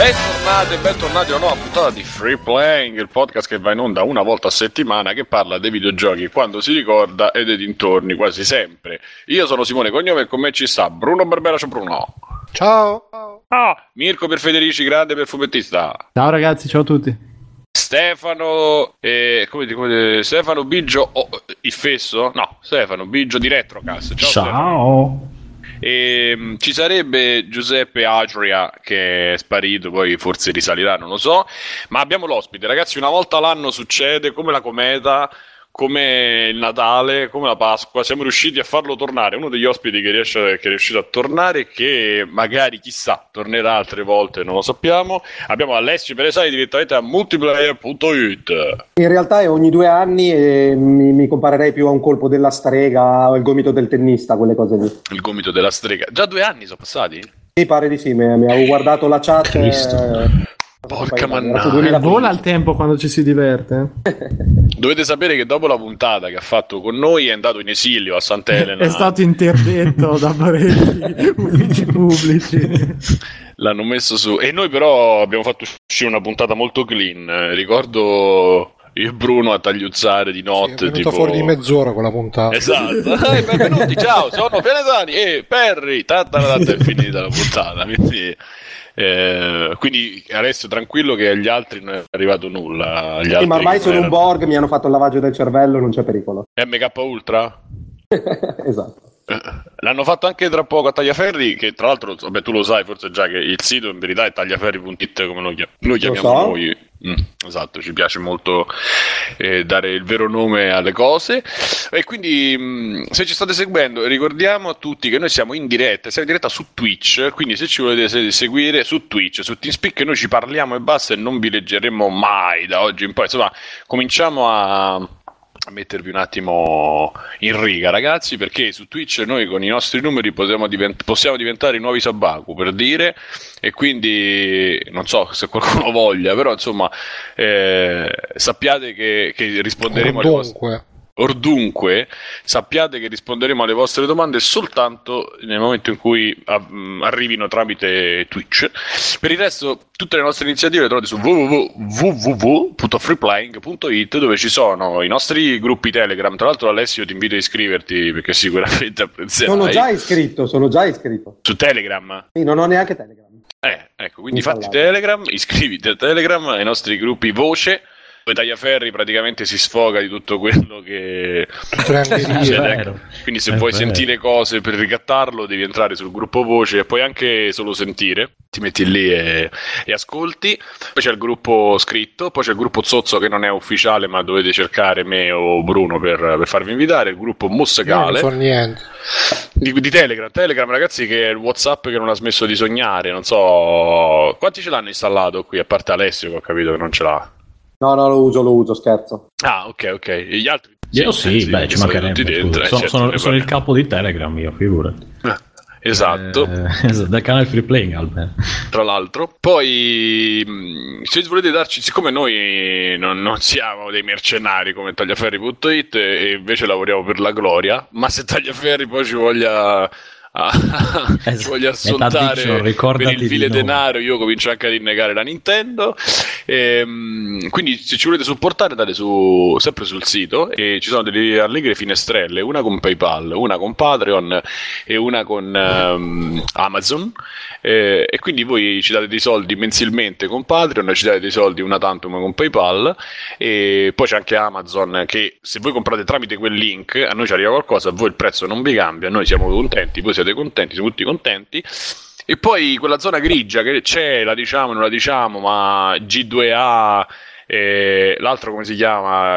Bentornati a una nuova puntata di Free Playing, il podcast che va in onda una volta a settimana, che parla dei videogiochi quando si ricorda e dei dintorni quasi sempre. Io sono Simone Cognome e con me ci sta Bruno Barbera. Ciao Bruno. Ciao. Mirko Perfederici, grande per fumettista. Ciao ragazzi, ciao a tutti. Stefano Stefano Biggio il fesso? No, Stefano Biggio di Retrocast. Ciao. Ciao. E ci sarebbe Giuseppe Adria che è sparito, poi forse risalirà, non lo so, ma abbiamo l'ospite, ragazzi. Una volta l'anno succede, come la cometa, come il Natale, come la Pasqua, siamo riusciti a farlo tornare. Uno degli ospiti che è riuscito a tornare, che magari, chissà, tornerà altre volte, non lo sappiamo. Abbiamo Alessio Peresani direttamente a multiplayer.it. In realtà è ogni 2 anni e mi comparerei più a un colpo della strega o il gomito del tennista, quelle cose lì. Il gomito della strega. Già 2 anni sono passati? Sì, pare di sì, mi avevo guardato la chat. Porca mannaggia. Vola il tempo quando ci si diverte. Dovete sapere che dopo la puntata che ha fatto con noi è andato in esilio a Sant'Elena. È stato interdetto da parecchi uffici pubblici. L'hanno messo su. E noi però abbiamo fatto uscire una puntata molto clean. Ricordo io e Bruno a tagliuzzare di notte. Sì, è venuto fuori di mezz'ora quella puntata. Esatto. Benvenuti, ciao, sono Pianesani e Perry. È finita la puntata. Quindi Alessio tranquillo che agli altri non è arrivato nulla. Sì, ma ormai sono un Borg, mi hanno fatto il lavaggio del cervello, non c'è pericolo. MK Ultra? Esatto. L'hanno fatto anche tra poco a Tagliaferri, che tra l'altro, vabbè, tu lo sai forse già che il sito in verità è tagliaferri.it, come lo chiamiamo noi. Esatto, ci piace molto dare il vero nome alle cose. E quindi se ci state seguendo, ricordiamo a tutti che noi siamo in diretta su Twitch, quindi se ci volete seguire su Twitch, su TeamSpeak, noi ci parliamo e basta, e non vi leggeremo mai da oggi in poi. Insomma, cominciamo a mettervi un attimo in riga, ragazzi, perché su Twitch noi con i nostri numeri possiamo diventare i nuovi Sabaku, per dire, e quindi non so se qualcuno voglia, però insomma sappiate che risponderemo alle vostre... Ordunque, sappiate che risponderemo alle vostre domande soltanto nel momento in cui arrivino tramite Twitch. Per il resto, tutte le nostre iniziative le trovate su www.freeplaying.it, dove ci sono i nostri gruppi Telegram. Tra l'altro, Alessio, ti invito a iscriverti perché sicuramente apprezzerai. Sono già iscritto. Su Telegram? Sì, non ho neanche Telegram. Ecco, quindi fatti Telegram, iscriviti a Telegram, ai nostri gruppi Voce, dove Tagliaferri praticamente si sfoga di tutto quello che succede. Quindi se vuoi sentire cose per ricattarlo devi entrare sul gruppo Voce e puoi anche solo sentire, ti metti lì e ascolti. Poi c'è il gruppo scritto, poi c'è il gruppo Zozzo che non è ufficiale, ma dovete cercare me o Bruno per farvi invitare, il gruppo musicale. Non so niente di Telegram, ragazzi, che è il WhatsApp che non ha smesso di sognare. Non so quanti ce l'hanno installato qui, a parte Alessio che ho capito che non ce l'ha. No, lo uso, scherzo. Ah, ok. E gli altri? Io sì, ci mancherebbe. Sono il capo di Telegram, io, figurati. Esatto. Dal canale Free Playing, almeno. Tra l'altro. Poi, se volete darci, siccome noi non siamo dei mercenari come Tagliaferri.it e invece lavoriamo per la gloria, ma se Tagliaferri poi ci voglia... ci voglio assoltare per il vile denaro, io comincio anche a rinnegare la Nintendo, quindi se ci volete supportare andate sempre sul sito, e ci sono delle allegre finestrelle, una con PayPal, una con Patreon e una con Amazon, e quindi voi ci date dei soldi mensilmente con Patreon, ci date dei soldi una tantum con PayPal, e poi c'è anche Amazon, che se voi comprate tramite quel link a noi ci arriva qualcosa, a voi il prezzo non vi cambia, noi siamo contenti, voi siete contenti, siamo tutti contenti. E poi quella zona grigia che c'è, la diciamo, non la diciamo, ma G2A, l'altro come si chiama?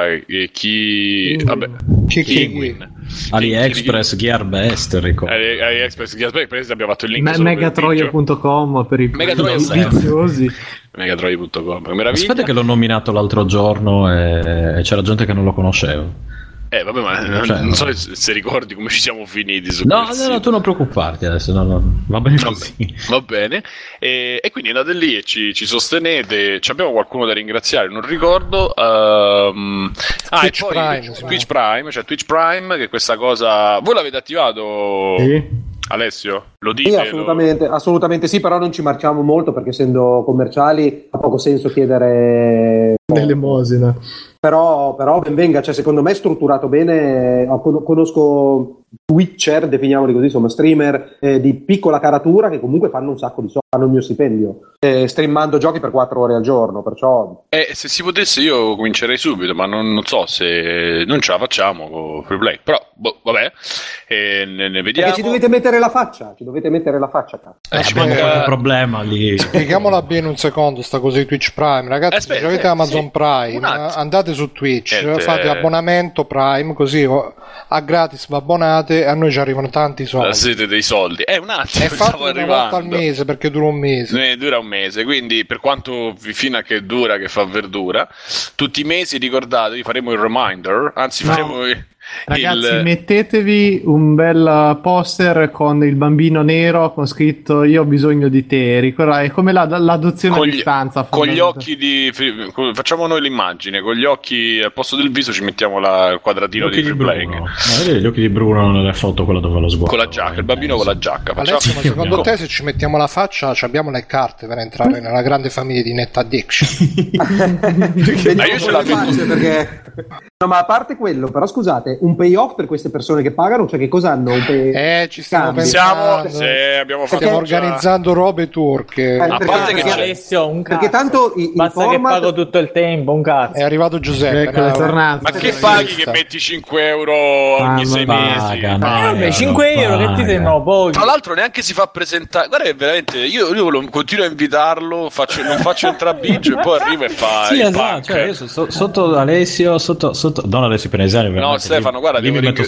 Kinguin. AliExpress, Gearbest, ricordo. AliExpress, Gearbest, per esempio abbiamo fatto il link Megatroia.com per i viziosi. Megatroia.com, meraviglia. Aspetta che l'ho nominato l'altro giorno e c'era gente che non lo conosceva. Vabbè, ma non so se ricordi come ci siamo finiti su no, tu non preoccuparti adesso, no. Va bene così. Va bene. E quindi andate lì e ci sostenete. Abbiamo qualcuno da ringraziare, non ricordo. Twitch, e poi Prime, Twitch Prime, cioè Twitch Prime, che questa cosa voi l'avete attivato? Sì. Alessio, lo dite? Sì, assolutamente sì, però non ci marciamo molto perché essendo commerciali ha poco senso chiedere l'elemosina. Però ben venga, cioè secondo me è strutturato bene. Conosco Twitcher, definiamoli così, insomma streamer di piccola caratura che comunque fanno un sacco di soldi, fanno il mio stipendio streamando giochi per 4 ore al giorno, perciò se si potesse io comincerei subito, ma non so se non ce la facciamo con Free Play, però vabbè, ne vediamo. Perché ci dovete mettere la faccia, cazzo. Ci manca un problema lì. Spieghiamola bene un secondo sta cosa di Twitch Prime, ragazzi. Se avete Amazon Prime, andate su Twitch, fate abbonamento Prime, così a gratis vi abbonate e a noi ci arrivano tanti soldi. La sete dei soldi è un attimo, è fatto una volta al mese perché dura un mese. Dura un mese, quindi per quanto fino a che dura che fa verdura, tutti i mesi ricordatevi, faremo il reminder, anzi faremo ragazzi, mettetevi un bel poster con il bambino nero con scritto "io ho bisogno di te", è come l'adozione a distanza con gli occhi facciamo noi l'immagine con gli occhi al posto del viso, ci mettiamo il quadratino di Free Play. Gli occhi di Bruno nelle foto, quella dove lo sguardo con la giacca, il bambino con la giacca. Alessio, ma secondo te se ci mettiamo la faccia abbiamo le carte per entrare nella grande famiglia di Net Addiction? Ma io ce la faccio perché ma a parte quello, però scusate, un payoff per queste persone che pagano, cioè che cosa hanno? Ci stiamo pensando. Stiamo organizzando robe turche. A parte che Alessio, un cazzo. Perché tanto basta che pago tutto il tempo, un cazzo. È arrivato Giuseppe. Ma che paghi che metti 5 euro ogni 6 mesi? 5 euro che ti sembrano pochi. Tra l'altro neanche si fa presentare. Guarda che veramente io continuo a invitarlo, non faccio entrare Biggio e poi arriva e fa il pack. Cioè io sotto Alessio, sotto non Alessio Penesani, no Stefano, guarda,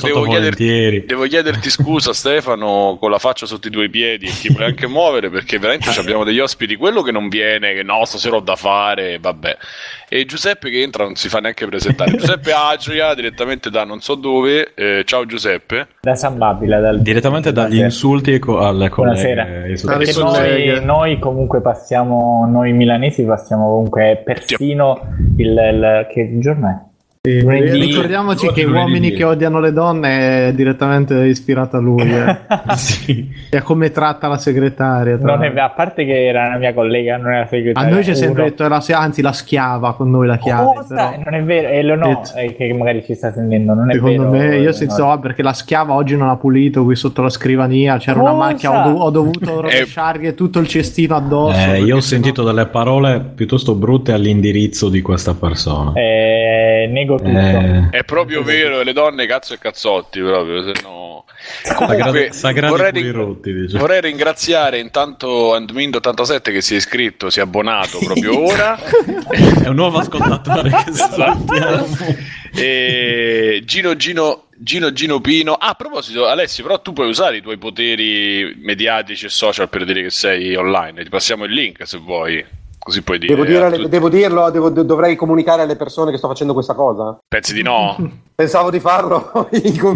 devo chiederti scusa Stefano, con la faccia sotto i 2 piedi e ti puoi anche muovere, perché veramente abbiamo degli ospiti, quello che non viene, che no, stasera ho da fare, vabbè, e Giuseppe che entra non si fa neanche presentare. Giuseppe Agria direttamente da non so dove. Ciao Giuseppe. Da San Babila, direttamente dagli insulti alle colleghe. Perché noi comunque passiamo, noi milanesi passiamo comunque persino che giorno è? Ricordiamoci che Uomini che odiano le donne è direttamente ispirato a lui. Sì. E a come tratta la segretaria. Non è, a parte che era una mia collega, non era segretaria. A noi ci è sempre detto, anzi la schiava con noi la chiave. Però... non è vero, che magari ci sta sentendo. Non è secondo vero, me, io senso perché la schiava oggi non ha pulito qui sotto la scrivania. C'era una macchia, ho dovuto rovesciargli tutto il cestino addosso. Io ho sentito delle parole piuttosto brutte all'indirizzo di questa persona. Nego tutto. È proprio vero, le donne cazzo e cazzotti proprio, se no. Comunque vorrei ringraziare intanto Andmind87 che si è iscritto, si è abbonato proprio ora. È un nuovo ascoltatore che salutiamo. E Gino Pino. A proposito, Alessio, però tu puoi usare i tuoi poteri mediatici e social per dire che sei online. Ti passiamo il link se vuoi. Così puoi dire. Dovrei comunicare alle persone che sto facendo questa cosa? Pensi di no? Pensavo di farlo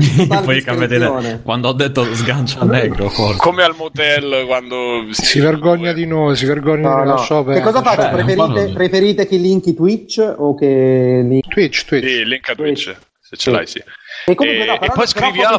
poi quando ho detto sgancia negro, forse. Come al motel quando si vergogna di noi, si vergogna di noi. Che cosa faccio? Preferite che linki Twitch o che Twitch? Sì, link a Twitch. Se ce l'hai, sì. E comunque e poi scriviamo,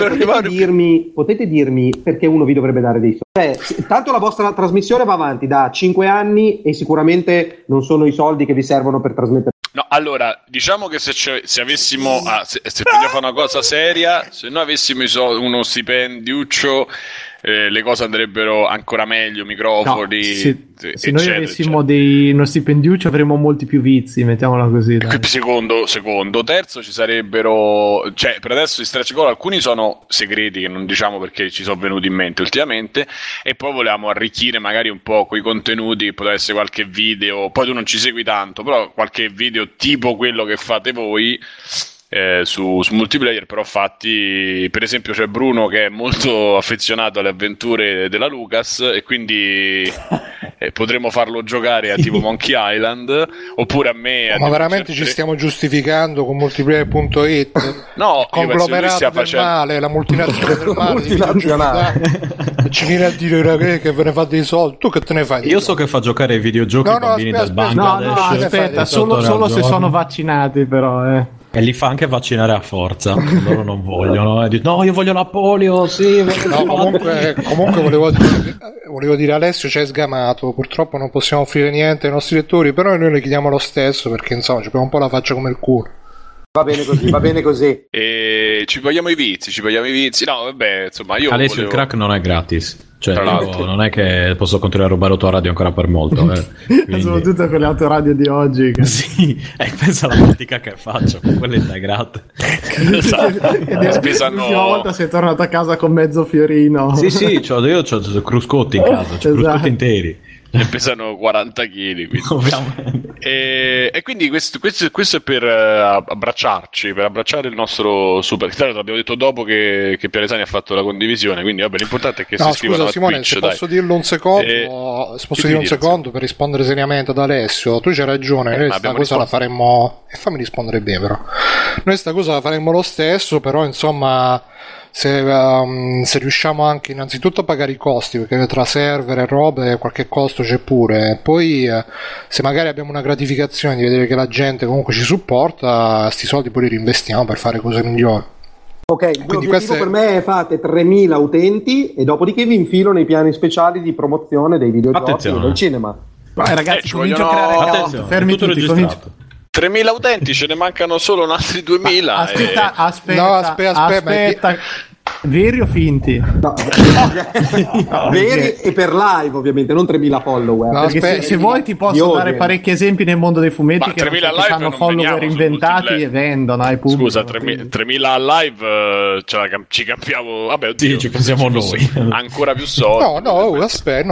potete dirmi perché uno vi dovrebbe dare dei soldi. Cioè, tanto la vostra trasmissione va avanti da 5 anni e sicuramente non sono i soldi che vi servono per trasmettere. No, allora, diciamo che se avessimo se vogliamo fare una cosa seria, se noi avessimo uno stipendiuccio, le cose andrebbero ancora meglio, microfoni, se noi avessimo uno stipendiuccio avremmo molti più vizi, mettiamola così, dai. Secondo, terzo ci sarebbero, cioè per adesso i stretch goal alcuni sono segreti che non diciamo perché ci sono venuti in mente ultimamente, e poi volevamo arricchire magari un po' quei contenuti, potrebbe essere qualche video, poi tu non ci segui tanto, però qualche video tipo quello che fate voi su multiplayer, però fatti, per esempio c'è Bruno che è molto affezionato alle avventure della Lucas e quindi potremmo farlo giocare a tipo Monkey Island, oppure a me ma veramente ci stiamo giustificando con multiplayer.it? No, conglomerato del male, la multinazionale ci viene a dire che ve ne fate dei soldi, tu che te ne fai? Io so che fa giocare ai videogiochi ai bambini del Bangladesh. Aspetta, solo se sono vaccinati, però E li fa anche vaccinare a forza. Loro non vogliono. No, io voglio la polio, sì. Comunque volevo dire, Alessio ci hai sgamato. Purtroppo non possiamo offrire niente ai nostri lettori, però noi le chiediamo lo stesso perché insomma ci abbiamo un po' la faccia come il culo. Va bene così. E ci vogliamo i vizi. No, vabbè, insomma, io Alessio, il crack non è gratis. Cioè, non è che posso continuare a rubare autoradio ancora per molto. Quindi... Soprattutto con le autoradio di oggi. Sì, pensa alla fatica che faccio con quelle integrate. L'ultima volta sei tornato a casa con mezzo fiorino. Sì, io ho cruscotti in casa, cruscotti interi. Ne pesano 40 kg, ovviamente. E quindi questo è per abbracciarci, per abbracciare il nostro super. L'abbiamo detto dopo che Piaresani ha fatto la condivisione, quindi vabbè, l'importante è che si iscrivano a Simone, Twitch. Se posso dirlo un secondo per rispondere seriamente ad Alessio, tu c'hai ragione, noi sta cosa la faremmo, e fammi rispondere bene però, noi sta cosa la faremmo lo stesso, però insomma se riusciamo anche innanzitutto a pagare i costi, perché tra server e robe qualche costo c'è pure, poi se magari abbiamo una gratificazione di vedere che la gente comunque ci supporta, sti soldi poi li reinvestiamo per fare cose migliori. Ok, quindi l'obiettivo per me è fate 3.000 utenti e dopodiché vi infilo nei piani speciali di promozione dei videogiochi e del cinema. Ragazzi, comincio a creare fermi tutti, 3.000 utenti, ce ne mancano solo altri 2.000. Aspetta. Veri o finti? No, veri e per live ovviamente, non 3.000 follower. No, perché se vuoi ti posso dare parecchi esempi nel mondo dei fumetti che hanno follower inventati e vendono ai pubblici. Scusa, 3.000 live ci cambiamo. Vabbè, oddio, ci pensiamo noi. Ancora più soldi.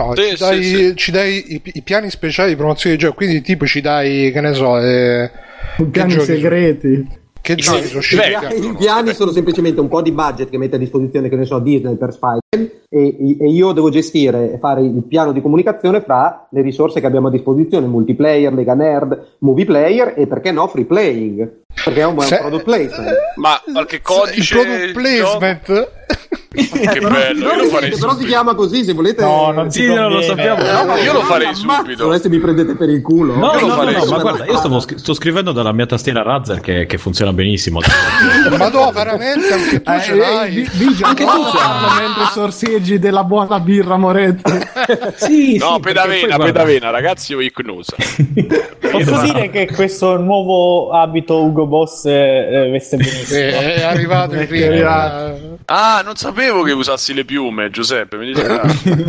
Ci dai i piani speciali di promozione di giochi, quindi tipo ci dai, che ne so, piani segreti. I piani sono semplicemente un po' di budget che mette a disposizione, che ne so, Disney per Spider-Man, e io devo gestire e fare il piano di comunicazione fra le risorse che abbiamo a disposizione: multiplayer, Lega Nerd, movie player e perché no free playing, perché è un buon product placement. Ma qualche codice product placement? Che bello, io lo farei però si chiama così, se volete. No, non lo sappiamo. Io lo farei subito. Adesso mi prendete per il culo. No, ma guarda, io sto scrivendo dalla mia tastiera Razer che funziona benissimo. Ma no, veramente anche tu ce l'hai. Anche tu mentre sorseggi della buona birra Moretti. Sì, no, pedavena, ragazzi, o ipnosa. Posso dire che questo nuovo abito Ugo Boss veste benissimo. È arrivato il primo. Ah, non sapevo che usassi le piume, Giuseppe. Mi dice,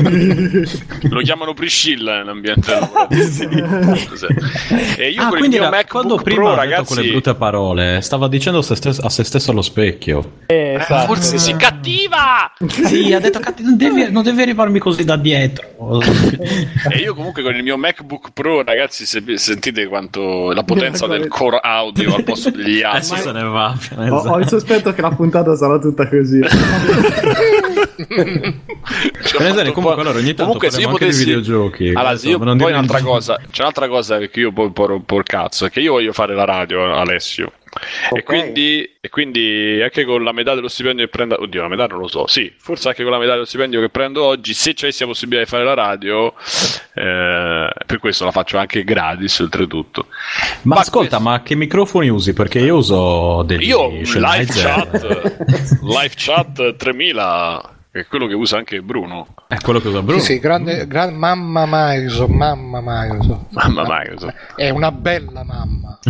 lo chiamano Priscilla nell'ambiente lavorativo. E io con il mio MacBook quando prima Pro, ha ragazzi, detto quelle brutte parole, stava dicendo a se stesso allo specchio. Forse si cattiva. Sì, ha detto non devi arrivarmi così da dietro. E io comunque con il mio MacBook Pro, ragazzi, sentite quanto la potenza del core audio al posto degli altri. Adesso se ne va. Ho il sospetto che la puntata sarà tutta così. Comunque allora ogni tanto se io potessi videogiochi. Allora, poi un'altra cosa, c'è un'altra cosa che io poi un po' il cazzo, è che io voglio fare la radio, Alessio. Okay. E quindi anche con la metà dello stipendio che prendo, oddio, la metà non lo so, sì, forse anche con la metà dello stipendio che prendo oggi, se ci avessi la possibilità di fare la radio, per questo la faccio anche gratis oltretutto. Ma ascolta, ma che microfoni usi? Perché io uso live chat 3000, che è quello che usa anche Bruno. È quello che usa Bruno? Sì, grande mamma Microsoft. È una bella mamma.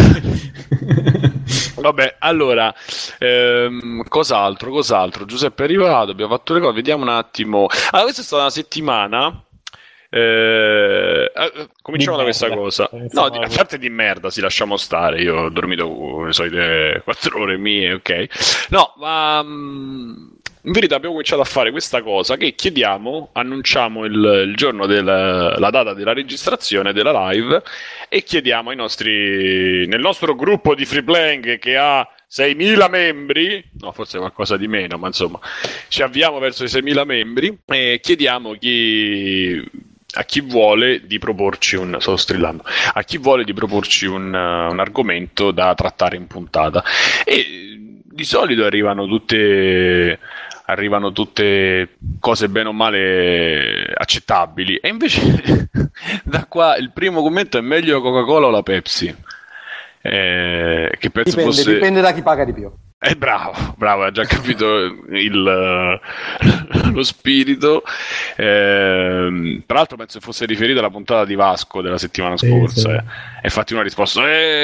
Vabbè, allora, cos'altro? Giuseppe è arrivato, abbiamo fatto le cose, vediamo un attimo. Allora, questa è stata una settimana. Cominciamo da questa cosa. No, a parte di merda, si lasciamo stare. Io ho dormito le solite 4 ore mie, ok. No, ma in verità abbiamo cominciato a fare questa cosa che annunciamo il giorno la data della registrazione della live e chiediamo nel nostro gruppo di free playing che ha 6.000 membri, no, forse qualcosa di meno, ma insomma ci avviamo verso i 6.000 membri e chiediamo a chi vuole di proporci un argomento da trattare in puntata, e di solito arrivano tutte cose bene o male accettabili, e invece da qua il primo commento è: meglio Coca-Cola o la Pepsi? che penso fosse... Dipende da chi paga di più. Bravo, ha già capito lo spirito. Tra l'altro penso fosse riferito alla puntata di Vasco della settimana scorsa. E infatti uno ha risposto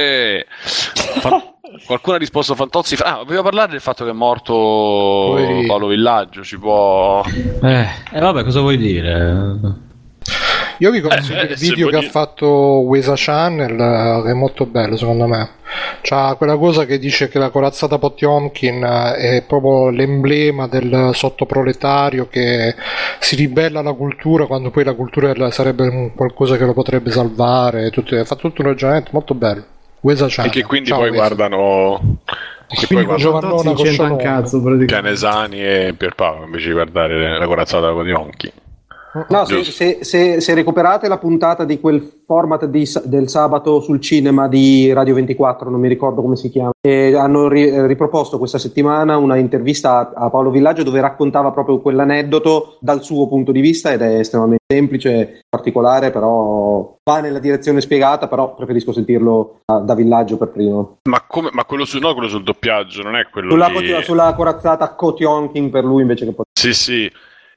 qualcuno ha risposto Fantozzi. Volevo parlare del fatto che è morto Paolo Villaggio. Ci può... vabbè, cosa vuoi dire? Io vi consiglio il video che ha fatto Wesa Channel, che è molto bello secondo me. C'ha quella cosa che dice che la corazzata Potemkin è proprio l'emblema del sottoproletario che si ribella alla cultura quando poi la cultura sarebbe qualcosa che lo potrebbe salvare. Fa tutto un ragionamento molto bello. Wesa Channel. E che quindi poi guardano... Che poi Giovannona con Pianesani e Pierpaolo invece di guardare la corazzata Potemkin. No, se recuperate la puntata di quel format del sabato sul cinema di Radio 24, non mi ricordo come si chiama, e hanno riproposto questa settimana una intervista a Paolo Villaggio dove raccontava proprio quell'aneddoto dal suo punto di vista, ed è estremamente semplice, particolare, però va nella direzione spiegata, però preferisco sentirlo da Villaggio per primo. Ma quello quello sul doppiaggio, non è quello sulla corazzata Potemkin per lui invece che Sì.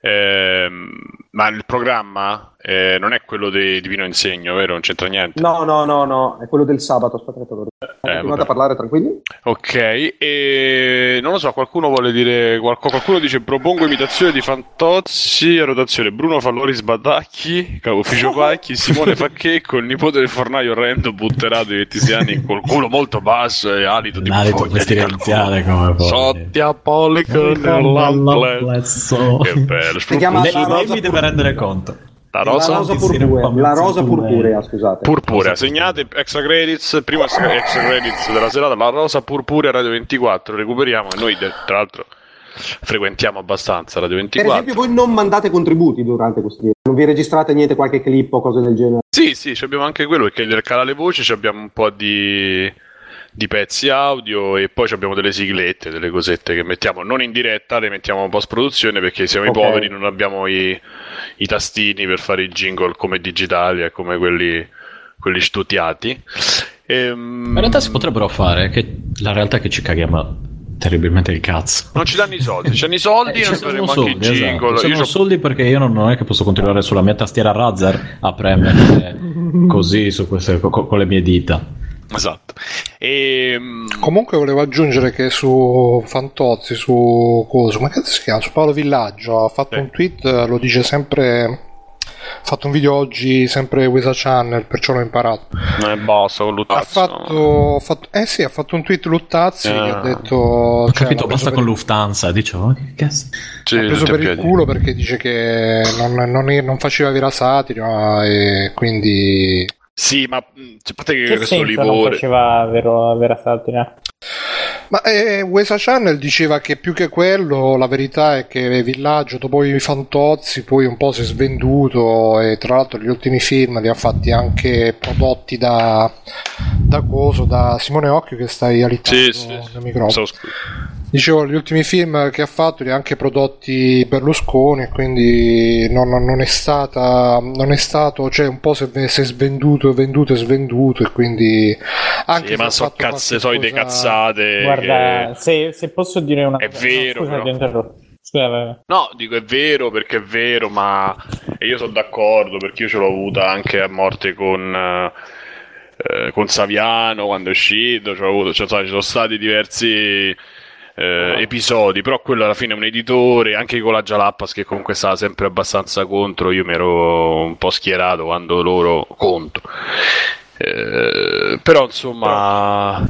Ma il programma non è quello di Divino Insegno, vero? Non c'entra niente. No, è quello del sabato. Aspettate, continuate a parlare tranquilli. Ok, e non lo so, qualcuno vuole dire qualcuno dice propongo imitazione di Fantozzi a rotazione: Bruno Fallori Sbadacchi, Ufficio Pacchi, Simone Facchecco, il nipote del fornaio orrendo butterato di 26 anni col culo molto basso e alito di pestilenziale come poi sotti a policon nell'amplesso. Che bello. Si chiama lei mi deve rendere conto. La rosa purpurea, scusate. Purpurea, segnate extra credits, prima extra credits della serata, la rosa purpurea Radio 24, recuperiamo, e noi tra l'altro frequentiamo abbastanza Radio 24. Per esempio voi non mandate contributi durante questi, non vi registrate niente, qualche clip o cose del genere? Sì, abbiamo anche quello, perché nel canale voce abbiamo un po' di pezzi audio e poi abbiamo delle siglette, delle cosette che mettiamo non in diretta, le mettiamo in post produzione perché siamo i poveri, non abbiamo i tastini per fare i jingle come digitali e come quelli studiati. In realtà si potrebbero fare, che la realtà è che ci caghiamo terribilmente il cazzo. Non ci danno i soldi, non faremo anche i jingle. Esatto. Sono soldi perché io non è che posso continuare sulla mia tastiera Razer a premere così su queste, con le mie dita. Esatto. Comunque volevo aggiungere che su Fantozzi, su come cazzo si chiama? Su Paolo Villaggio ha fatto un tweet, lo dice sempre, ha fatto un video oggi sempre Wesa Channel, perciò l'ho imparato. Basta con Luttazzi. Ha fatto un tweet Luttazzi che ha detto, ho capito, basta con Lufthansa, dicevo che cazzo. Ha preso per il culo perché dice che non faceva vera satira e quindi sì, ma a parte che questo livore non faceva vera satira. Ma Wesa Channel diceva che più che quello la verità è che Villaggio dopo i Fantozzi poi un po' si è svenduto, e tra l'altro gli ultimi film li ha fatti anche prodotti da Simone Occhio, che stai alittando nel microfono. Dicevo, gli ultimi film che ha fatto li ha anche prodotti Berlusconi, e quindi non è stato, cioè un po' si è venduto, e quindi anche ma so solite cazzate. Guarda, se posso dire una cosa, è vero, no, scusa, ti interrompo. No, dico è vero perché è vero, ma io sono d'accordo, perché io ce l'ho avuta anche a morte con Saviano quando è uscito, ci sono stati diversi episodi, però quello alla fine è un editore, anche con la Jalappas che comunque stava sempre abbastanza contro, io mi ero un po' schierato quando loro contro, però insomma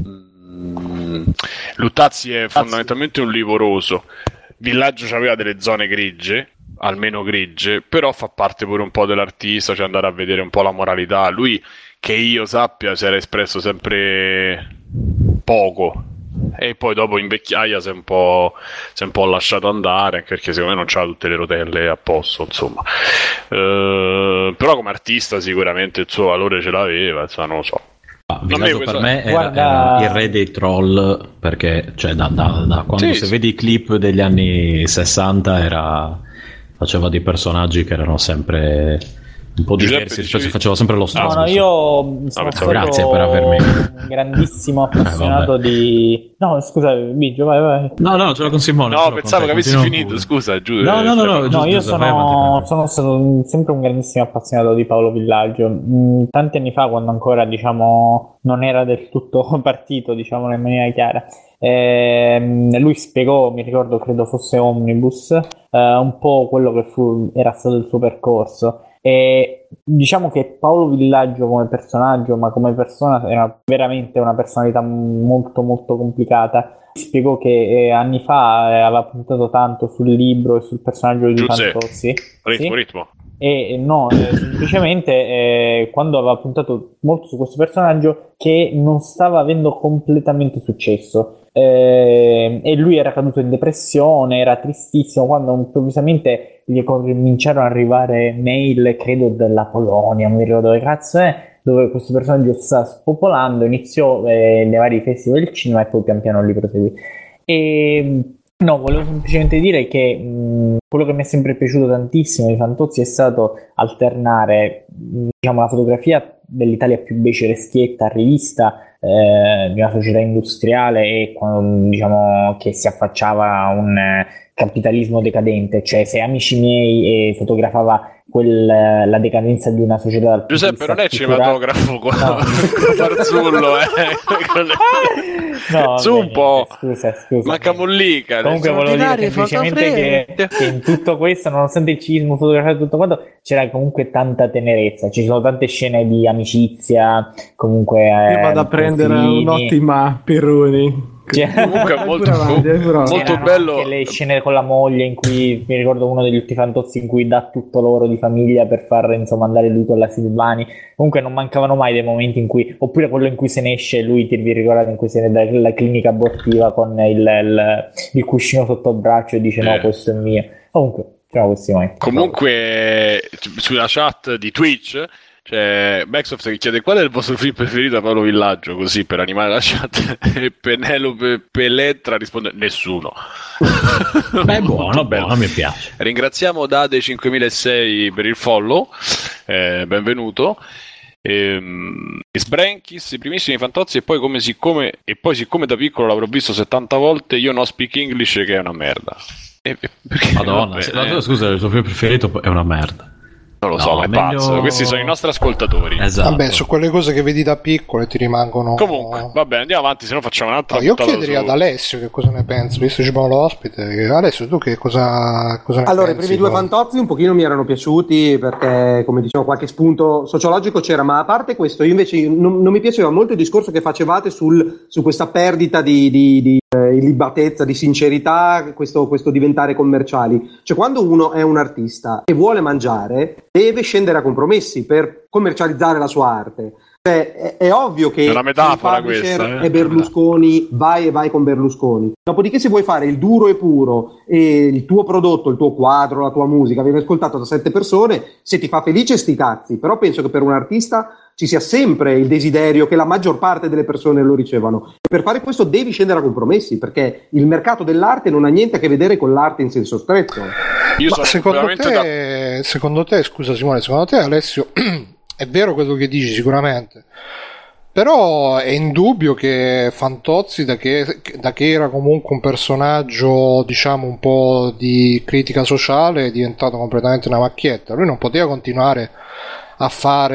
Luttazzi è fondamentalmente un livoroso. Villaggio aveva delle zone grigie, almeno grigie, però fa parte pure un po' dell'artista, cioè andare a vedere un po' la moralità. Lui, che io sappia, si era espresso sempre poco, e poi dopo in vecchiaia si è un po' lasciato andare, anche perché secondo me non c'ha tutte le rotelle a posto, insomma. Però come artista sicuramente il suo valore ce l'aveva, insomma, non lo so. Villaggio per me era il re dei troll, perché cioè da quando se vedi i clip degli anni 60 faceva dei personaggi che erano sempre un po' diversi, cioè si faceva sempre lo stesso. No, io sono stato grazie per avermi un grandissimo appassionato di... No, scusa, Biggio, vai. No, ce l'ho con Simone. No, pensavo che avessi finito, scusa, giù. No, io sono stato sempre un grandissimo appassionato di Paolo Villaggio. Tanti anni fa, quando ancora, diciamo, non era del tutto partito, diciamo, in maniera chiara. Lui spiegò, mi ricordo, credo fosse Omnibus, un po' quello che era stato il suo percorso. E diciamo che Paolo Villaggio come personaggio, ma come persona, era veramente una personalità molto molto complicata. Spiegò che anni fa aveva puntato tanto sul libro e sul personaggio di Fantozzi. Ritmo. E no, semplicemente quando aveva puntato molto su questo personaggio, che non stava avendo completamente successo. E lui era caduto in depressione, era tristissimo, quando improvvisamente gli cominciarono ad arrivare mail, credo della Polonia, non mi ricordo dove cazzo è, dove questo personaggio sta spopolando. Iniziò nei vari festival del cinema e poi pian piano lì proseguì. E no, volevo semplicemente dire che quello che mi è sempre piaciuto tantissimo di Fantozzi è stato alternare, diciamo, la fotografia dell'Italia più becera e schietta, rivista, di una società industriale, e diciamo che si affacciava a un capitalismo decadente, cioè se Amici miei fotografava la decadenza di una società dal Giuseppe non è cinematografo con Farzullo no, su un po', scusa manca Mollica. Comunque volevo dire semplicemente che in tutto questo, nonostante il cinismo fotografiato e tutto quanto, c'era comunque tanta tenerezza, ci sono tante scene di amicizia, comunque io vado a prendere un'ottima Peroni. Comunque molto bello anche le scene con la moglie, in cui mi ricordo uno degli ultimi Fantozzi in cui dà tutto l'oro di famiglia per far, insomma, andare lui con la Silvani. Comunque non mancavano mai dei momenti in cui, oppure quello in cui se ne esce lui, ti ricordi, in cui se ne dalla clinica abortiva con il cuscino sotto il braccio e dice no, questo è mio. Comunque sulla chat di Twitch c'è Microsoft che chiede qual è il vostro film preferito a Paolo Villaggio, così per animare la chat, e Penelope Pelletra risponde nessuno. Beh, buono, mi piace. Ringraziamo Dade 5006 per il follow, benvenuto. Sbranchis, i primissimi Fantozzi, e poi siccome da piccolo l'avrò visto 70 volte, io no speak English, che è una merda. Madonna, scusa, il suo film preferito è una merda. Non lo so, ma è pazzo. Questi sono i nostri ascoltatori. Esatto. Vabbè, su quelle cose che vedi da piccole ti rimangono. Comunque, vabbè, andiamo avanti, se no facciamo un'altra. Io chiederei ad Alessio che cosa ne pensa, visto che abbiamo l'ospite. Alessio, tu che cosa ne pensi? Allora, i primi due Fantozzi un pochino mi erano piaciuti, perché, come dicevo, qualche spunto sociologico c'era, ma a parte questo, io invece non mi piaceva molto il discorso che facevate su questa perdita di illibatezza, di sincerità, questo diventare commerciali. Cioè, quando uno è un artista e vuole mangiare, deve scendere a compromessi per commercializzare la sua arte. Cioè, è ovvio che è una metafora questa, è Berlusconi, vai con Berlusconi. Dopodiché, se vuoi fare il duro e puro e il tuo prodotto, il tuo quadro, la tua musica viene ascoltato da 7 persone, se ti fa felice sti cazzi. Però penso che per un artista ci sia sempre il desiderio che la maggior parte delle persone lo ricevano. E per fare questo devi scendere a compromessi, perché il mercato dell'arte non ha niente a che vedere con l'arte in senso stretto. Ma secondo te, scusa Simone, secondo te, Alessio, è vero quello che dici sicuramente, però è indubbio che Fantozzi, da che era comunque un personaggio, diciamo, un po' di critica sociale, è diventato completamente una macchietta. Lui non poteva continuare a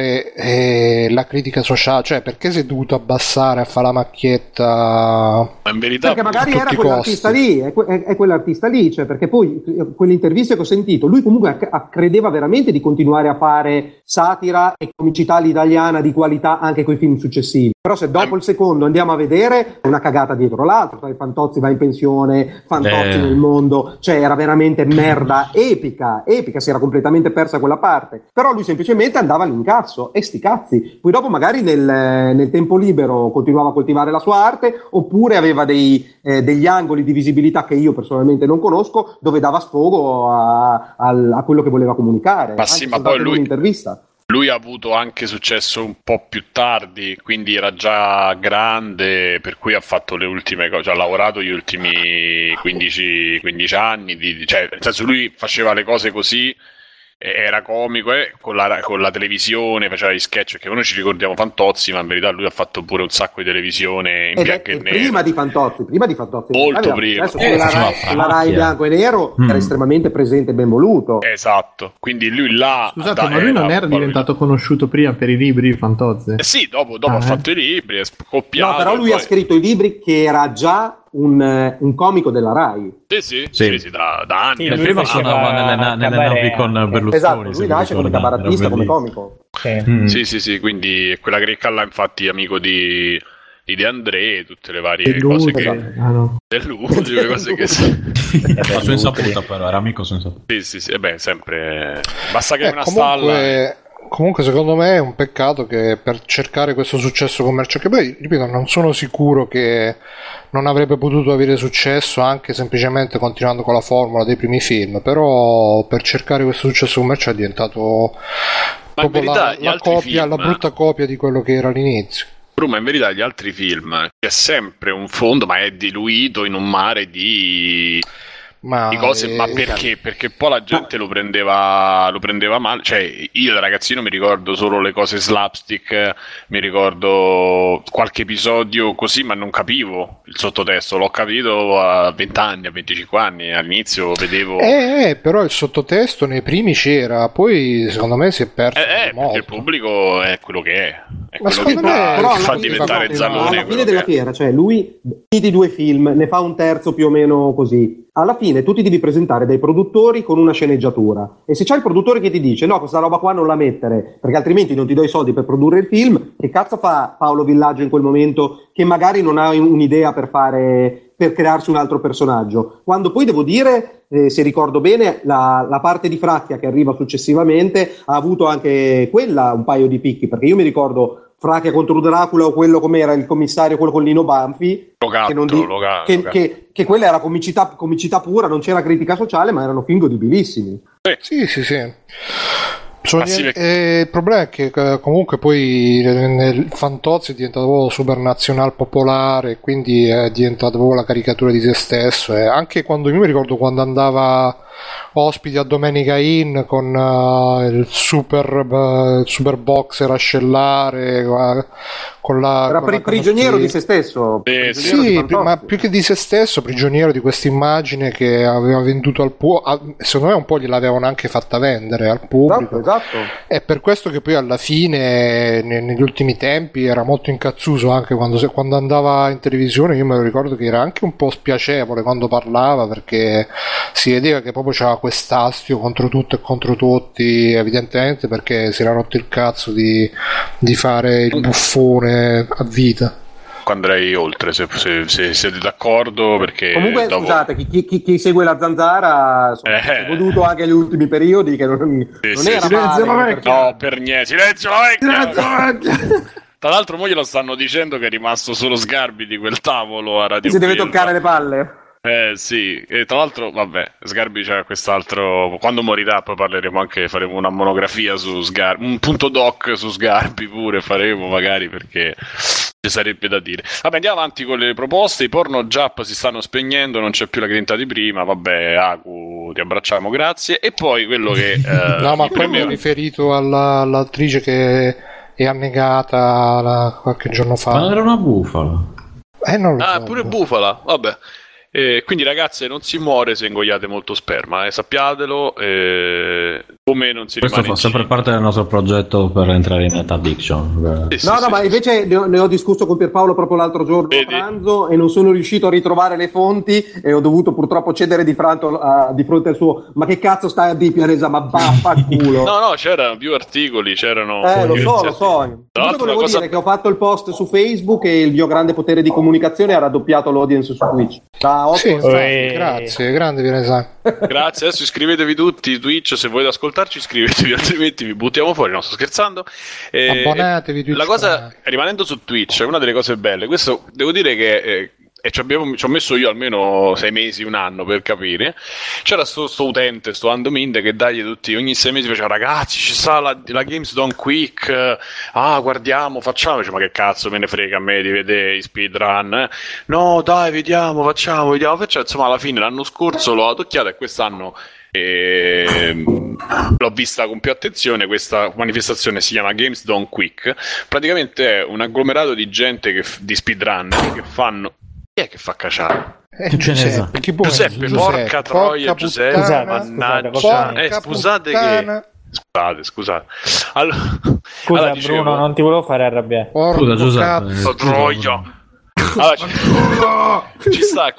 fare la critica sociale, cioè perché si è dovuto abbassare a fare la macchietta? In verità, perché magari era quell'artista lì, è quell'artista lì, cioè, perché poi quelle interviste che ho sentito, lui comunque credeva veramente di continuare a fare satira e comicità all'italiana di qualità anche coi film successivi. Però se dopo il secondo andiamo a vedere una cagata dietro l'altra, cioè Fantozzi va in pensione, Fantozzi nel mondo, cioè era veramente merda epica, si era completamente persa quella parte. Però lui semplicemente andava all'incasso, e sti cazzi. Poi dopo magari nel tempo libero continuava a coltivare la sua arte, oppure aveva degli angoli di visibilità che io personalmente non conosco, dove dava sfogo a quello che voleva comunicare. Ma sì, ma poi lui ha avuto anche successo un po' più tardi, quindi era già grande, per cui ha fatto le ultime cose, ha lavorato gli ultimi 15 anni, cioè nel senso, lui faceva le cose così era comico, con la televisione faceva gli sketch, che noi ci ricordiamo Fantozzi, ma in verità lui ha fatto pure un sacco di televisione in bianco e nero. Prima di Fantozzi molto prima. La Rai bianco e nero era estremamente presente e ben voluto. Esatto, quindi lui là... Scusate, ma lui non era diventato conosciuto prima per i libri di Fantozzi? Sì, dopo ha fatto i libri, è scoppiato. No, però lui ha scritto i libri che era già un comico della Rai. Sì, da anni. Sì, prima suonava nelle navi con Berlusconi. Esatto, lui nasce come cabarettista, come comico. Sì, quindi quella cricca là, infatti, amico di De André, tutte le varie cose che... le cose che... Ma su insaputa, però, era amico su insaputa. Sì, sempre... Basta che una stalla... Comunque secondo me è un peccato che per cercare questo successo commerciale, che poi ripeto non sono sicuro che non avrebbe potuto avere successo anche semplicemente continuando con la formula dei primi film, però per cercare questo successo commerciale è diventato proprio la brutta copia di quello che era all'inizio. Ma in verità gli altri film c'è sempre un fondo, ma è diluito in un mare di cose, ma perché? Perché poi la gente lo prendeva male. Cioè, io da ragazzino mi ricordo solo le cose slapstick, mi ricordo qualche episodio così, ma non capivo il sottotesto. L'ho capito a 20 anni, a 25 anni, all'inizio vedevo... però il sottotesto nei primi c'era, poi secondo me si è perso molto. Il pubblico è quello che è. Ma secondo me fa diventare Zalone. Alla fine della fiera, cioè lui di 2 film, ne fa un terzo più o meno così. Alla fine tu ti devi presentare dai produttori con una sceneggiatura, e se c'è il produttore che ti dice no, questa roba qua non la mettere perché altrimenti non ti do i soldi per produrre il film, che cazzo fa Paolo Villaggio in quel momento, che magari non ha un'idea per crearsi un altro personaggio, quando poi devo dire, se ricordo bene, la parte di Fracchia che arriva successivamente ha avuto anche quella un paio di picchi, perché io mi ricordo Fracchia contro Dracula, o quello come era il commissario, quello con Lino Banfi, che quella era comicità pura, non c'era critica sociale, ma erano film godibilissimi. Sì. Il problema è che comunque poi nel Fantozzi è diventato super nazional popolare, quindi è diventato proprio la caricatura di se stesso, e anche quando io mi ricordo quando andava ospiti a Domenica Inn con il super boxer ascellare era prigioniero di se stesso, ma più che di se stesso, prigioniero di questa immagine che aveva venduto al pubblico. Secondo me un po' gliel'avevano anche fatta vendere al pubblico, esatto. È per questo che poi alla fine negli ultimi tempi era molto incazzuso, anche quando andava in televisione. Io me lo ricordo che era anche un po' spiacevole quando parlava, perché si vedeva che proprio c'era quest'astio contro tutto e contro tutti, evidentemente perché si era rotto il cazzo di fare il buffone a vita. Andrei oltre, se siete d'accordo, perché comunque scusate, chi segue la Zanzara ha goduto anche gli ultimi periodi, che non era male. No, per niente, silenzio la vecchia. Tra l'altro mo glielo stanno dicendo che è rimasto solo Sgarbi di quel tavolo a Radio si deve toccare le palle. Sì, e tra l'altro, vabbè, Sgarbi c'è quest'altro. Quando morirà, poi parleremo anche, faremo una monografia su Sgarbi, un punto doc su Sgarbi pure faremo, magari, perché ci sarebbe da dire. Vabbè, andiamo avanti con le proposte. I porno Giap si stanno spegnendo, non c'è più la grinta di prima. Vabbè, Aku, ti abbracciamo, grazie. E poi quello che no, ma poi mi ho riferito all'attrice che è annegata qualche giorno fa. Ma non era una bufala? Non lo so. Pure bufala, vabbè. Quindi ragazze, non si muore se ingoiate molto sperma, sappiatelo, come non si questo rimane fa sempre parte del nostro progetto per entrare in Net Addiction. Ma invece ne ho discusso con Pierpaolo proprio l'altro giorno a pranzo e non sono riuscito a ritrovare le fonti e ho dovuto purtroppo cedere di fronte al suo ma che cazzo stai a dire, Resa, ma vaffanculo. No, c'erano più articoli, c'erano lo so. Io volevo dire che ho fatto il post su Facebook e il mio grande potere di comunicazione ha raddoppiato l'audience su Twitch. Grazie, grande Virenza. Grazie, adesso iscrivetevi tutti Twitch, se volete ascoltarci iscrivetevi, altrimenti vi buttiamo fuori. No, sto scherzando. Abbonatevi Twitch. La cosa, rimanendo su Twitch, è una delle cose belle. Questo devo dire che ci ho messo io almeno 6 mesi, un anno per capire. C'era sto utente, sto Andomind, che ogni 6 mesi faceva: ragazzi, ci sta la Games Done Quick, guardiamo, facciamo. Dice, ma che cazzo me ne frega a me di vedere i speedrun, no dai, vediamo, facciamo. Insomma, alla fine l'anno scorso l'ho adocchiato e quest'anno L'ho vista con più attenzione. Questa manifestazione si chiama Games Done Quick. Praticamente è un agglomerato di gente di speedrunner che fanno... Chi è che fa cacciare? Giuseppe, porca troia, Giuseppe, mannaggia. Scusate che... Scusate. Allora, Scusa, dicevo... Bruno, non ti volevo fare arrabbiare. Scusa, Giuseppe. Troia. Allora, ci sta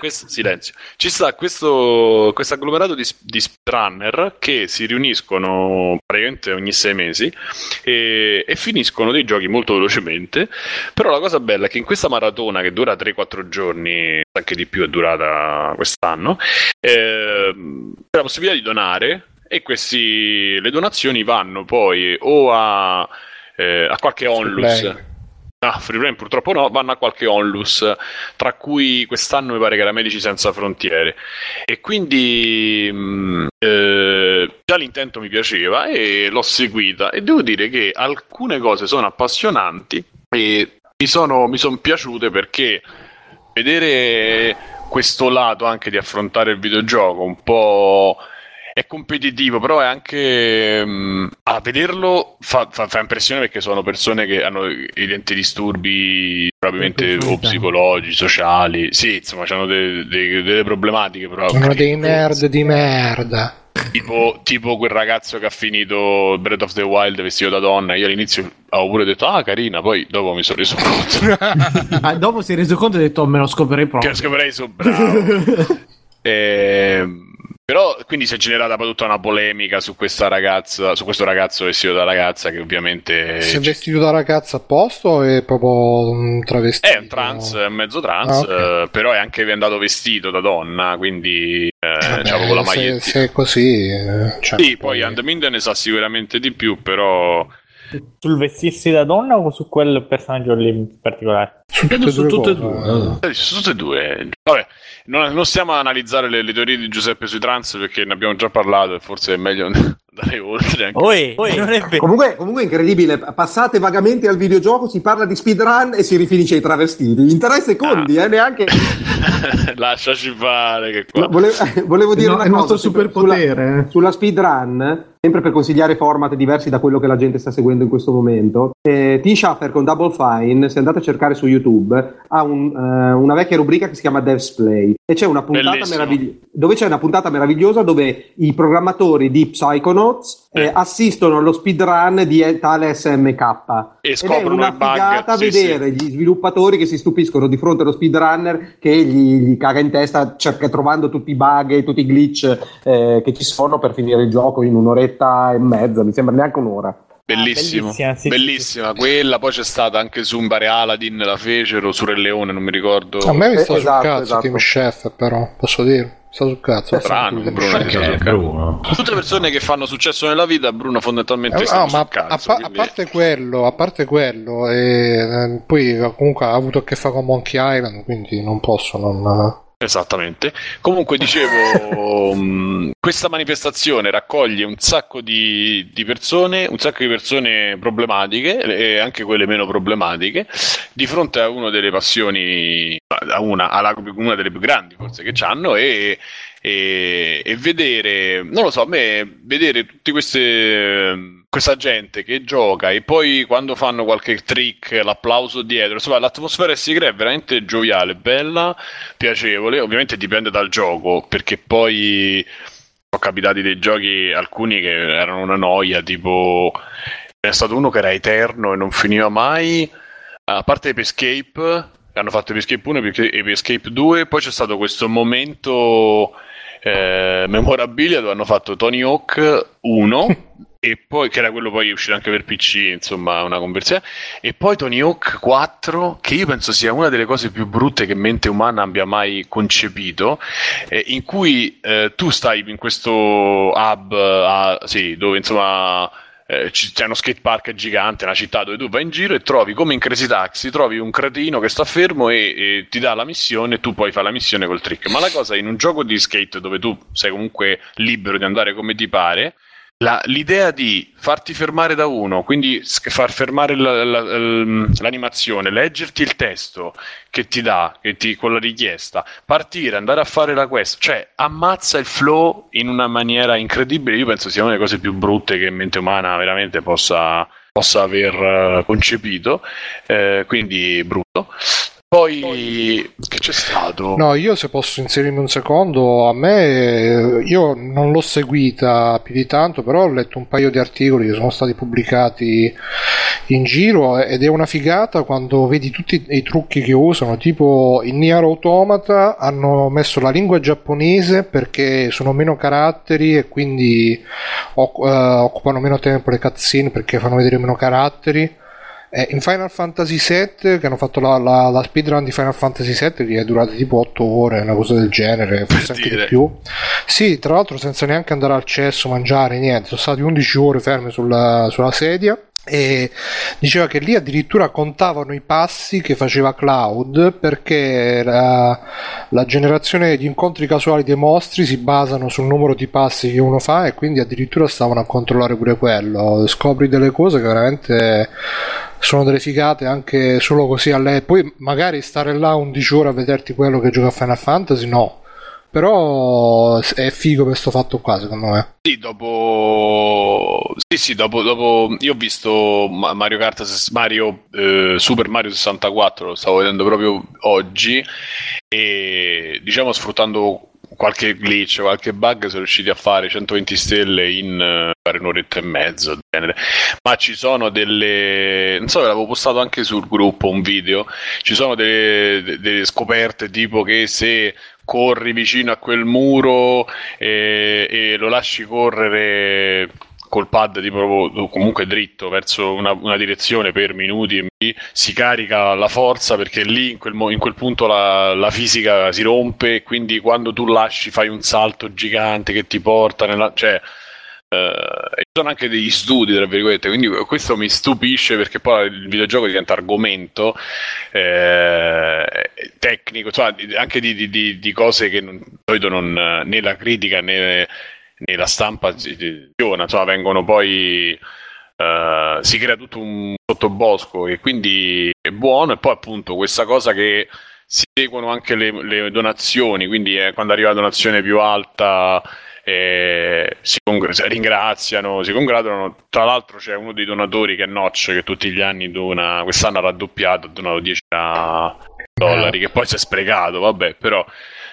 questo agglomerato di speedrunner che si riuniscono praticamente ogni 6 mesi e finiscono dei giochi molto velocemente. Però la cosa bella è che in questa maratona, che dura 3-4 giorni, anche di più è durata quest'anno, c'è la possibilità di donare, e le donazioni vanno poi o a qualche onlus. Free play purtroppo no, vanno a qualche onlus, tra cui quest'anno mi pare che era Medici Senza Frontiere, e quindi già l'intento mi piaceva e l'ho seguita, e devo dire che alcune cose sono appassionanti e mi sono piaciute, perché vedere questo lato anche di affrontare il videogioco un po' è competitivo, però è anche a vederlo fa impressione, perché sono persone che hanno evidenti disturbi probabilmente o psicologici, sociali, sì, insomma hanno delle problematiche, però sono dei nerd di merda. Tipo quel ragazzo che ha finito Breath of the Wild vestito da donna. Io all'inizio avevo pure detto carina, poi dopo mi sono reso conto dopo si è reso conto e ha detto me lo scoprirei proprio, che lo scoprirei, so bravo. Però quindi si è generata poi tutta una polemica su questa ragazza, su questo ragazzo vestito da ragazza, che ovviamente si è vestito da ragazza apposta o è proprio un travestito? È un trans, è mezzo trans, okay. Però è anche andato vestito da donna, quindi c'avevo con la maglietta. Se è così, sì, poi Andamind ne sa sicuramente di più, però sul vestirsi da donna o su quel personaggio lì in particolare? Su tutte e due. Su tutte e due. Vabbè, non stiamo a analizzare le teorie di Giuseppe sui trans, perché ne abbiamo già parlato e forse è meglio andare oltre. Non è vero. Comunque incredibile, passate vagamente al videogioco, si parla di speedrun e si rifinisce ai travestiti in 3 secondi, neanche lasciaci fare che qua. Volevo dire una cosa, il nostro superpotere sulla speedrun, sempre per consigliare format diversi da quello che la gente sta seguendo in questo momento. T-Shaffer con Double Fine, se andate a cercare su YouTube, ha una vecchia rubrica che si chiama Devs Play, e c'è una puntata meravigliosa dove i programmatori di Psychonauts assistono allo speedrun di tale SMK, e scoprono ed è una figata vedere gli sviluppatori che si stupiscono di fronte allo speedrunner che gli caga in testa trovando tutti i bug e tutti i glitch che ci sono per finire il gioco in un'oretta e mezza, mi sembra neanche un'ora. Bellissima quella. Poi c'è stata anche su Umbare Aladdin, la fecero su Re Leone, non mi ricordo. A me mi sta sul cazzo Team Chef, però posso dire, sta sul cazzo. Bruno. Tutte le persone che fanno successo nella vita, Bruno fondamentalmente sta sul cazzo. A parte quello e poi comunque ha avuto a che fare con Monkey Island, quindi non posso non. Esattamente. Comunque dicevo, questa manifestazione raccoglie un sacco di persone problematiche e anche quelle meno problematiche, di fronte a una delle passioni, una delle più grandi forse che c'hanno, e vedere, non lo so, a me vedere tutti questa gente che gioca e poi quando fanno qualche trick l'applauso dietro, insomma l'atmosfera si crea, è veramente gioviale, bella, piacevole. Ovviamente dipende dal gioco, perché poi sono capitati dei giochi, alcuni che erano una noia, tipo è stato uno che era eterno e non finiva mai, a parte Ape Escape, hanno fatto Ape Escape 1 e Ape Escape 2, poi c'è stato questo momento memorabile dove hanno fatto Tony Hawk 1 e poi, che era quello poi uscito anche per PC, insomma una conversione, e poi Tony Hawk 4, che io penso sia una delle cose più brutte che mente umana abbia mai concepito, in cui tu stai in questo hub dove insomma c'è uno skate park gigante, una città dove tu vai in giro e trovi, come in Crazy Taxi, trovi un cretino che sta fermo e ti dà la missione e tu poi fai la missione col trick. Ma la cosa, in un gioco di skate dove tu sei comunque libero di andare come ti pare, l'idea di farti fermare da uno, quindi far fermare l'animazione, leggerti il testo che ti dà, con la richiesta, partire, andare a fare la quest, cioè ammazza il flow in una maniera incredibile. Io penso sia una delle cose più brutte che mente umana veramente possa aver concepito, quindi brutto. Poi che c'è stato? No, io se posso inserirmi un secondo, a me, io non l'ho seguita più di tanto, però ho letto un paio di articoli che sono stati pubblicati in giro ed è una figata quando vedi tutti i trucchi che usano, tipo in Nier Automata hanno messo la lingua giapponese perché sono meno caratteri e quindi occupano meno tempo le cutscene perché fanno vedere meno caratteri. In Final Fantasy VII, che hanno fatto la speedrun di Final Fantasy VII, che è durata tipo 8 ore, una cosa del genere, forse anche di più. Sì, tra l'altro senza neanche andare al cesso, mangiare, niente, sono stati 11 ore fermi sulla sedia. E diceva che lì addirittura contavano i passi che faceva Cloud, perché la generazione di incontri casuali dei mostri si basano sul numero di passi che uno fa, e quindi addirittura stavano a controllare pure quello. Scopri delle cose che veramente sono delle figate anche solo così a lei. Poi magari stare là 11 ore a vederti quello che gioca a Final Fantasy, no. Però è figo questo fatto qua, secondo me. Sì, dopo io ho visto Mario Kart Super Mario 64, lo stavo vedendo proprio oggi, e diciamo sfruttando qualche glitch, qualche bug, sono riusciti a fare 120 stelle in un'oretta e mezzo, genere. Ma ci sono delle, non so, l'avevo postato anche sul gruppo un video, ci sono delle scoperte tipo che se corri vicino a quel muro e lo lasci correre col pad tipo comunque dritto verso una direzione per minuti e si carica la forza, perché lì in quel punto la fisica si rompe, e quindi quando tu lasci fai un salto gigante che ti porta ci sono anche degli studi, tra virgolette, quindi questo mi stupisce, perché poi il videogioco diventa argomento tecnico, cioè anche di cose che né la critica né la stampa cioè vengono poi si crea tutto un sottobosco, e quindi è buono. E poi appunto questa cosa che si seguono anche le donazioni, quindi quando arriva la donazione più alta si ringraziano, si congratulano. Tra l'altro c'è uno dei donatori che è Notch, che tutti gli anni dona, quest'anno ha raddoppiato, ha donato $10,000, che poi si è sprecato, vabbè, però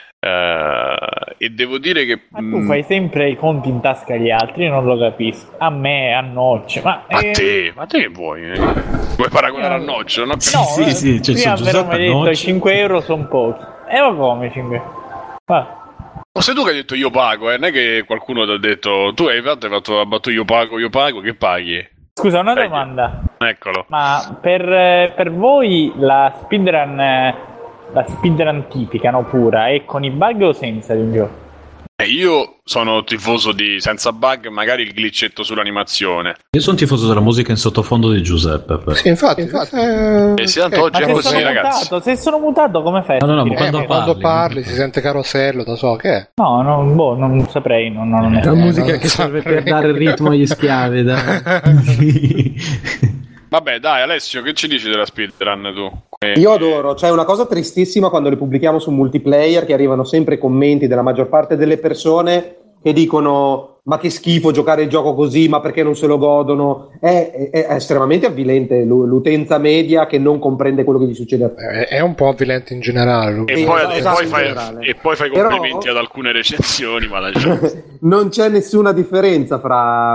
e devo dire che tu fai sempre i conti in tasca agli altri, io non lo capisco. A me, a Notch, ma te che vuoi? Vuoi paragonare a Notch? No, sì, prima avremmo detto 5 euro sono pochi. Ma come 5? O sei tu che hai detto io pago, non è che qualcuno ti ha detto tu hai fatto la battuta io pago, che paghi? Scusa, una domanda. Eccolo. Ma per voi la speedrun tipica, no, pura, è con i bug o senza di un gioco? Io sono tifoso di senza bug, magari il glitchetto sull'animazione. Io sono tifoso della musica in sottofondo di Giuseppe. Sì, infatti. E sì, tanto oggi è così, ragazzi. Se sono mutato, come fai? No, ma quando parli si sente carosello, da so che è. No, non saprei. Non è la musica che serve per dare il ritmo agli schiavi, dai. Vabbè, dai, Alessio, che ci dici della speedrun tu? Io adoro, c'è una cosa tristissima quando le pubblichiamo su multiplayer, che arrivano sempre commenti della maggior parte delle persone che dicono ma che schifo giocare il gioco così, ma perché non se lo godono. È estremamente avvilente l'utenza media che non comprende quello che gli succede a te. È un po' avvilente in generale. E poi fai complimenti ad alcune recensioni, ma non c'è nessuna differenza fra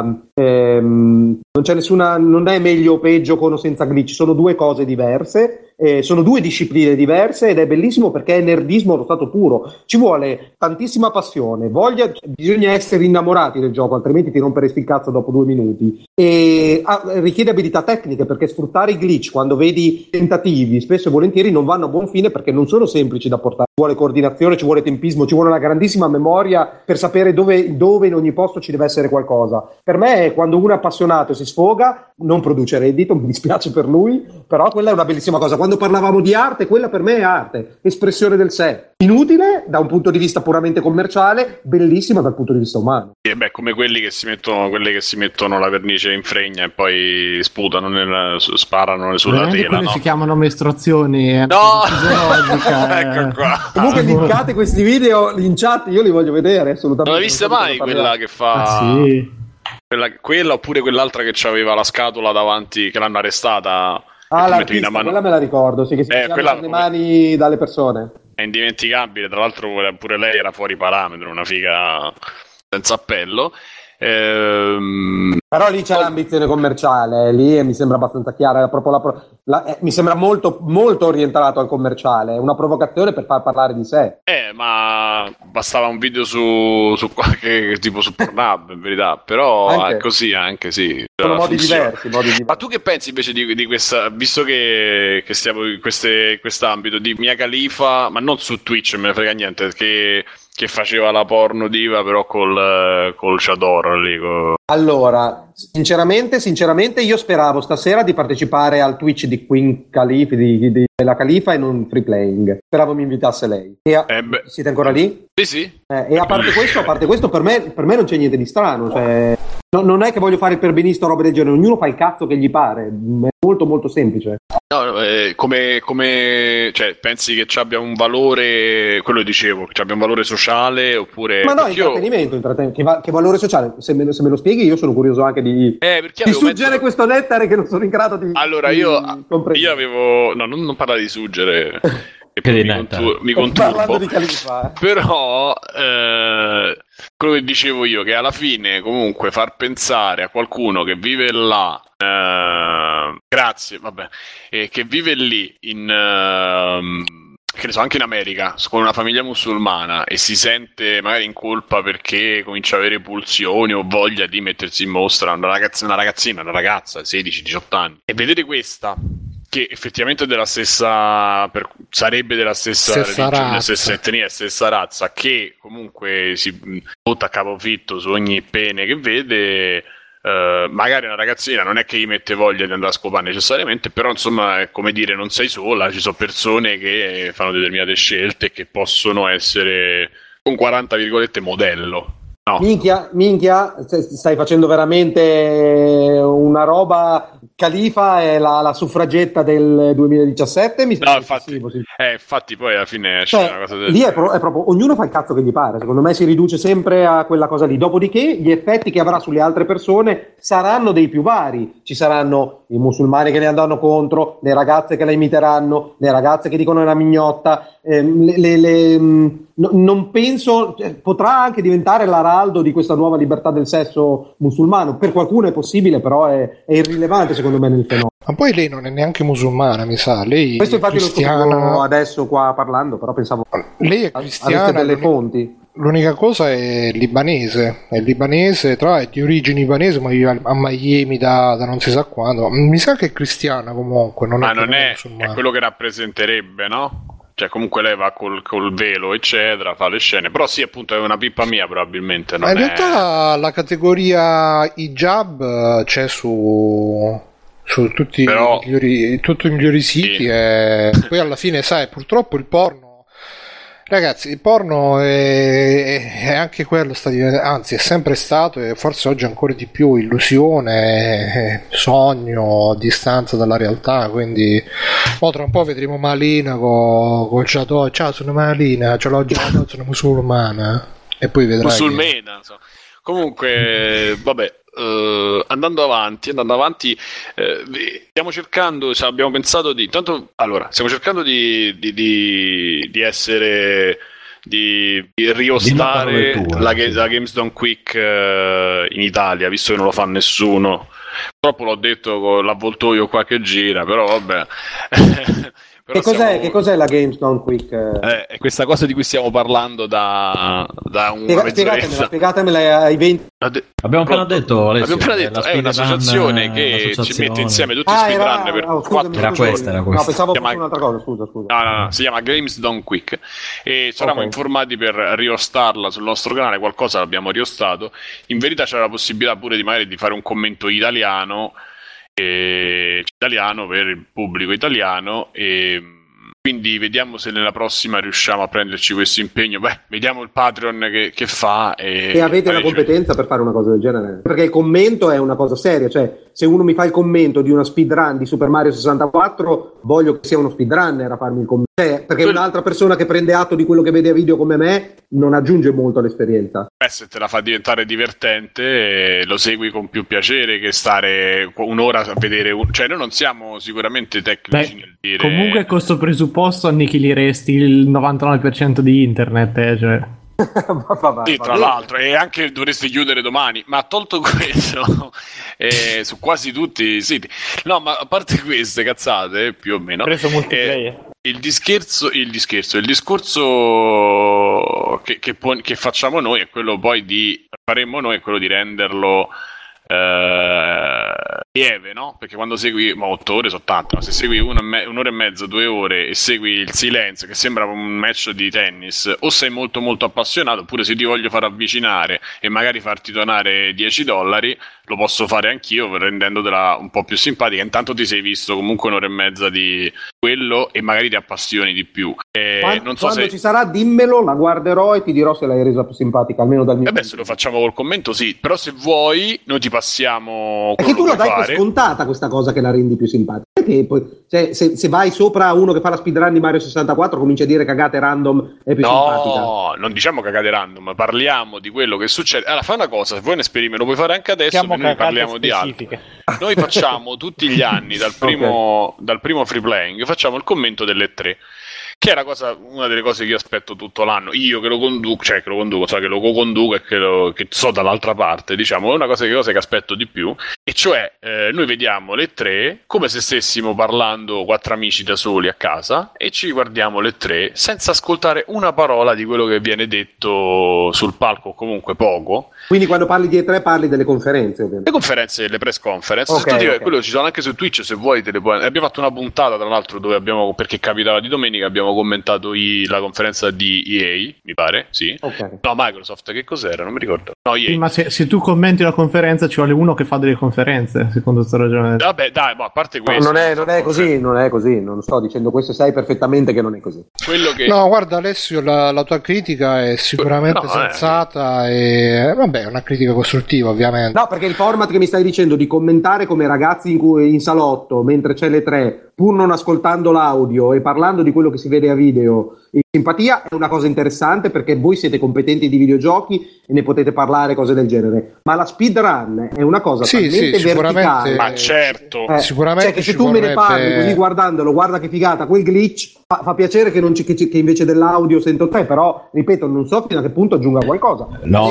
non è meglio o peggio con o senza glitch, sono due cose diverse, sono due discipline diverse, ed è bellissimo perché è nerdismo allo stato puro. Ci vuole tantissima passione, bisogna essere innamorati del gioco, altrimenti ti romperesti il cazzo dopo 2 minuti. e richiede abilità tecniche, perché sfruttare i glitch quando vedi tentativi spesso e volentieri non vanno a buon fine, perché non sono semplici da portare. Ci vuole coordinazione, ci vuole tempismo, ci vuole una grandissima memoria per sapere dove in ogni posto ci deve essere qualcosa. Per me, quando uno è appassionato e si sfoga, non produce reddito, mi dispiace per lui, però quella è una bellissima cosa. Quando parlavamo di arte, quella per me è arte, espressione del sé. Inutile da un punto di vista puramente commerciale, bellissima dal punto di vista umano. Come quelle che si mettono la vernice in fregna e poi sputano sparano sulla tela, no? Si chiamano mestruazioni. No! Ecco qua. Comunque linkate questi video in chat, io li voglio vedere assolutamente. Non l'hai vista mai quella che fa? Sì. Quella oppure quell'altra che c'aveva la scatola davanti, che l'hanno arrestata. L'artista, quella me la ricordo, sì, che si chiama le mani dalle persone. È indimenticabile, tra l'altro pure lei era fuori parametro, una figa senza appello. Però lì c'è l'ambizione commerciale, lì mi sembra abbastanza chiara, mi sembra molto, molto orientato al commerciale, è una provocazione per far parlare di sé. Ma bastava un video su qualche tipo su Pornhub, in verità, però anche. È così anche, sì. Sono modi diversi. Ma tu che pensi invece di questa, visto che stiamo in quest'ambito di Mia Khalifa, ma non su Twitch, me ne frega niente, che faceva la porno diva però col Chador lì. Allora, sinceramente io speravo stasera di partecipare al Twitch di Queen Khalifa, della Khalifa, e non free playing. Speravo mi invitasse lei. Siete ancora lì? Sì. E a parte questo per me non c'è niente di strano, cioè non è che voglio fare il perbenista o roba del genere, ognuno fa il cazzo che gli pare, è molto molto semplice. No, come cioè, pensi che ci abbia un valore, quello che dicevo, che abbia un valore sociale oppure... Ma no, intrattenimento, che valore sociale, se me lo spieghi io sono curioso anche di suggere questo nettare che non sono in grado di... Allora io avevo... No, non parlare di suggere... mi conturbo di Khalifa, però quello che dicevo io, che alla fine comunque far pensare a qualcuno che vive là che vive lì che ne so, anche in America con una famiglia musulmana e si sente magari in colpa perché comincia a avere pulsioni o voglia di mettersi in mostra, una ragazza 16-18 anni, e vedete questa che effettivamente sarebbe della stessa religione, stessa etnia, stessa razza, che comunque si butta a capofitto su ogni pene che vede. Magari una ragazzina non è che gli mette voglia di andare a scopare necessariamente, però insomma è come dire, non sei sola, ci sono persone che fanno determinate scelte che possono essere un 40 virgolette modello. No. Minchia, stai facendo veramente una roba. Khalifa è la suffragetta del 2017. No, infatti poi alla fine esce una cosa del... Lì è proprio ognuno fa il cazzo che gli pare. Secondo me si riduce sempre a quella cosa lì. Dopodiché gli effetti che avrà sulle altre persone saranno dei più vari. Ci saranno i musulmani che le andranno contro, le ragazze che la imiteranno, le ragazze che dicono è una mignotta. Non penso, potrà anche diventare l'araldo di questa nuova libertà del sesso musulmano. Per qualcuno è possibile, però è irrilevante secondo me nel fenomeno. Ma poi lei non è neanche musulmana, mi sa. Lei questo infatti cristiana... lo scopriamo adesso qua parlando, però pensavo lei è cristiana, delle fonti. L'unica cosa è libanese, tra è di origini libanese, ma vive a Miami da non si sa quando. Mi sa che è cristiana comunque, non è quello che rappresenterebbe, no? Cioè comunque lei va col velo eccetera, fa le scene, però sì, appunto è una pippa mia probabilmente. Ma in realtà la categoria hijab c'è su tutti i migliori siti, sì. E poi alla fine sai, purtroppo il porno, ragazzi, il porno è anche quello, sta diventando, anzi è sempre stato e forse oggi ancora di più, illusione, sogno, distanza dalla realtà, quindi tra un po' vedremo Malina col Jadot, ciao sono Malina, ce l'ho già, sono musulmana, e poi vedrai musulmana che... Comunque vabbè, andando avanti stiamo cercando, abbiamo pensato stiamo cercando di essere, di riostare la Games Done Quick in Italia, visto che non lo fa nessuno. Purtroppo l'ho detto con l'avvoltoio qua che gira, però vabbè. Che cos'è la Games Done Quick? È questa cosa di cui stiamo parlando da una mezz'oretta. Spiegatemela ai 20. Abbiamo appena detto, Alessio, è un'associazione che ci mette insieme tutti i speedrunner per 4 era questa. No, pensavo fosse un'altra cosa, scusa. No, si chiama Games Done Quick e ci eravamo informati per riostarla sul nostro canale, qualcosa l'abbiamo riostato. In verità c'era la possibilità pure di fare un commento italiano per il pubblico italiano e quindi vediamo se nella prossima riusciamo a prenderci questo impegno. Vediamo il Patreon che fa e avete la competenza per fare una cosa del genere, perché il commento è una cosa seria, cioè se uno mi fa il commento di una speedrun di Super Mario 64 voglio che sia uno speedrunner a farmi il commento, perché un'altra persona che prende atto di quello che vede a video come me non aggiunge molto all'esperienza. Se te la fa diventare divertente lo segui con più piacere che stare un'ora a vedere cioè noi non siamo sicuramente tecnici nel dire. Comunque questo presupposto annichiliresti il 99% di internet, cioè. Sì, tra l'altro, e anche dovresti chiudere domani, ma tolto questo su quasi tutti i siti. No, ma a parte queste cazzate, più o meno preso multiplayer. Il discorso che facciamo noi è quello poi faremo noi è quello di renderlo lieve, no? Perché quando segui 8 ore sono tante, ma se segui un'ora e mezza, 2 ore e segui il silenzio che sembra un match di tennis, o sei molto molto appassionato, oppure se ti voglio far avvicinare e magari farti donare $10, lo posso fare anch'io rendendotela un po' più simpatica. Intanto ti sei visto comunque un'ora e mezza di quello e magari ti appassioni di più. Non so quando ci sarà dimmelo, la guarderò e ti dirò se l'hai resa più simpatica, almeno dal mio se lo facciamo col commento sì, però se vuoi noi ti passiamo perché tu la dai per scontata questa cosa che la rendi più simpatica, perché poi cioè, se vai sopra uno che fa la speedrun di Mario 64 comincia a dire cagate random è più simpatica. No, non diciamo cagate random, parliamo di quello che succede. Allora fai una cosa, se vuoi un esperimento lo puoi fare anche adesso, noi parliamo di altro. Noi facciamo tutti gli anni dal primo free playing facciamo il commento delle 3, che è una delle cose che io aspetto tutto l'anno, io che lo conduco, che lo co-conduco e che so dall'altra parte, diciamo, è una cosa che aspetto di più, e cioè noi vediamo le 3 come se stessimo parlando 4 amici da soli a casa e ci guardiamo le 3 senza ascoltare una parola di quello che viene detto sul palco, comunque poco. Quindi quando parli di E3 parli delle conferenze, ovviamente. Le conferenze, le press conference, quello ci sono anche su Twitch, se vuoi te le puoi. Abbiamo fatto una puntata tra l'altro dove perché capitava di domenica, abbiamo commentato la conferenza di EA, mi pare, sì. No, Microsoft, che cos'era? Non mi ricordo. No, EA. Sì, ma se tu commenti la conferenza ci vuole uno che fa delle conferenze, secondo questo ragionamento. Vabbè, dai, ma a parte questo. Non è così, non sto dicendo questo, sai perfettamente che non è così. No, guarda Alessio, la tua critica è sicuramente sensata e vabbè, è una critica costruttiva, ovviamente. No, perché il format che mi stai dicendo di commentare come ragazzi in salotto mentre c'è le 3, pur non ascoltando l'audio e parlando di quello che si vede a video in simpatia, è una cosa interessante perché voi siete competenti di videogiochi e ne potete parlare, cose del genere, ma la speedrun è una cosa talmente verticale, ma certo, sicuramente, cioè che se tu me ne parli così guardandolo, guarda che figata quel glitch, fa piacere che invece dell'audio sento te, però ripeto, non so fino a che punto aggiunga qualcosa.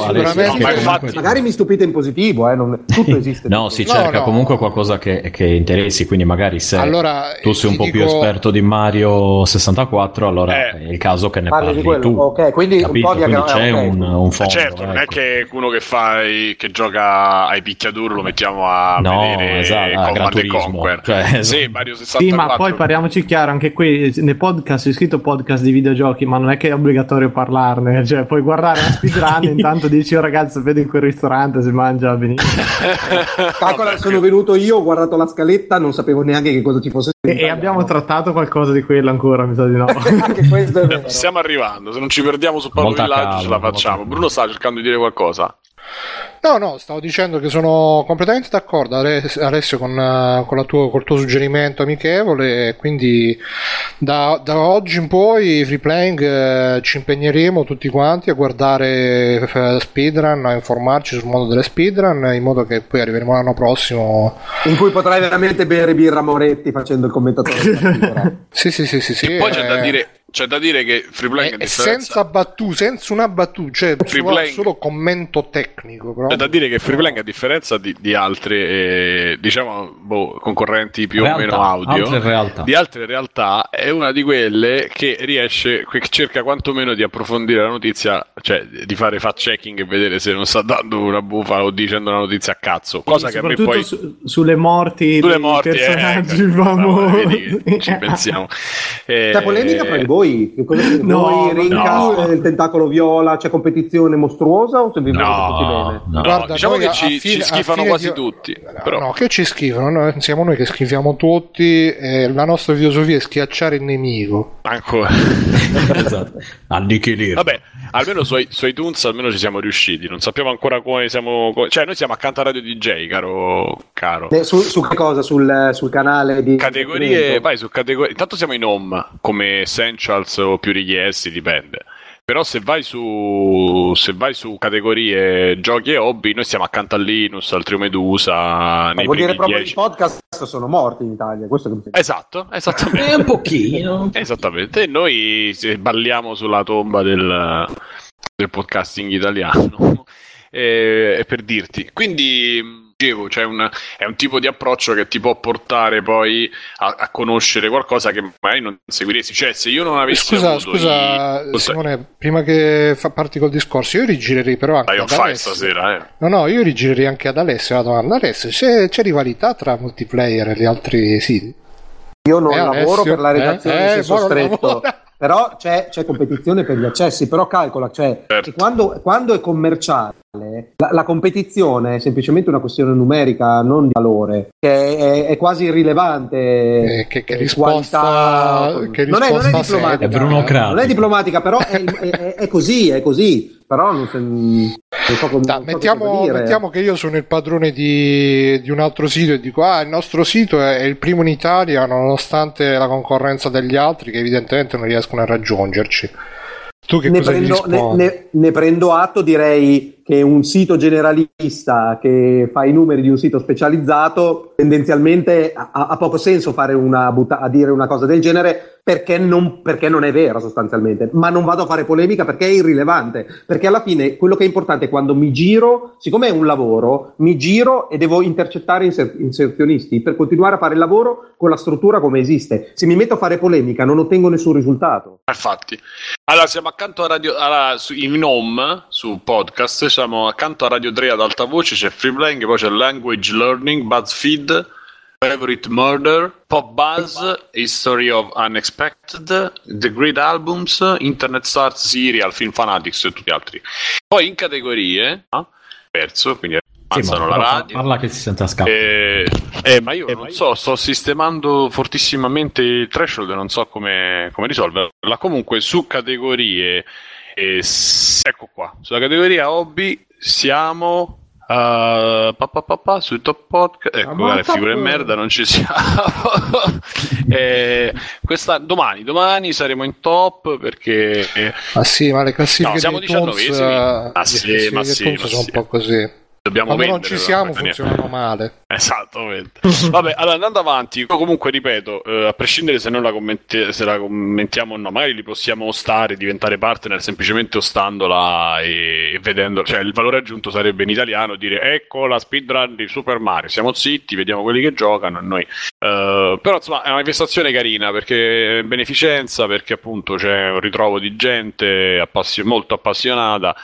Magari mi stupite in positivo, tutto esiste. No, si cerca comunque qualcosa che interessi, quindi magari se tu sei un po' più esperto di Mario 64, allora è il caso che ne parli tu. Quindi un po' quindi c'è un fondo. Certo, non è che uno che gioca ai picchiaduro lo mettiamo a vedere Command & Conquer. Sì, Mario 64. Sì, ma poi parliamoci chiaro, anche qui nei podcast, è scritto podcast di videogiochi, ma non è che è obbligatorio parlarne, cioè puoi guardare una speedrun e intanto dici ragazzi, vedo in quel ristorante si mangia benissimo. Calcola, sono venuto io, ho guardato la scaletta, non sapevo neanche che cosa ci fosse. E abbiamo trattato qualcosa di quello ancora, mi sa di no. Anche questo è vero. Stiamo arrivando, se non ci perdiamo su Paolo Villaggio ce la facciamo. Bruno sta cercando di dire qualcosa. No, stavo dicendo che sono completamente d'accordo Alessio col tuo suggerimento amichevole, quindi da oggi in poi free playing ci impegneremo tutti quanti a guardare speedrun, a informarci sul mondo delle speedrun, in modo che poi arriveremo l'anno prossimo in cui potrai veramente bere birra Moretti facendo il commentatore. Sì. E poi c'è da dire c'è da dire che Freeplaying è senza una battuta, cioè solo commento tecnico. Però. C'è da dire che Freeplaying, a differenza di altre diciamo concorrenti più o meno audio, di altre realtà, è una di quelle che cerca quantomeno di approfondire la notizia, cioè di fare fact checking e vedere se non sta dando una bufa o dicendo una notizia a cazzo, cosa che a me poi sulle morti dei personaggi famosi ci pensiamo. C'è polemica tra di voi? Il tentacolo viola, c'è competizione mostruosa o semplicemente tutti bene? No. Guarda, diciamo che ci schifano quasi tutti. Però. No, che ci schifano? Siamo noi che schifiamo tutti. La nostra filosofia è schiacciare il nemico. Ancora. Esatto. Annichilire. Vabbè, almeno su iTunes almeno ci siamo riusciti. Non sappiamo ancora come siamo. Cioè, noi siamo accanto a Radio DJ, caro. Su che cosa? Sul canale di categorie. Vai su categorie. Intanto siamo in home come essentials o più richiesti, dipende. Però se vai su categorie giochi e hobby, noi siamo accanto a Linus, al Trio Medusa. Ma vuol dire proprio 10. I podcast sono morti in Italia, questo che mi sembra. Esatto, esattamente. Un pochino. Esattamente. E noi balliamo sulla tomba del podcasting italiano. Per dirti. Quindi dicevo, è un tipo di approccio che ti può portare poi a conoscere qualcosa che magari non seguiresti. Cioè, se io non avessi scusa Simone, prima che parti col discorso, io rigirerei però anche ad Alessio. Stasera, No, io rigirerei anche ad Alessio la domanda. Alessio, c'è rivalità tra multiplayer e gli altri siti? Io non lavoro per la redazione in senso stretto. Però c'è competizione per gli accessi, però calcola, certo. Che quando è commerciale la competizione è semplicemente una questione numerica, non di valore, che è quasi irrilevante. Che risposta non è diplomatica, è Bruno Crati. Non è diplomatica, però è così. Però non so come mettiamo che io sono il padrone di un altro sito e dico il nostro sito è il primo in Italia nonostante la concorrenza degli altri che evidentemente non riescono a raggiungerci. Tu che cosa ne prendo atto, direi che un sito generalista che fa i numeri di un sito specializzato tendenzialmente ha poco senso fare a dire una cosa del genere perché non è vera sostanzialmente, ma non vado a fare polemica perché è irrilevante, perché alla fine quello che è importante è quando mi giro, siccome è un lavoro, mi giro e devo intercettare inserzionisti per continuare a fare il lavoro con la struttura come esiste. Se mi metto a fare polemica non ottengo nessun risultato. Infatti. Allora siamo accanto a in home su podcast, siamo accanto a Radio 3 ad alta voce, c'è Freeplaying, poi c'è Language Learning, BuzzFeed, Favorite Murder, Pop Buzz, History of Unexpected, The Great Albums, Internet Stars, Serial, Film Fanatics e tutti gli altri. Poi in categorie perso, quindi alzano la radio. Parla che si sente a scappo. Ma io non so, sto sistemando fortissimamente il threshold, non so come risolverla. Comunque su categorie ecco qua, sulla categoria hobby siamo sui top podcast. Ecco, guarda, figure merda, non ci siamo. Domani saremo in top perché ma le classifiche siamo 19esimi. Sono un po' così. Dobbiamo quando non ci siamo funzionano male. Esattamente. Vabbè, allora andando avanti, comunque ripeto, a prescindere se noi se la commentiamo o no, magari li possiamo ostare, diventare partner semplicemente ostandola e vedendo, cioè il valore aggiunto sarebbe in italiano dire ecco la speedrun di Super Mario, siamo zitti, vediamo quelli che giocano e noi però insomma è una manifestazione carina perché è beneficenza, perché appunto c'è un ritrovo di gente molto appassionata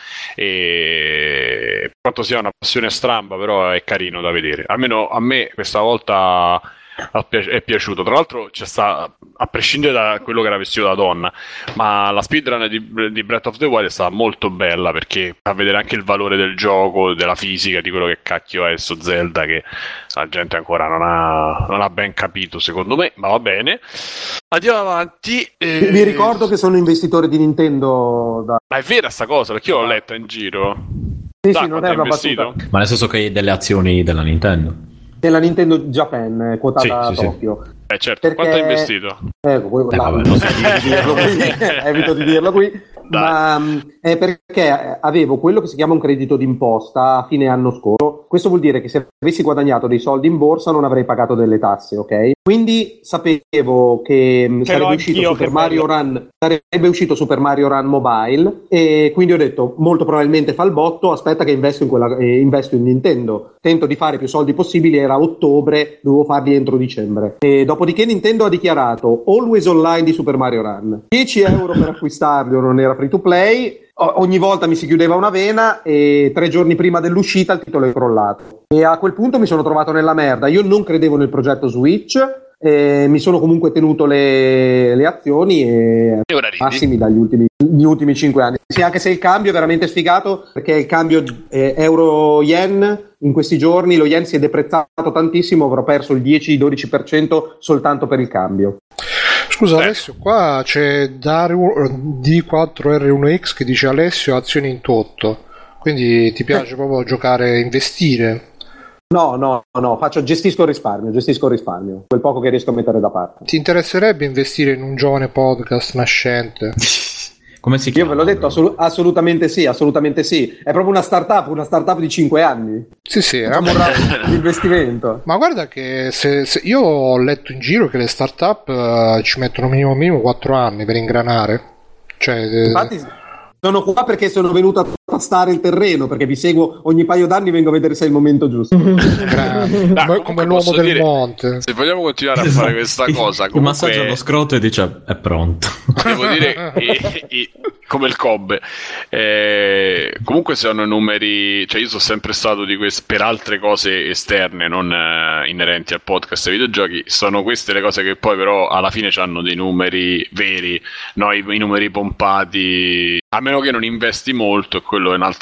e quanto sia una passione stramba, però è carino da vedere. Almeno a me questa volta è piaciuto. Tra l'altro c'è sta, a prescindere da quello che era vestito da donna, ma la speedrun di Breath of the Wild è stata molto bella perché fa vedere anche il valore del gioco, della fisica, di quello che cacchio è sto Zelda, che la gente ancora non ha ben capito secondo me, ma va bene. Andiamo avanti. Vi ricordo che sono investitore di Nintendo Ma è vera sta cosa, perché io l'ho letta in giro. Sì, non è una battuta. Ma nel senso che hai delle azioni della Nintendo? Della Nintendo Japan, quotata a Tokyo. Certo. Perché... Quanto hai investito? Evito di dirlo qui. dai. È perché avevo quello che si chiama un credito d'imposta a fine anno scorso. Questo vuol dire che se avessi guadagnato dei soldi in borsa non avrei pagato delle tasse, ok? Quindi sapevo che sarebbe uscito Super Mario Run Mobile, e quindi ho detto molto probabilmente fa il botto, aspetta che investo in Nintendo. Tento di fare più soldi possibili, era ottobre, dovevo farli entro dicembre. E dopodiché Nintendo ha dichiarato Always Online di Super Mario Run, 10 euro per acquistarlo, non era free to play. Ogni volta mi si chiudeva una vena e 3 giorni prima dell'uscita il titolo è crollato. E a quel punto mi sono trovato nella merda. Io non credevo nel progetto Switch, mi sono comunque tenuto le azioni e massimi gli ultimi 5 anni. Sì, anche se il cambio è veramente sfigato, perché il cambio euro-yen in questi giorni, lo yen si è deprezzato tantissimo, avrò perso il 10-12% soltanto per il cambio. Scusa Alessio, qua c'è Dario D4R1X che dice Alessio azioni in tutto, quindi ti piace proprio giocare, investire? No, gestisco il risparmio, quel poco che riesco a mettere da parte. Ti interesserebbe investire in un giovane podcast nascente? Come si chiama? Io ve l'ho detto, assolutamente sì. È proprio una startup di 5 anni. Sì, è un investimento. Ma guarda che se io ho letto in giro che le startup ci mettono minimo 4 anni per ingranare. Infatti sono qua perché sono venuto a tastare il terreno, perché vi seguo ogni paio d'anni, vengo a vedere se è il momento giusto. Come l'uomo del monte. Se vogliamo continuare a fare questa cosa, comunque... massaggia lo scroto e dice è pronto. Devo dire come il Kobe. Comunque sono numeri, cioè io sono sempre stato di questi per altre cose esterne, non inerenti al podcast e ai videogiochi. Sono queste le cose che poi però alla fine hanno dei numeri veri, no? I numeri pompati, a meno che non investi molto, e quello è un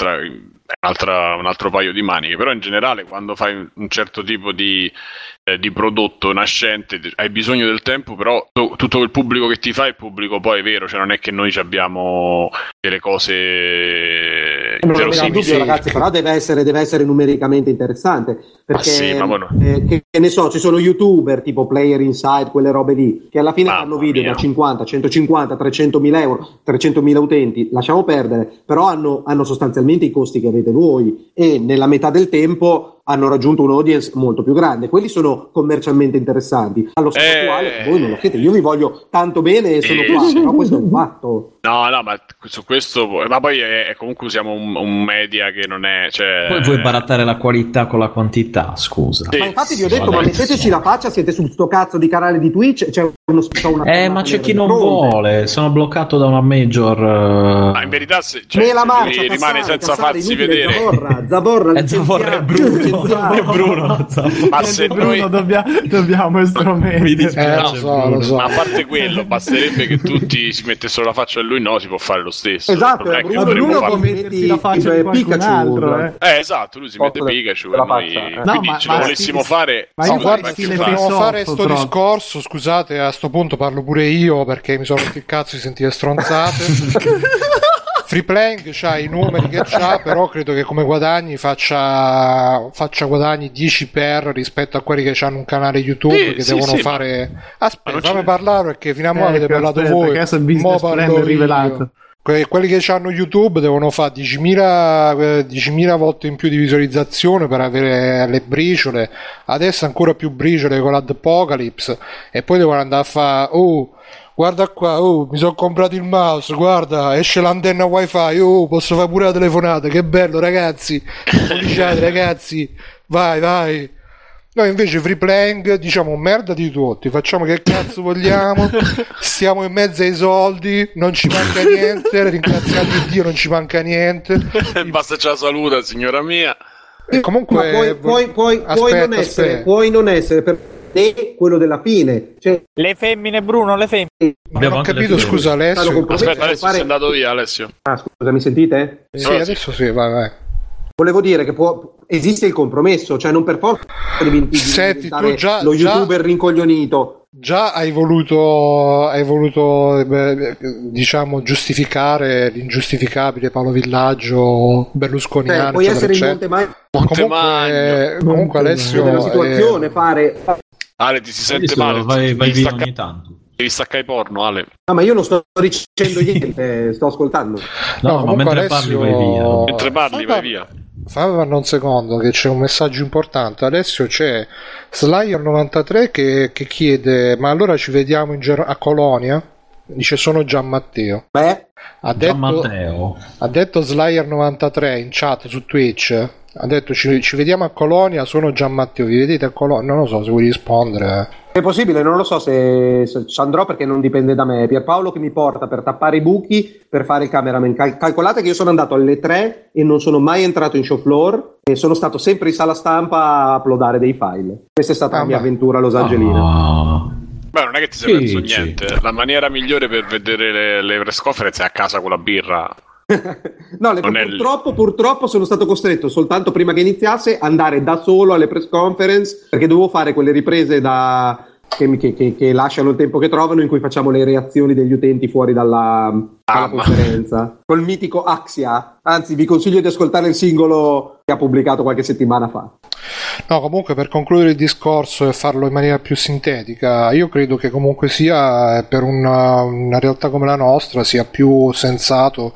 altro paio di maniche. Però in generale quando fai un certo tipo di prodotto nascente hai bisogno del tempo, però tutto il pubblico che ti fa è pubblico poi è vero, cioè non è che noi abbiamo delle cose verosimili, ragazzi, però deve essere numericamente interessante, perché che ne so, ci sono youtuber tipo Player Inside, quelle robe lì che alla fine fanno video da 50, 150, 300.000 euro, 300.000 utenti, lasciamo perdere, però hanno sostanzialmente i costi che avete voi e nella metà del tempo hanno raggiunto un audience molto più grande. Quelli sono commercialmente interessanti. Allo stato attuale voi non lo siete. Io vi voglio tanto bene e sono qua, però questo è un fatto. No, ma su questo, ma poi comunque usiamo un media che non è, cioè... Poi vuoi barattare la qualità con la quantità, scusa. Sì. Ma infatti vi ho detto, ma metteteci la faccia, siete su sto cazzo di canale di Twitch, c'è ma c'è chi non vuole, sono bloccato da una major. Ma in verità rimane senza farsi vedere. Zavorra è Bruno. Ma se noi dobbiamo estromettere. Lo so. Ma a parte quello, basterebbe che tutti si mettessero la faccia a lui, no, si può fare lo stesso. Esatto, Bruno può mettersi la faccia di qualcun altro. Esatto, lui si mette Pikachu e noi quindi ce lo volessimo fare. Dobbiamo fare sto discorso, scusate, a sto punto parlo pure io perché mi sono rotto il cazzo di sentire stronzate. Free Playing c'ha i numeri che c'ha, però credo che come guadagni faccia guadagni 10 per rispetto a quelli che hanno un canale YouTube che devono fare. Aspetta, fammi parlare perché fino a mo' avete parlato voi. Adesso il business plan è rivelato. Quelli che hanno YouTube devono fare 10.000 volte in più di visualizzazione per avere le briciole, adesso ancora più briciole con l'Apocalypse, e poi devono andare a fare guarda qua, mi sono comprato il mouse, guarda, esce l'antenna wifi, posso fare pure la telefonata, che bello ragazzi, policiate ragazzi, vai. Noi invece Free Playing diciamo merda di tutti, facciamo che cazzo vogliamo, stiamo in mezzo ai soldi, non ci manca niente, ringraziati Dio non ci manca niente. Basta ce la saluta signora mia. E comunque puoi non essere per te quello della fine, cioè... Le femmine, Bruno, le femmine. Non ho capito, scusa Alessio. Aspetta, Alessio sei andato via, Alessio. Scusa, mi sentite? Sì, adesso sì, vai. Volevo dire che esiste il compromesso, cioè non per forza devi diventare lo youtuber rincoglionito. Già hai voluto diciamo giustificare l'ingiustificabile Paolo Villaggio berlusconiano. Puoi essere in comunque Alessio nella situazione Ale ti si sente male, vai via ogni tanto. Devi staccare porno, Ale. No, ma io non sto dicendo niente, sto ascoltando. No, ma mentre parli vai via. Mentre parli vai via. Fammi un secondo che c'è un messaggio importante. Alessio, c'è Slayer93 che chiede: ma allora ci vediamo a Colonia? Dice: sono Gian Matteo. Ha detto Slayer93 in chat su Twitch. Ha detto ci vediamo a Colonia, sono Gian Matteo, vi vedete a Colonia? Non lo so se vuoi rispondere. È possibile, non lo so se ci andrò perché non dipende da me. Pierpaolo che mi porta per tappare i buchi per fare il cameraman. Calcolate che io sono andato alle 3 e non sono mai entrato in show floor e sono stato sempre in sala stampa a uploadare dei file. Questa è stata la mia avventura a Los Angelina. Beh, non è che ti sei perso niente. La maniera migliore per vedere le press conference è a casa con la birra. No, purtroppo sono stato costretto soltanto prima che iniziasse andare da solo alle press conference perché dovevo fare quelle riprese che lasciano il tempo che trovano, in cui facciamo le reazioni degli utenti fuori dalla conferenza col mitico Axia. Anzi, vi consiglio di ascoltare il singolo che ha pubblicato qualche settimana fa. No, comunque, per concludere il discorso e farlo in maniera più sintetica, io credo che comunque sia per una realtà come la nostra sia più sensato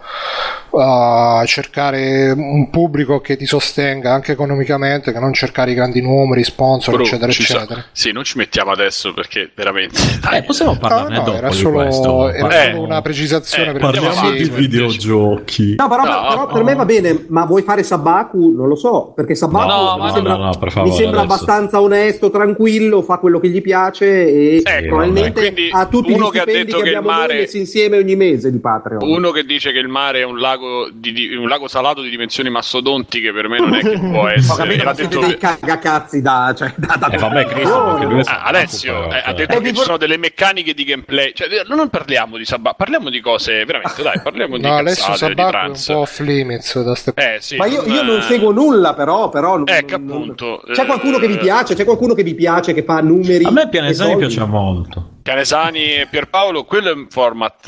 cercare un pubblico che ti sostenga anche economicamente, che non cercare i grandi numeri, sponsor, eccetera eccetera. Sì, non ci mettiamo adesso perché veramente possiamo parlarne dopo. Era solo una precisazione. Parliamo di videogiochi. No, però per me va bene, ma vuoi fare Sabaku? Non lo so, perché Sabaku mi sembra abbastanza onesto, tranquillo, fa quello che gli piace e probabilmente ha tutti gli stipendi che abbiamo noi messi insieme ogni mese di Patreon. Uno che dice che il mare è un lago salato di dimensioni mastodontiche, per me non è che può essere. Ho capito, dei cagacazzi vabbè, Cristo, Alessio ha detto che ci sono delle meccaniche di gameplay, cioè non parliamo di Sabaku, parliamo di cose veramente, dai, parliamo di cazzate, di trans. È un po' off limits da sì, ma io non seguo nulla, però appunto c'è qualcuno che vi piace, che fa numeri. A me Pianesani piace molto. Pianesani e Pierpaolo, quello è un format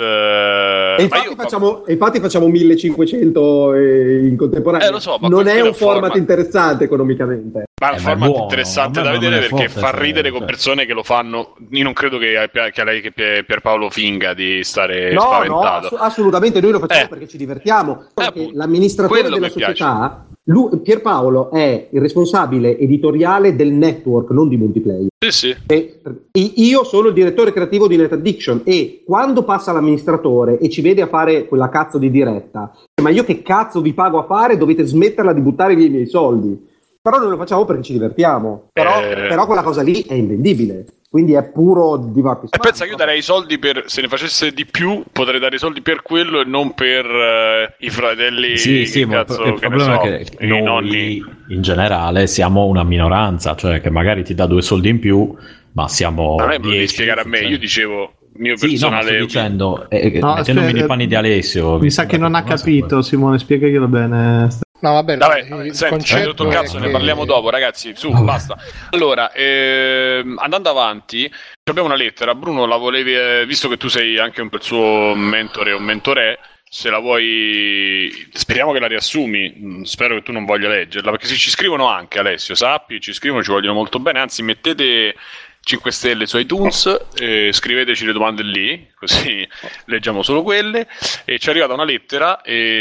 infatti facciamo 1500 in contemporanea. Lo so, ma non è un format interessante economicamente, ma è un format interessante da vedere perché fa ridere con persone che lo fanno. Io non credo che Pierpaolo finga di stare spaventato. No, assolutamente, noi lo facciamo perché ci divertiamo, perché l'amministratore della società, Pierpaolo è il responsabile editoriale del network, non di Multiplayer. Sì. E io sono il direttore creativo di Net Addiction e quando passa l'amministratore e ci vede a fare quella cazzo di diretta, ma io che cazzo vi pago a fare? Dovete smetterla di buttare via i miei soldi. Però noi lo facciamo perché ci divertiamo. Però quella cosa lì è invendibile. Quindi è puro divertimento. E pensa che io darei i soldi se ne facesse di più, potrei dare i soldi per quello e non per i fratelli. Sì, ma il problema è che noi nonni in generale siamo una minoranza, cioè che magari ti dà 2 soldi in più, ma siamo. Ma non è per devi spiegare a me, io dicevo mio personale. Sto dicendo, mettendomi nei panni di Alessio. Mi sa che non ha capito, Simone, spiegaglielo bene. No, vabbè, senti, rotto cazzo, ne parliamo dopo, ragazzi, su, basta. Allora, andando avanti, abbiamo una lettera. Bruno, la volevi, visto che tu sei anche un suo mentore o mentore, se la vuoi, speriamo che la riassumi, spero che tu non voglia leggerla, perché se ci scrivono anche, Alessio, sappi, ci scrivono, ci vogliono molto bene, anzi mettete 5 stelle su iTunes, scriveteci le domande lì, così leggiamo solo quelle. E ci è arrivata una lettera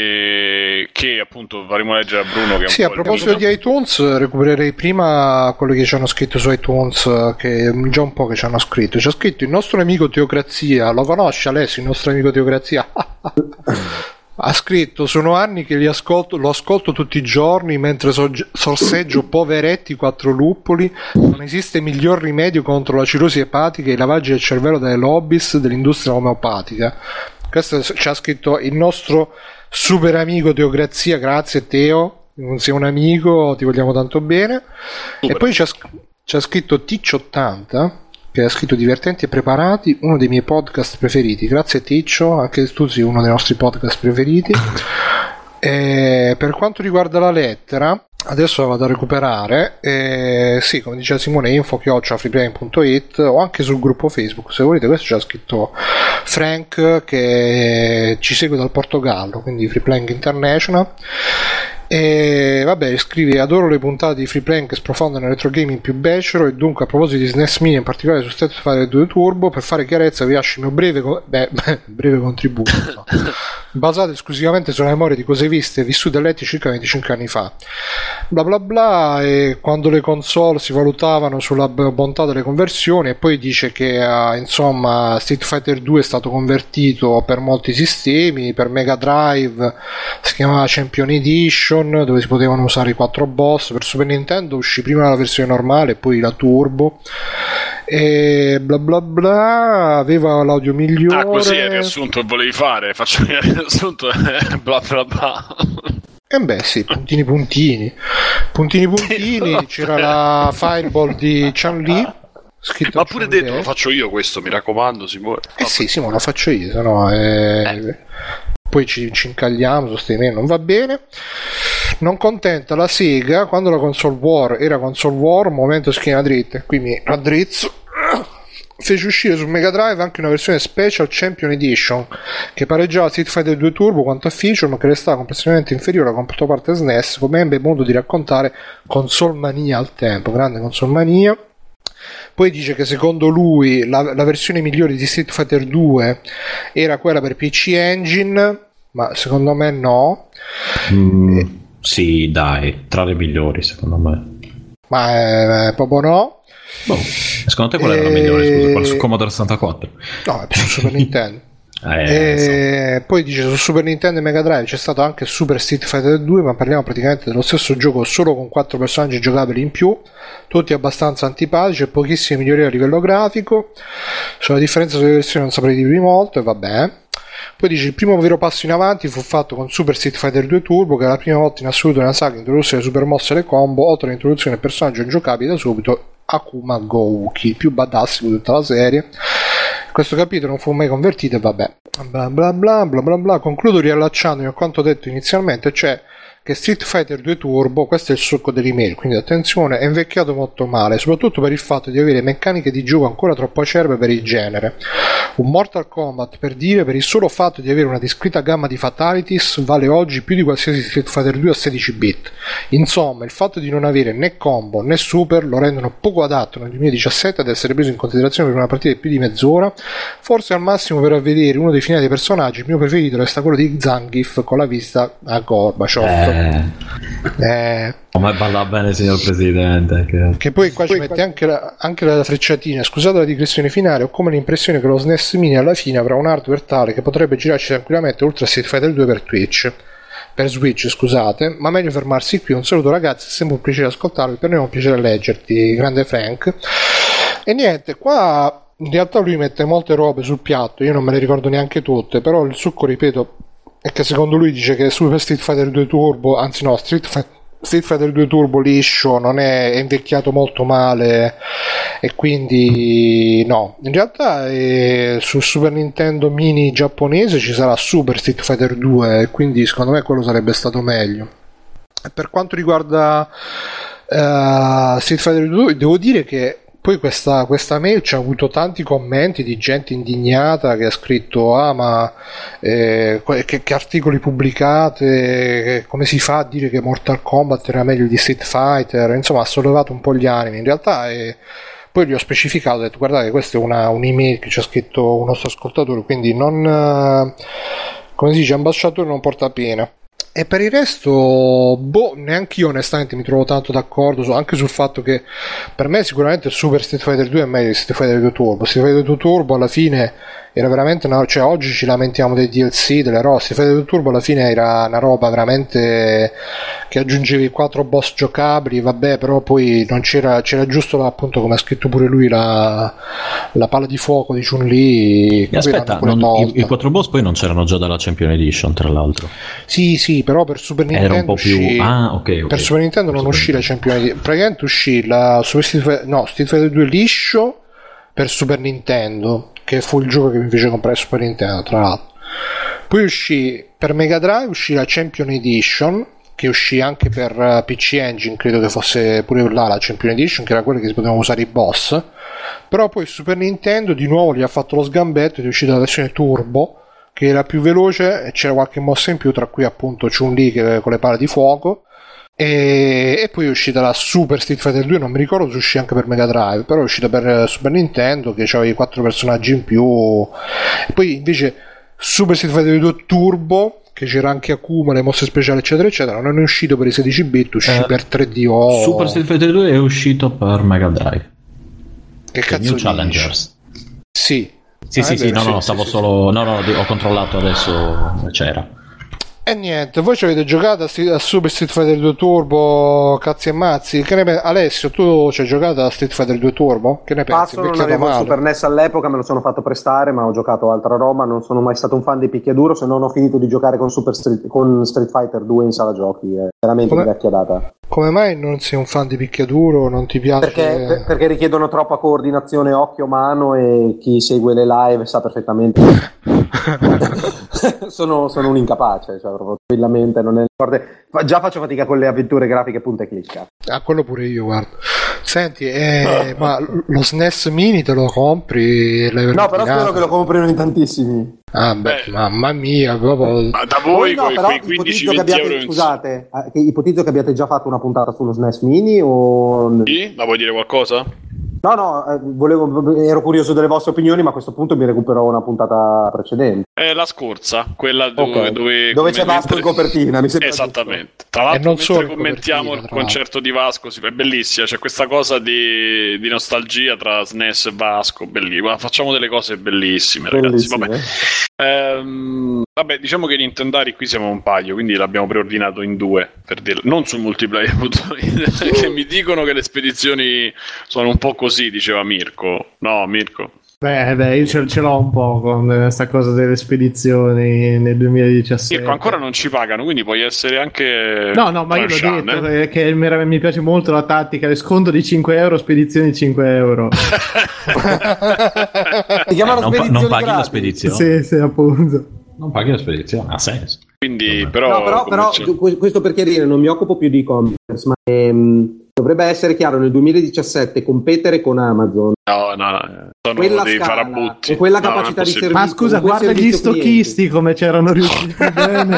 che appunto faremo leggere a Bruno. Che a proposito di iTunes, recupererei prima quello che ci hanno scritto su iTunes, che già un po' che ci hanno scritto. Ci ha scritto il nostro amico Teocrazia. Lo conosci, Alessio, il nostro amico Teocrazia? Ha scritto: sono anni che lo ascolto tutti i giorni mentre sorseggio poveretti 4 luppoli. Non esiste miglior rimedio contro la cirrosi epatica e i lavaggi del cervello delle lobbies dell'industria omeopatica. Questo ci ha scritto il nostro super amico Teocrazia. Grazie Teo, non sei un amico, ti vogliamo tanto bene. Super. E poi ci ha scritto Ticcio80, che ha scritto: divertenti e preparati, uno dei miei podcast preferiti. Grazie Ticcio, anche tu sei uno dei nostri podcast preferiti. E per quanto riguarda la lettera, adesso la vado a recuperare. Sì, come diceva Simone, info@freeplaying.it o anche sul gruppo Facebook se volete. Questo ci ha scritto Frank, che ci segue dal Portogallo, quindi Freeplaying International. E vabbè, scrive: adoro le puntate di Free Play che sprofondano nel retro gaming più becero, e dunque a proposito di SNES Mini, in particolare su Street Fighter 2 Turbo, per fare chiarezza vi lascio il mio breve contributo, no, basato esclusivamente sulla memoria di cose viste e vissute e lette circa 25 anni fa, bla bla bla, e quando le console si valutavano sulla bontà delle conversioni, e poi dice che insomma Street Fighter 2 è stato convertito per molti sistemi, per Mega Drive si chiamava Champion Edition, dove si potevano usare i 4 boss. Per Super Nintendo uscì prima la versione normale e poi la Turbo, e bla bla bla, aveva l'audio migliore. Così è il riassunto che volevi fare, faccio il riassunto bla bla bla. Sì, puntini c'era la Fireball di Chun-Li, ma pure detto, lo faccio io questo, mi raccomando, Simone. Sì, lo faccio io, sennò poi ci incagliamo su ste non va bene. Non contenta la Sega quando la console war era console war, momento schiena dritta, qui mi raddrizzo, fece uscire su Mega Drive anche una versione Special Champion Edition che pareggiava Street Fighter 2 Turbo quanto a feature, ma che restava complessivamente inferiore alla controparte SNES, come ebbe modo di raccontare Console Mania al tempo. Grande Console Mania. Poi dice che secondo lui la versione migliore di Street Fighter 2 era quella per PC Engine, ma secondo me no. Sì, dai, tra le migliori secondo me. Ma proprio no. Secondo te qual era la migliore? Scusa, quella su Commodore 64? No, è su Super Nintendo. Poi dice su Super Nintendo e Mega Drive c'è stato anche Super Street Fighter 2, ma parliamo praticamente dello stesso gioco solo con 4 personaggi giocabili in più, tutti abbastanza antipatici e pochissime migliorie a livello grafico. Sulla differenza sulle versioni non saprei dirvi molto, e vabbè. Poi dice: il primo vero passo in avanti fu fatto con Super Street Fighter 2 Turbo, che è la prima volta in assoluto nella saga introdusse le super mosse e le combo, oltre all'introduzione del personaggio giocabile da subito, Akuma Gouki, più badass di tutta la serie. Questo capitolo non fu mai convertito e vabbè, bla bla bla bla bla bla. Concludo riallacciandomi a quanto detto inizialmente, cioè che Street Fighter 2 Turbo, questo è il succo dell'email, quindi attenzione, è invecchiato molto male, soprattutto per il fatto di avere meccaniche di gioco ancora troppo acerbe per il genere. Un Mortal Kombat, per dire, per il solo fatto di avere una discreta gamma di fatalities, vale oggi più di qualsiasi Street Fighter 2 a 16 bit. Insomma, il fatto di non avere né combo né super lo rendono poco adatto nel 2017 ad essere preso in considerazione per una partita di più di mezz'ora, forse al massimo per vedere uno dei finali dei personaggi. Il mio preferito resta quello di Zangief con la vista a Gorbaciov. Ma balla bene, signor Presidente. Che poi qua ci mette anche la frecciatina. Scusate la digressione finale, ho come l'impressione che lo SNES Mini alla fine avrà un hardware tale che potrebbe girarci tranquillamente oltre a Street Fighter 2 per Switch, scusate, ma meglio fermarsi qui. Un saluto ragazzi, è sempre un piacere ascoltarvi, per noi è un piacere leggerti, grande Frank. E niente, qua in realtà lui mette molte robe sul piatto, io non me le ricordo neanche tutte, però il succo, ripeto, è che secondo lui dice che Super Street Fighter 2 Turbo, anzi no, Street Fighter 2 Turbo liscio, non è invecchiato molto male, e quindi no. In realtà sul Super Nintendo Mini giapponese ci sarà Super Street Fighter 2, e quindi secondo me quello sarebbe stato meglio. E per quanto riguarda Street Fighter 2, devo dire che poi questa mail ci ha avuto tanti commenti di gente indignata che ha scritto ma che articoli pubblicate, come si fa a dire che Mortal Kombat era meglio di Street Fighter, insomma ha sollevato un po' gli animi. In realtà poi gli ho specificato, ho detto guardate, questa è un'email che ci ha scritto un nostro ascoltatore, quindi non, come si dice, ambasciatore non porta pena. E per il resto, neanche io onestamente mi trovo tanto d'accordo anche sul fatto che per me sicuramente Super Street Fighter 2 è meglio di Street Fighter 2 Turbo. Street Fighter 2 Turbo alla fine era veramente cioè oggi ci lamentiamo dei DLC, delle robe. Street Fighter 2 Turbo alla fine era una roba veramente che aggiungevi 4 boss giocabili, vabbè, però poi non c'era giusto appunto, come ha scritto pure lui, la palla di fuoco di Chun-Li. Aspetta, i 4 boss poi non c'erano già dalla Champion Edition, tra l'altro? Sì, però per Super Nintendo era un po' più okay. Per Super Nintendo non uscì la Champion Edition, praticamente uscì la Street Fighter 2 liscio per Super Nintendo, che fu il gioco che mi fece comprare Super Nintendo, tra l'altro. Poi uscì per Mega Drive, uscì la Champion Edition, che uscì anche per PC Engine, credo che fosse pure là la Champion Edition, che era quella che si potevano usare i boss. Però poi Super Nintendo di nuovo gli ha fatto lo sgambetto ed è uscita la versione Turbo, che era più veloce e c'era qualche mossa in più, tra cui appunto Chun-Li che con le pale di fuoco. E poi è uscita la Super Street Fighter 2, non mi ricordo se uscì anche per Mega Drive, però è uscita per Super Nintendo, che aveva i 4 personaggi in più. E poi invece Super Street Fighter 2 Turbo, che c'era anche Akuma, le mosse speciali eccetera eccetera, non è uscito per i 16 bit, uscì per 3DO. Super Street Fighter 2 è uscito per Mega Drive. Che cazzo New Challengers? Sì, stavo solo ho controllato adesso, c'era. E niente, voi ci avete giocato a Super Street Fighter 2 Turbo, cazzi e mazzi? Alessio, tu ci hai giocato a Street Fighter 2 Turbo? Che ne pensi? Non avevo il Super NES all'epoca, me lo sono fatto prestare, ma ho giocato altra roba, non sono mai stato un fan di picchiaduro, se non ho finito di giocare con Street Fighter 2 in sala giochi, è veramente una vecchia data. Come mai non sei un fan di picchiaduro? Non ti piace? Perché richiedono troppa coordinazione occhio-mano e chi segue le live sa perfettamente. sono un incapace, cioè proprio tranquillamente non è... Già faccio fatica con le avventure grafiche punta e clicca. Quello pure io, guarda. Senti, ma lo SNES Mini te lo compri? No, però spero che lo comprino in tantissimi. Mamma mia, proprio. Ma da voi quei 15-20 euro scusate, ipotizzo che abbiate già fatto una puntata sullo SNES Mini o... Sì? Ma vuoi dire qualcosa? No, ero curioso delle vostre opinioni, ma a questo punto mi recupero una puntata precedente. La scorsa, quella dove c'è Vasco in copertina, mi sembra. Esattamente. Tra l'altro, mentre commentiamo il concerto di Vasco, è bellissima, c'è questa cosa di nostalgia tra SNES e Vasco, bellissima. Facciamo delle cose bellissime, ragazzi. Vabbè, diciamo che Nintendari qui siamo un paio, quindi l'abbiamo preordinato in 2, per dirlo. Non sul multiplayer, che mi dicono che le spedizioni sono un po' così, diceva Mirko. No, Mirko? Beh, io ce l'ho un po' con questa cosa delle spedizioni nel 2017. Mirko, ancora non ci pagano, quindi puoi essere anche... No, ma io l'ho detto, che mi piace molto la tattica, le sconto di 5 euro, spedizioni 5 euro. Si chiamano non paghi la spedizione? Sì, appunto. Non paghi la spedizione, ha senso. Quindi, però questo per chiarire, non mi occupo più di e-commerce, ma dovrebbe essere chiaro nel 2017 competere con Amazon. No, sono quella dei scala, farabutti. Con quella capacità di servizio. Ma scusa, guarda gli stocchisti come c'erano riusciti bene.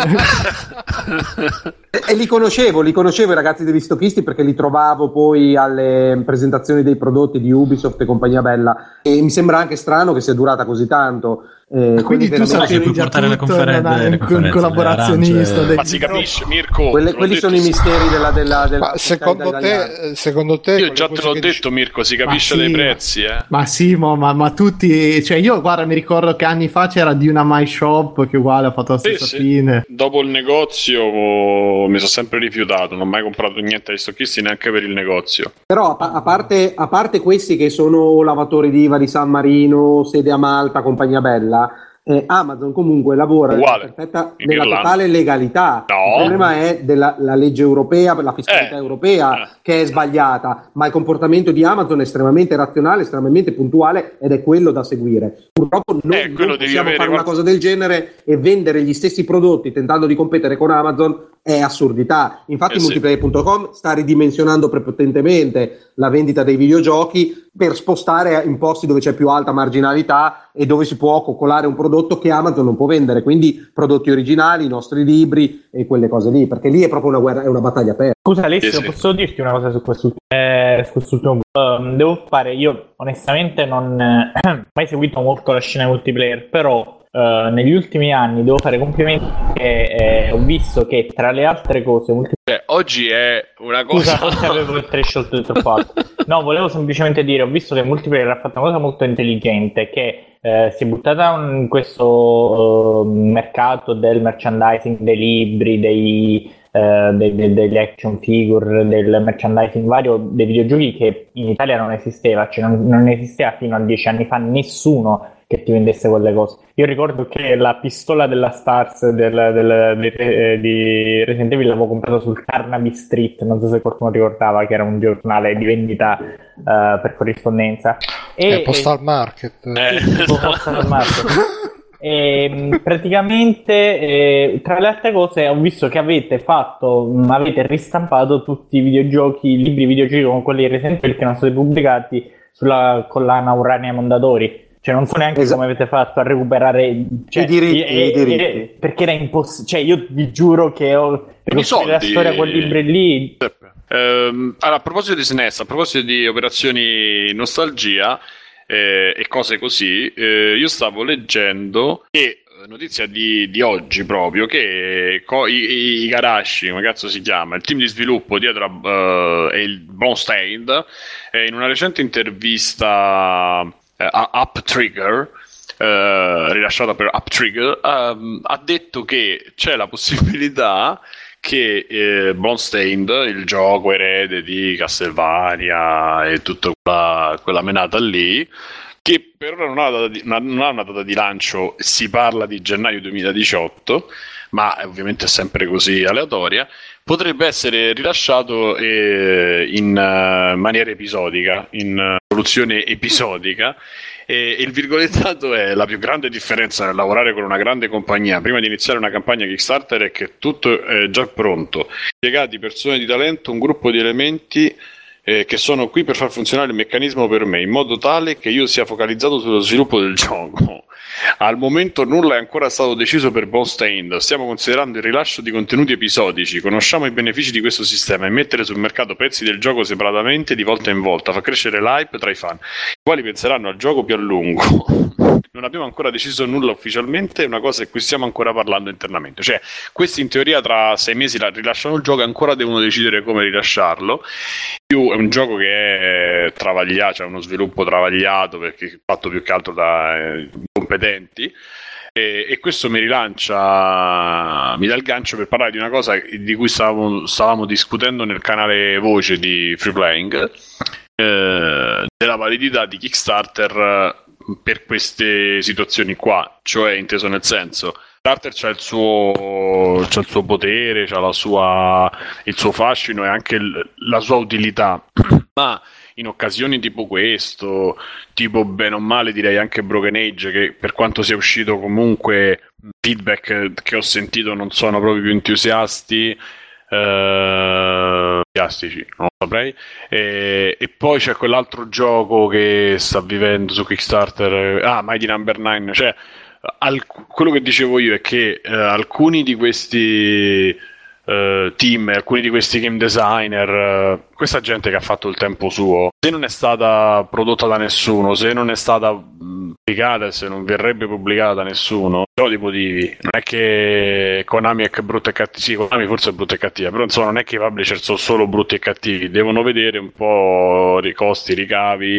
E li conoscevo i ragazzi degli stocchisti, perché li trovavo poi alle presentazioni dei prodotti di Ubisoft e compagnia bella, e mi sembra anche strano che sia durata così tanto. Quindi tu sapevi già portare tutto, le collaborazionista ma si capisce, Mirko, quelli sono i misteri della ma secondo te io già te l'ho detto, Mirko, si capisce dai prezzi, ma sì, ma tutti, cioè io guarda, mi ricordo che anni fa c'era di una My Shop che uguale ha fatto la stessa fine. Dopo il negozio mi sono sempre rifiutato, non ho mai comprato niente agli stocchisti, neanche per il negozio. Però a parte questi che sono lavatori d'IVA di San Marino, sede a Malta, compagnia bella, Amazon comunque lavora nella totale legalità. No. Il problema è della legge europea, la fiscalità europea che è sbagliata, ma il comportamento di Amazon è estremamente razionale, estremamente puntuale, ed è quello da seguire. Purtroppo non possiamo fare una cosa del genere e vendere gli stessi prodotti tentando di competere con Amazon. È assurdità. Infatti multiplayer.com sta ridimensionando prepotentemente la vendita dei videogiochi per spostare in posti dove c'è più alta marginalità e dove si può coccolare un prodotto che Amazon non può vendere, quindi prodotti originali, i nostri libri e quelle cose lì, perché lì è proprio una guerra, è una battaglia aperta. Scusa Alessio, posso dirti una cosa su quest'ultimo devo fare, io onestamente non ho mai seguito molto la scena multiplayer, però negli ultimi anni devo fare complimenti che ho visto che tra le altre cose oggi è una cosa... Scusa, forse avevo il threshold troppo alto. No, volevo semplicemente dire, ho visto che Multiplayer ha fatto una cosa molto intelligente, che si è buttata in questo mercato del merchandising, dei libri, degli action figure, del merchandising vario dei videogiochi, che in Italia non esisteva, cioè non esisteva fino a 10 anni fa nessuno che ti vendesse quelle cose. Io ricordo che la pistola della Stars di Resident Evil l'avevo comprato sul Carnaby Street, non so se qualcuno ricordava, che era un giornale di vendita per corrispondenza. Postal Market. Postal Market. E praticamente tra le altre cose ho visto che avete ristampato tutti i videogiochi, i libri videogiochi con quelli di Resident Evil che erano stati pubblicati sulla collana Urania Mondadori. Cioè non so neanche come avete fatto a recuperare i diritti. Perché era impossibile. Cioè io vi giuro che ho ricostruito la storia con quei libri lì. Allora, a proposito di SNES, a proposito di operazioni nostalgia e cose così, io stavo leggendo che notizia di oggi proprio che i Garashi, come cazzo si chiama, il team di sviluppo dietro è il Blonstein, in una recente intervista a Uptrigger, rilasciata per Uptrigger, ha detto che c'è la possibilità che Blonstein, il gioco erede di Castlevania e tutta quella menata lì, che per ora non ha una data di lancio, si parla di gennaio 2018, ma ovviamente è sempre così aleatoria, potrebbe essere rilasciato in maniera episodica, in soluzione episodica. E il virgolettato è: la più grande differenza nel lavorare con una grande compagnia prima di iniziare una campagna Kickstarter è che tutto è già pronto, spiegati, persone di talento, un gruppo di elementi che sono qui per far funzionare il meccanismo per me, in modo tale che io sia focalizzato sullo sviluppo del gioco. Al momento nulla è ancora stato deciso per Blonstein, stiamo considerando il rilascio di contenuti episodici, conosciamo i benefici di questo sistema e mettere sul mercato pezzi del gioco separatamente di volta in volta fa crescere l'hype tra i fan, i quali penseranno al gioco più a lungo. Non abbiamo ancora deciso nulla ufficialmente, è una cosa di cui stiamo ancora parlando internamente. Cioè, questi in teoria tra 6 mesi rilasciano il gioco e ancora devono decidere come rilasciarlo. È un gioco che è travagliato, cioè uno sviluppo travagliato, perché è fatto più che altro da competenti. E questo mi dà il gancio per parlare di una cosa di cui stavamo discutendo nel canale Voce di Freeplaying, della validità di Kickstarter per queste situazioni qua, cioè inteso nel senso, Kickstarter c'ha il suo potere, c'ha il suo fascino e anche la sua utilità, ma in occasioni tipo questo, tipo bene o male direi anche Broken Age, che per quanto sia uscito comunque feedback che ho sentito non sono proprio più entusiastici, non lo saprei, e poi c'è quell'altro gioco che sta vivendo su Kickstarter, Mighty Number 9, cioè quello che dicevo io è che alcuni di questi team, alcuni di questi game designer, questa gente che ha fatto il tempo suo, se non è stata prodotta da nessuno, se non è stata pubblicata, se non verrebbe pubblicata da nessuno, per dei motivi, non è che Konami è brutta e cattiva, sì, Konami forse è brutta e cattiva, però insomma non è che i publisher sono solo brutti e cattivi, devono vedere un po' i costi, i ricavi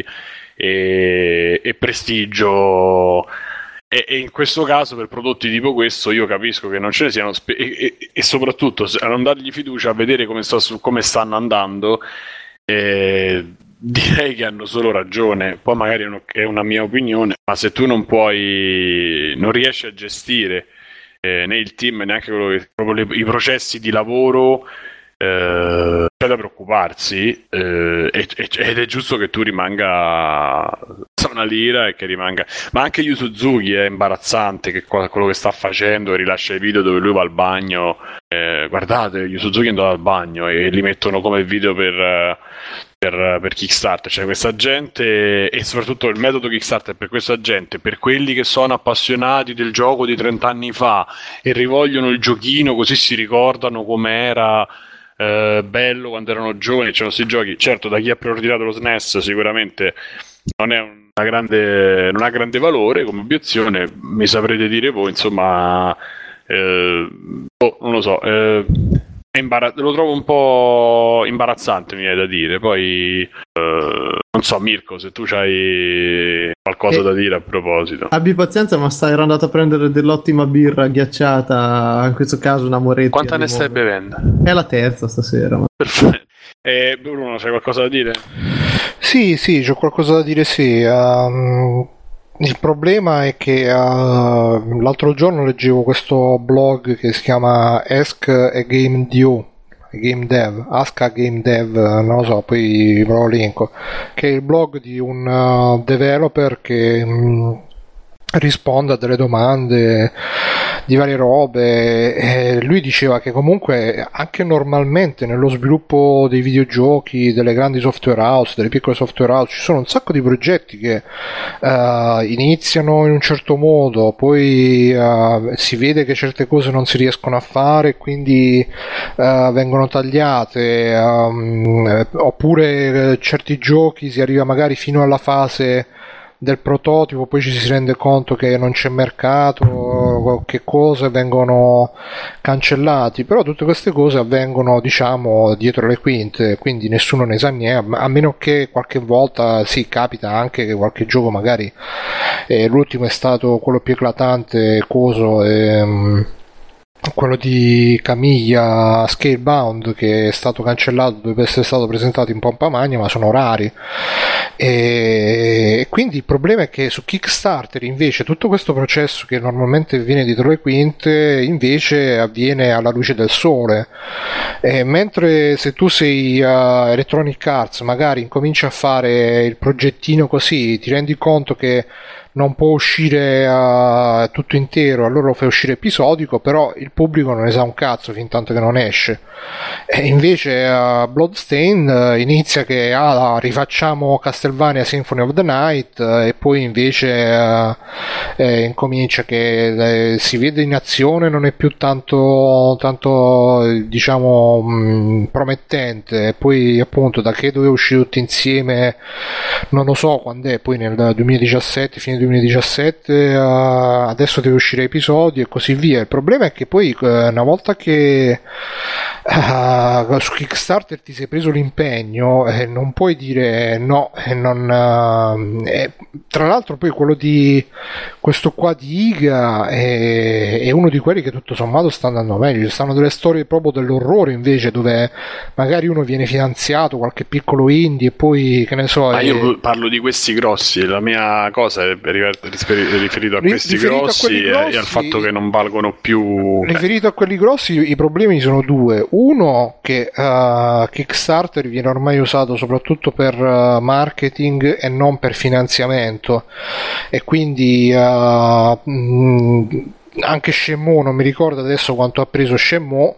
e prestigio. E in questo caso per prodotti tipo questo io capisco che non ce ne siano e soprattutto a non dargli fiducia, a vedere come stanno andando, direi che hanno solo ragione. Poi magari è una mia opinione, ma se tu non riesci a gestire né il team, neanche proprio i processi di lavoro, c'è da preoccuparsi, ed è giusto che tu rimanga una lira e che rimanga. Ma anche Yu Suzuki è imbarazzante che quello che sta facendo, rilascia i video dove lui va al bagno, guardate Yu Suzuki è andato al bagno, e li mettono come video per Kickstarter. Cioè questa gente, e soprattutto il metodo Kickstarter per questa gente, per quelli che sono appassionati del gioco di 30 anni fa e rivogliono il giochino così si ricordano com'era bello quando erano giovani. C'erano questi giochi, certo, da chi ha preordinato lo SNES sicuramente non ha grande valore come obiezione, mi saprete dire voi, insomma, non lo so, lo trovo un po' imbarazzante, mi viene da dire. Poi non so, Mirko, se tu c'hai qualcosa da dire a proposito. Abbi pazienza, ma ero andato a prendere dell'ottima birra ghiacciata, in questo caso una Moretti. Quanta ne stai bevendo? È la terza stasera. Perfetto. Bruno, c'hai qualcosa da dire? Sì, c'ho qualcosa da dire, sì. Il problema è che l'altro giorno leggevo questo blog che si chiama Ask a Game Dev, Ask a Game Dev, non lo so, poi ve lo linko, che è il blog di un developer che risponde a delle domande varie robe. Lui diceva che comunque anche normalmente nello sviluppo dei videogiochi, delle grandi software house, delle piccole software house, ci sono un sacco di progetti che iniziano in un certo modo, poi si vede che certe cose non si riescono a fare, quindi vengono tagliate, oppure certi giochi si arriva magari fino alla fase del prototipo, poi ci si rende conto che non c'è mercato, che cose vengono cancellati, però tutte queste cose avvengono, diciamo, dietro le quinte, quindi nessuno ne sa niente, a meno che qualche volta sì, capita anche che qualche gioco magari l'ultimo è stato quello più eclatante, quello di Camiglia, Scalebound, che è stato cancellato, dovrebbe essere stato presentato in pompa magna, ma sono rari, e quindi il problema è che su Kickstarter invece tutto questo processo che normalmente avviene dietro le quinte invece avviene alla luce del sole, mentre se tu sei Electronic Arts magari incominci a fare il progettino così, ti rendi conto che non può uscire tutto intero, allora lo fai uscire episodico, però il pubblico non ne sa un cazzo fin tanto che non esce. E invece Bloodstain inizia che rifacciamo Castlevania Symphony of the Night, e poi invece incomincia che si vede in azione, non è più tanto diciamo promettente, e poi appunto da che doveva uscire tutti insieme non lo so quando è, poi nel 2017, fine 2017, adesso deve uscire episodi e così via. Il problema è che poi una volta che su Kickstarter ti sei preso l'impegno, non puoi dire no, tra l'altro poi quello di questo qua di Iga è uno di quelli che tutto sommato sta andando meglio. Ci stanno delle storie proprio dell'orrore invece, dove magari uno viene finanziato, qualche piccolo indie, e poi che ne so. Ma io parlo di questi grossi, la mia cosa è riferito a questi grossi e al fatto che non valgono più. Riferito a quelli grossi, i problemi sono due. Uno, che Kickstarter viene ormai usato soprattutto per marketing e non per finanziamento, e quindi anche Shenmue, non mi ricordo adesso quanto ha preso Shenmue,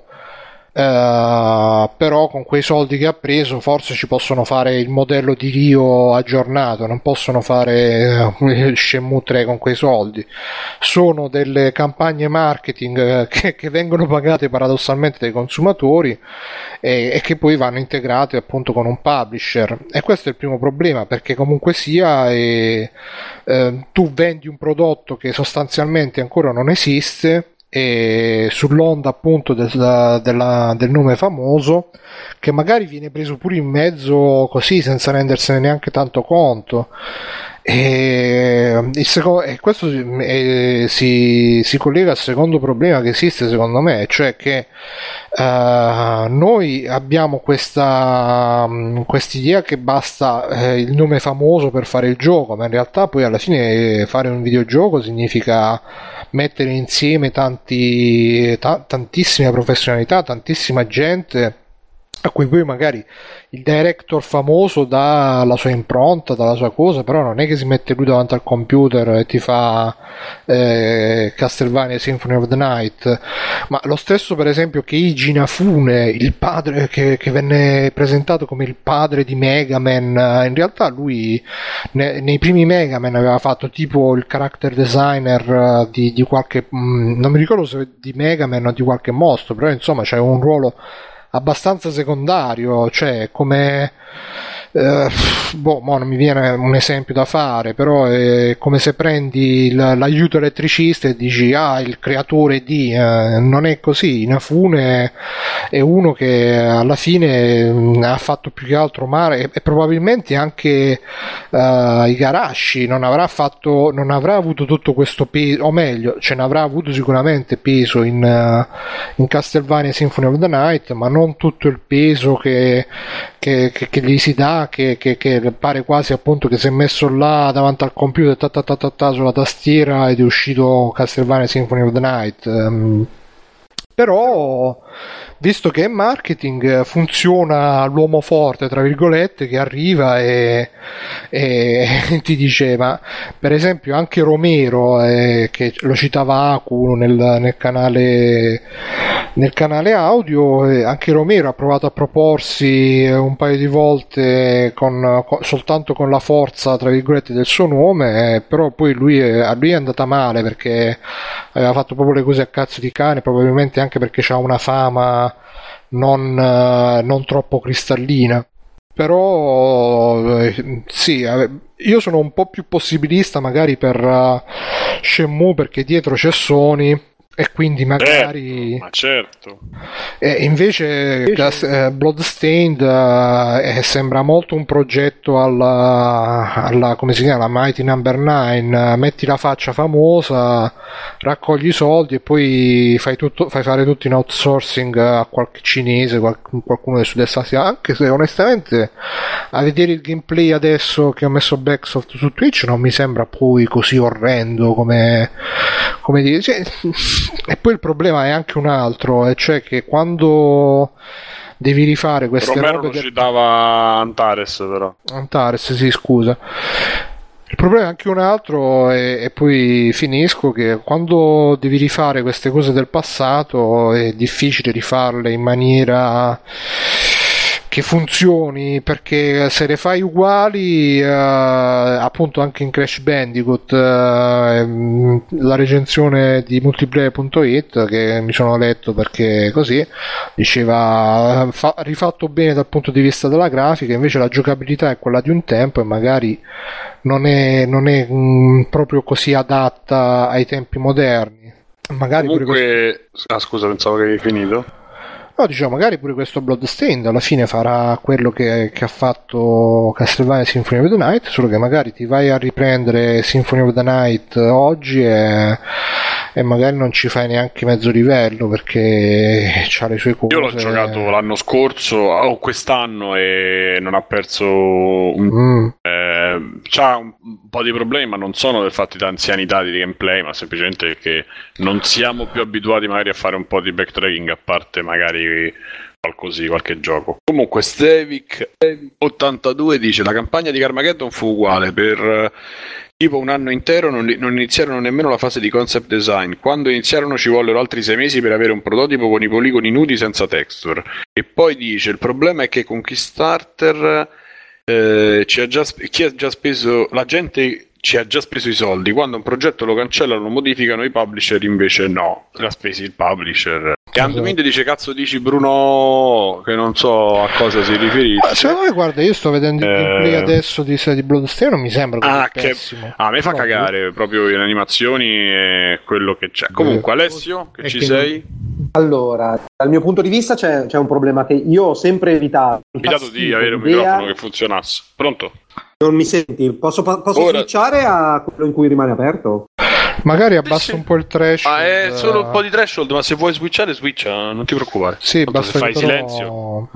però con quei soldi che ha preso forse ci possono fare il modello di Rio aggiornato, non possono fare Shenmue 3 con quei soldi. Sono delle campagne marketing che vengono pagate paradossalmente dai consumatori e che poi vanno integrate appunto con un publisher, e questo è il primo problema, perché comunque sia tu vendi un prodotto che sostanzialmente ancora non esiste, e sull'onda appunto del nome famoso, che magari viene preso pure in mezzo così senza rendersene neanche tanto conto. E questo si collega al secondo problema che esiste secondo me, cioè che noi abbiamo quest'idea che basta il nome famoso per fare il gioco, ma in realtà poi alla fine fare un videogioco significa mettere insieme tantissime professionalità, tantissima gente a cui poi magari il director famoso dà la sua impronta, dà la sua cosa, però non è che si mette lui davanti al computer e ti fa Castlevania Symphony of the Night. Ma lo stesso per esempio Keiji Inafune, il padre che venne presentato come il padre di Mega Man, in realtà lui nei primi Mega Man aveva fatto tipo il character designer di qualche non mi ricordo se di Mega Man o di qualche mostro, però insomma c'è un ruolo abbastanza secondario, cioè come non mi viene un esempio da fare, però è come se prendi l'aiuto elettricista e dici il creatore di non è così. Inafune è uno che alla fine ha fatto più che altro mare, e probabilmente anche Igarashi non avrà avuto tutto questo peso, o meglio ce ne avrà avuto sicuramente peso in Castlevania Symphony of the Night, ma non tutto il peso che gli si dà, che pare quasi appunto che si è messo là davanti al computer sulla tastiera ed è uscito Castlevania Symphony of the Night. Però visto che è marketing, funziona l'uomo forte, tra virgolette, che arriva e ti dice, ma per esempio anche Romero, che lo citava Aku nel canale audio, anche Romero ha provato a proporsi un paio di volte soltanto con la forza, tra virgolette, del suo nome, però poi a lui è andata male perché aveva fatto proprio le cose a cazzo di cane, probabilmente anche perché ha una fama non troppo cristallina. Però sì, io sono un po' più possibilista magari per Shenmue, perché dietro c'è Sony e quindi magari ma certo. Invece Bloodstained sembra molto un progetto alla come si chiama, Mighty Number 9, metti la faccia famosa, raccogli i soldi e poi fai fare tutto in outsourcing a qualche cinese, qualcuno del sud-est asiatico, anche se onestamente a vedere il gameplay adesso che ho messo Backsoft su Twitch non mi sembra poi così orrendo come dire, cioè, e poi il problema è anche un altro, e cioè che quando devi rifare queste Romero robe lo citava Antares, però Antares, sì, scusa. Il problema è anche un altro, e poi finisco, che quando devi rifare queste cose del passato è difficile rifarle in maniera che funzioni, perché se le fai uguali, appunto anche in Crash Bandicoot, la recensione di multiplayer.it che mi sono letto perché così diceva rifatto bene dal punto di vista della grafica, invece la giocabilità è quella di un tempo e magari non è proprio così adatta ai tempi moderni. Magari comunque scusa, pensavo che avevi finito. No, diciamo, magari pure questo Bloodstained alla fine farà quello che ha fatto Castlevania Symphony of the Night, solo che magari ti vai a riprendere Symphony of the Night oggi e magari non ci fai neanche mezzo livello perché c'ha le sue cose. Io l'ho giocato l'anno scorso o quest'anno e non ha perso c'ha un po' di problemi, ma non sono del fatto di anzianità di gameplay, ma semplicemente perché non siamo più abituati magari a fare un po' di backtracking, a parte magari qualche gioco. Comunque Stevik82 dice: la campagna di Carmageddon fu uguale per tipo un anno intero, non iniziarono nemmeno la fase di concept design. Quando iniziarono ci vollero altri 6 mesi per avere un prototipo con i poligoni nudi senza texture. E poi dice: il problema è che con Kickstarter chi ha già speso, la gente ci ha già speso i soldi, quando un progetto lo cancellano, lo modificano, i publisher invece no, l'ha spesi il publisher. E Andumind dice: cazzo dici Bruno, che non so a cosa si riferisce. Secondo me, guarda, io sto vedendo il gameplay adesso di Bloodstained, non mi sembra così pessimo. A me fa cagare proprio in animazioni e quello che c'è. Comunque Alessio, che ci sei? Allora, dal mio punto di vista c'è un problema che io ho sempre evitato di avere un microfono che funzionasse. Pronto? Non mi senti? Posso switchare a quello in cui rimane aperto? Magari abbassa un po' il threshold. È solo un po' di threshold, ma se vuoi switchare, switcha, non ti preoccupare. Sì, basta, se fai silenzio.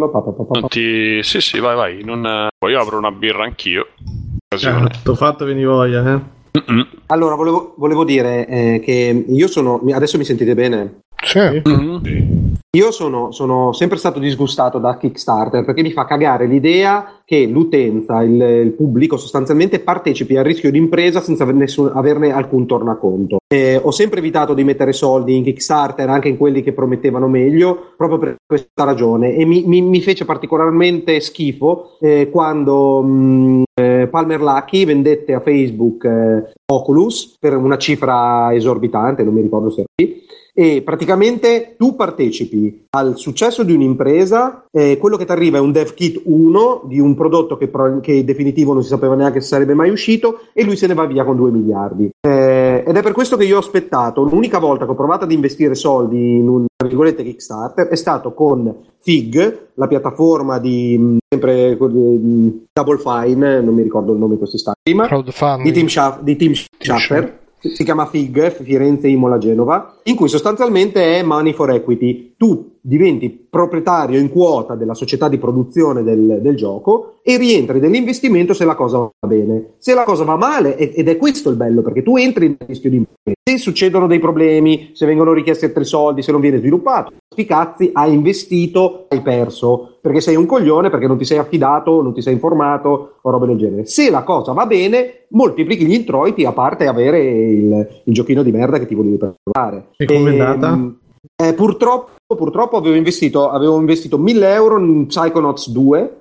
Sì, vai. Poi io apro una birra anch'io. T'ho fatto venire voglia, Allora, volevo dire che io sono... Adesso mi sentite bene? Sì. Io sono sempre stato disgustato da Kickstarter perché mi fa cagare l'idea che l'utenza, il pubblico sostanzialmente partecipi al rischio d'impresa senza averne alcun tornaconto. Ho sempre evitato di mettere soldi in Kickstarter, anche in quelli che promettevano meglio, proprio per questa ragione, e mi fece particolarmente schifo quando Palmer Luckey vendette a Facebook Oculus per una cifra esorbitante, non mi ricordo se era lì. E praticamente tu partecipi al successo di un'impresa, quello che ti arriva è un dev kit 1 di un prodotto che definitivo non si sapeva neanche se sarebbe mai uscito, e lui se ne va via con 2 miliardi. Ed è per questo che io ho aspettato. L'unica volta che ho provato ad investire soldi in un, tra virgolette, Kickstarter è stato con Fig, la piattaforma di sempre Double Fine, non mi ricordo il nome di questo di Tim Schafer. Si chiama Fig, Firenze, Imola, Genova, in cui sostanzialmente è Money for Equity. Tu diventi proprietario in quota della società di produzione del gioco e rientri nell'investimento se la cosa va bene. Se la cosa va male, ed è questo il bello, perché tu entri nel rischio di impresa, se succedono dei problemi, se vengono richiesti altri soldi, se non viene sviluppato, sti cazzi, hai investito, hai perso, perché sei un coglione, perché non ti sei affidato, non ti sei informato o robe del genere. Se la cosa va bene, moltiplichi gli introiti, a parte avere il giochino di merda che ti volevi provare. E come è andata? Purtroppo avevo investito 1.000 euro in Psychonauts 2.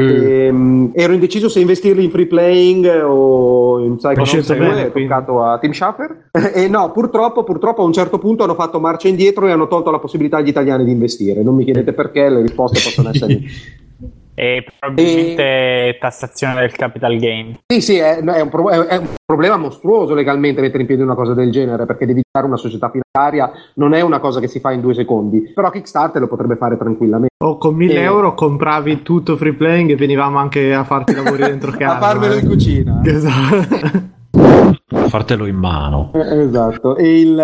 Ero indeciso se investirli in free playing o in Psychonauts 2, è toccato a Tim Schafer. E no, purtroppo a un certo punto hanno fatto marcia indietro e hanno tolto la possibilità agli italiani di investire. Non mi chiedete perché, le risposte possono essere e probabilmente tassazione del capital gain. Sì, è un problema mostruoso legalmente mettere in piedi una cosa del genere, perché devi fare una società finanziaria, non è una cosa che si fa in 2 secondi, però Kickstarter lo potrebbe fare tranquillamente. O con 1.000 euro compravi tutto free playing e venivamo anche a farti lavori dentro casa. A farmelo in cucina. Esatto. A fartelo in mano. Esatto.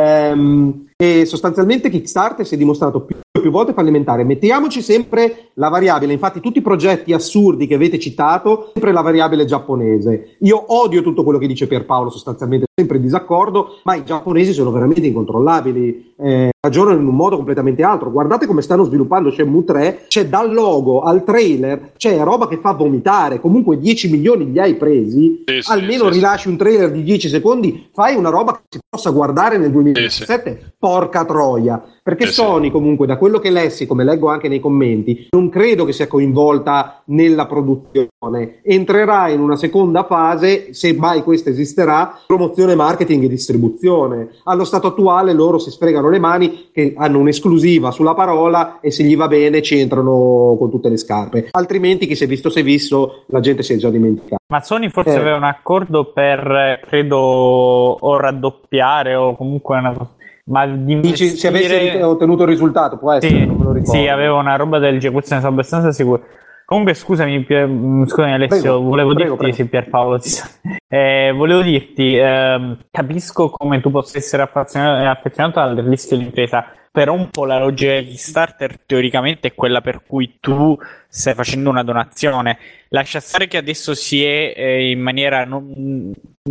E sostanzialmente Kickstarter si è dimostrato più volte fallimentare. Mettiamoci sempre la variabile, infatti tutti i progetti assurdi che avete citato, sempre la variabile giapponese. Io odio tutto quello che dice Pierpaolo, sostanzialmente sempre in disaccordo, ma i giapponesi sono veramente incontrollabili, ragionano in un modo completamente altro. Guardate come stanno sviluppando Shenmue 3, c'è dal logo al trailer, c'è roba che fa vomitare, comunque 10 milioni li hai presi, almeno rilasci un trailer di 10 secondi, fai una roba che si possa guardare nel 2017, porca troia, perché Sony comunque, da quello che lessi, come leggo anche nei commenti, non credo che sia coinvolta nella produzione, entrerà in una seconda fase, se mai questa esisterà, promozione, marketing e distribuzione. Allo stato attuale loro si sfregano le mani, che hanno un'esclusiva sulla parola e se gli va bene ci entrano con tutte le scarpe, altrimenti chi si è visto, la gente si è già dimenticata. Ma Sony forse aveva un accordo per, credo, o raddoppiare o comunque una cosa. Ma di investire... se avesse ottenuto il risultato, può essere, non me lo ricordo. Sì, aveva una roba del genere, questo ne sono abbastanza sicuro. Comunque scusami Alessio, volevo dirti. Sì, Pierpaolo, volevo dirti, capisco come tu possa essere affezionato al rischio di impresa, però un po' la logica di Kickstarter teoricamente è quella per cui tu stai facendo una donazione. Lascia stare che adesso si è in maniera non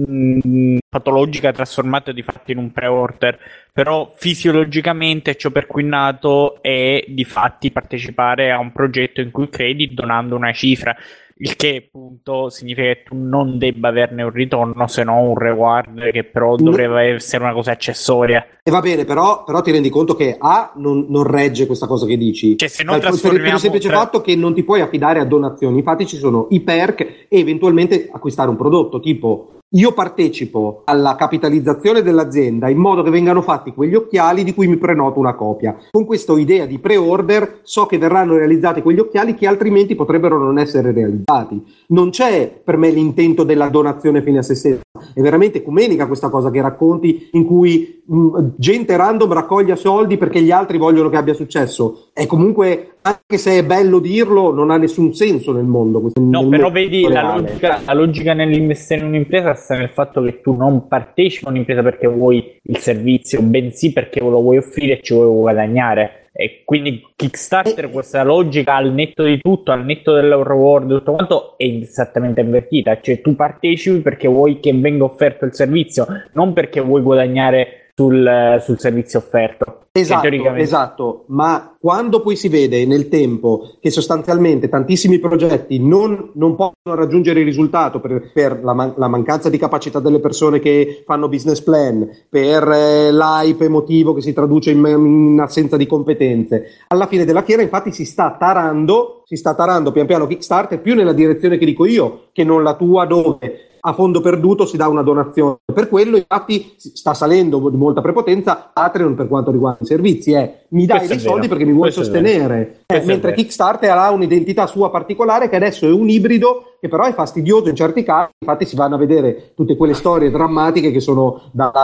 patologica trasformato di fatti in un pre-order, però fisiologicamente ciò per cui è nato è di fatti partecipare a un progetto in cui credi donando una cifra, il che appunto significa che tu non debba averne un ritorno, se no un reward che però dovrebbe essere una cosa accessoria. E va bene, però ti rendi conto che non regge questa cosa che dici, cioè, se non per il semplice fatto che non ti puoi affidare a donazioni. Infatti ci sono i perk e eventualmente acquistare un prodotto, tipo io partecipo alla capitalizzazione dell'azienda in modo che vengano fatti quegli occhiali di cui mi prenoto una copia. Con questa idea di pre-order so che verranno realizzati quegli occhiali che altrimenti potrebbero non essere realizzati. Non c'è per me l'intento della donazione fine a se stessa, è veramente ecumenica questa cosa che racconti, in cui gente random raccoglie soldi perché gli altri vogliono che abbia successo. È comunque, anche se è bello dirlo, non ha nessun senso nel mondo. No, però vedi la logica nell'investire in un'impresa sta nel fatto che tu non partecipi a un'impresa perché vuoi il servizio, bensì perché lo vuoi offrire e ci vuoi guadagnare. E quindi Kickstarter, questa logica al netto di tutto, al netto del reward, tutto quanto, è esattamente invertita. Cioè tu partecipi perché vuoi che venga offerto il servizio, non perché vuoi guadagnare sul servizio offerto. Esatto, ma quando poi si vede nel tempo che sostanzialmente tantissimi progetti non possono raggiungere il risultato per la mancanza di capacità delle persone che fanno business plan, per l'hype emotivo che si traduce in assenza di competenze, alla fine della fiera infatti si sta tarando pian piano Kickstarter più nella direzione che dico io che non la tua, dove a fondo perduto si dà una donazione. Per quello infatti sta salendo di molta prepotenza Patreon per quanto riguarda i servizi, mi dai dei soldi perché mi vuoi sostenere, mentre Kickstarter ha un'identità sua particolare che adesso è un ibrido che però è fastidioso in certi casi. Infatti si vanno a vedere tutte quelle storie drammatiche che sono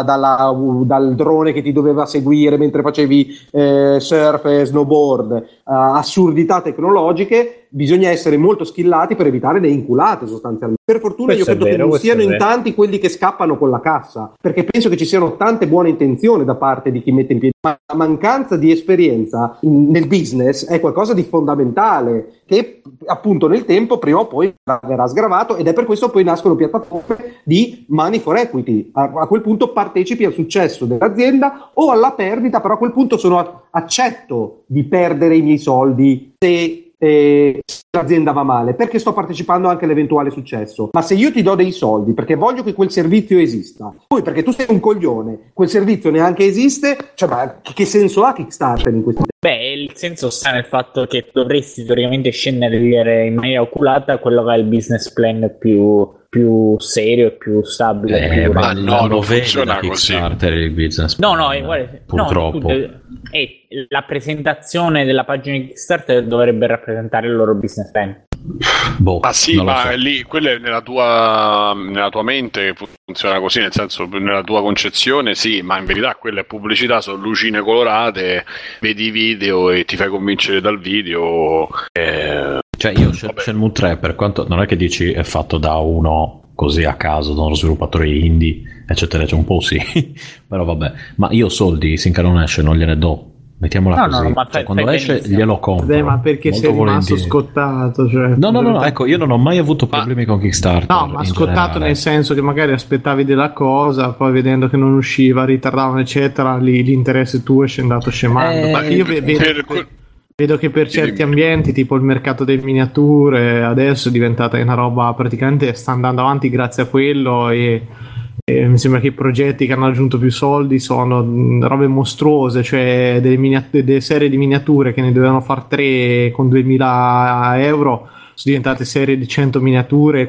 dal drone che ti doveva seguire mentre facevi surf e snowboard, assurdità tecnologiche. Bisogna essere molto skillati per evitare le inculate sostanzialmente. Per fortuna io credo che non siano in tanti quelli che scappano con la cassa, perché penso che ci siano tante buone intenzioni da parte di chi mette in piedi, ma la mancanza di esperienza nel business è qualcosa di fondamentale che appunto nel tempo prima o poi verrà sgravato, ed è per questo poi nascono piattaforme di money for equity. A quel punto partecipi al successo dell'azienda o alla perdita, però a quel punto accetto di perdere i miei soldi se l'azienda va male, perché sto partecipando anche all'eventuale successo. Ma se io ti do dei soldi perché voglio che quel servizio esista, poi perché tu sei un coglione, quel servizio neanche esiste, cioè, ma che senso ha Kickstarter in questo? Beh, il senso sta nel fatto che dovresti teoricamente scendere in maniera oculata quello che è il business plan più serio e più stabile. Ma non funziona così il business plan. purtroppo. La presentazione della pagina di Kickstarter dovrebbe rappresentare il loro business plan. Ma sì, ma so. Lì quella è nella tua mente funziona così, nel senso, nella tua concezione sì, ma in verità quella è pubblicità, sono lucine colorate, vedi i video e ti fai convincere dal video. Cioè io Shenmue 3, per quanto non è che dici è fatto da uno così a caso, da uno sviluppatore indie, eccetera, c'è un po' sì, però vabbè, ma io soldi finché non esce non gliene do. Mettiamola così, ma quando esce glielo compro. Beh, ma perché sei rimasto scottato? Cioè, no, ecco, io non ho mai avuto problemi con Kickstarter. No, ma scottato generale. Nel senso che magari aspettavi della cosa, poi vedendo che non usciva, ritardavano, eccetera, l'interesse tuo è andato scemando. Ma io vedo che per certi ambienti, tipo il mercato delle miniature, adesso è diventata una roba, praticamente sta andando avanti grazie a quello, e mi sembra che i progetti che hanno aggiunto più soldi sono robe mostruose, cioè delle serie di miniature che ne dovevano far 3 con 2.000 euro sono diventate serie di 100 miniature e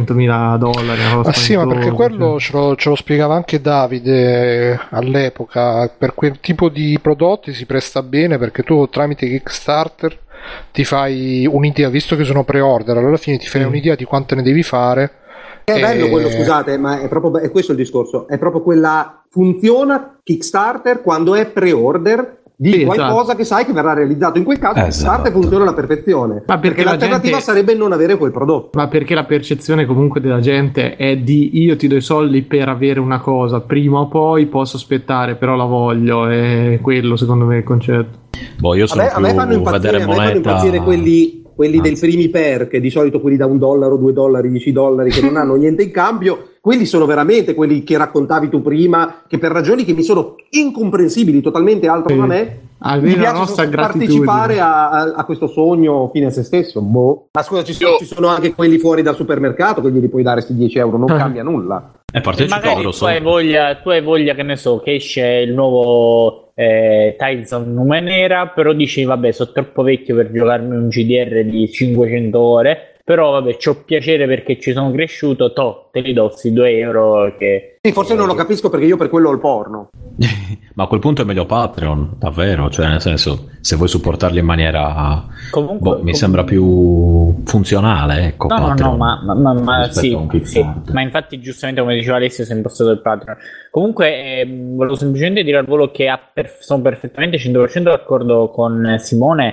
$400.000. Sì, ma perché quello ce lo spiegava anche Davide all'epoca. Per quel tipo di prodotti si presta bene, perché tu tramite Kickstarter ti fai un'idea, visto che sono pre-order, alla fine ti fai un'idea di quante ne devi fare. È bello quello, scusate, ma è questo il discorso, è proprio quella, funziona Kickstarter quando è pre-order di qualcosa che sai che verrà realizzato. In quel caso Kickstarter funziona alla perfezione, ma perché l'alternativa sarebbe non avere quel prodotto. Ma perché la percezione comunque della gente è di: io ti do i soldi per avere una cosa, prima o poi posso aspettare, però la voglio. È quello secondo me il concetto. Io sono a me fanno impazzire quelli dei primi perk, di solito quelli da $1, $2, $10, che non hanno niente in cambio. Quelli sono veramente quelli che raccontavi tu prima, che per ragioni che mi sono incomprensibili, totalmente altro da me, mi piace partecipare a questo sogno fine a se stesso. Ma scusa, ci sono anche quelli fuori dal supermercato che glieli puoi dare sti 10 euro, non cambia nulla. Magari tu hai voglia, che ne so, che esce il nuovo Tides of Numenera, però dici vabbè, sono troppo vecchio per giocarmi un GDR di 500 ore, però vabbè, c'ho piacere perché ci sono cresciuto, te li do questi 2 euro che... Sì, forse non lo capisco, perché io per quello ho il porno. Ma a quel punto è meglio Patreon, davvero, cioè nel senso, se vuoi supportarli in maniera mi sembra più funzionale, ecco. No, ma sì, ma infatti giustamente come diceva Alessio si è impostato il Patreon. Comunque volevo semplicemente dire al volo che sono perfettamente 100% d'accordo con Simone,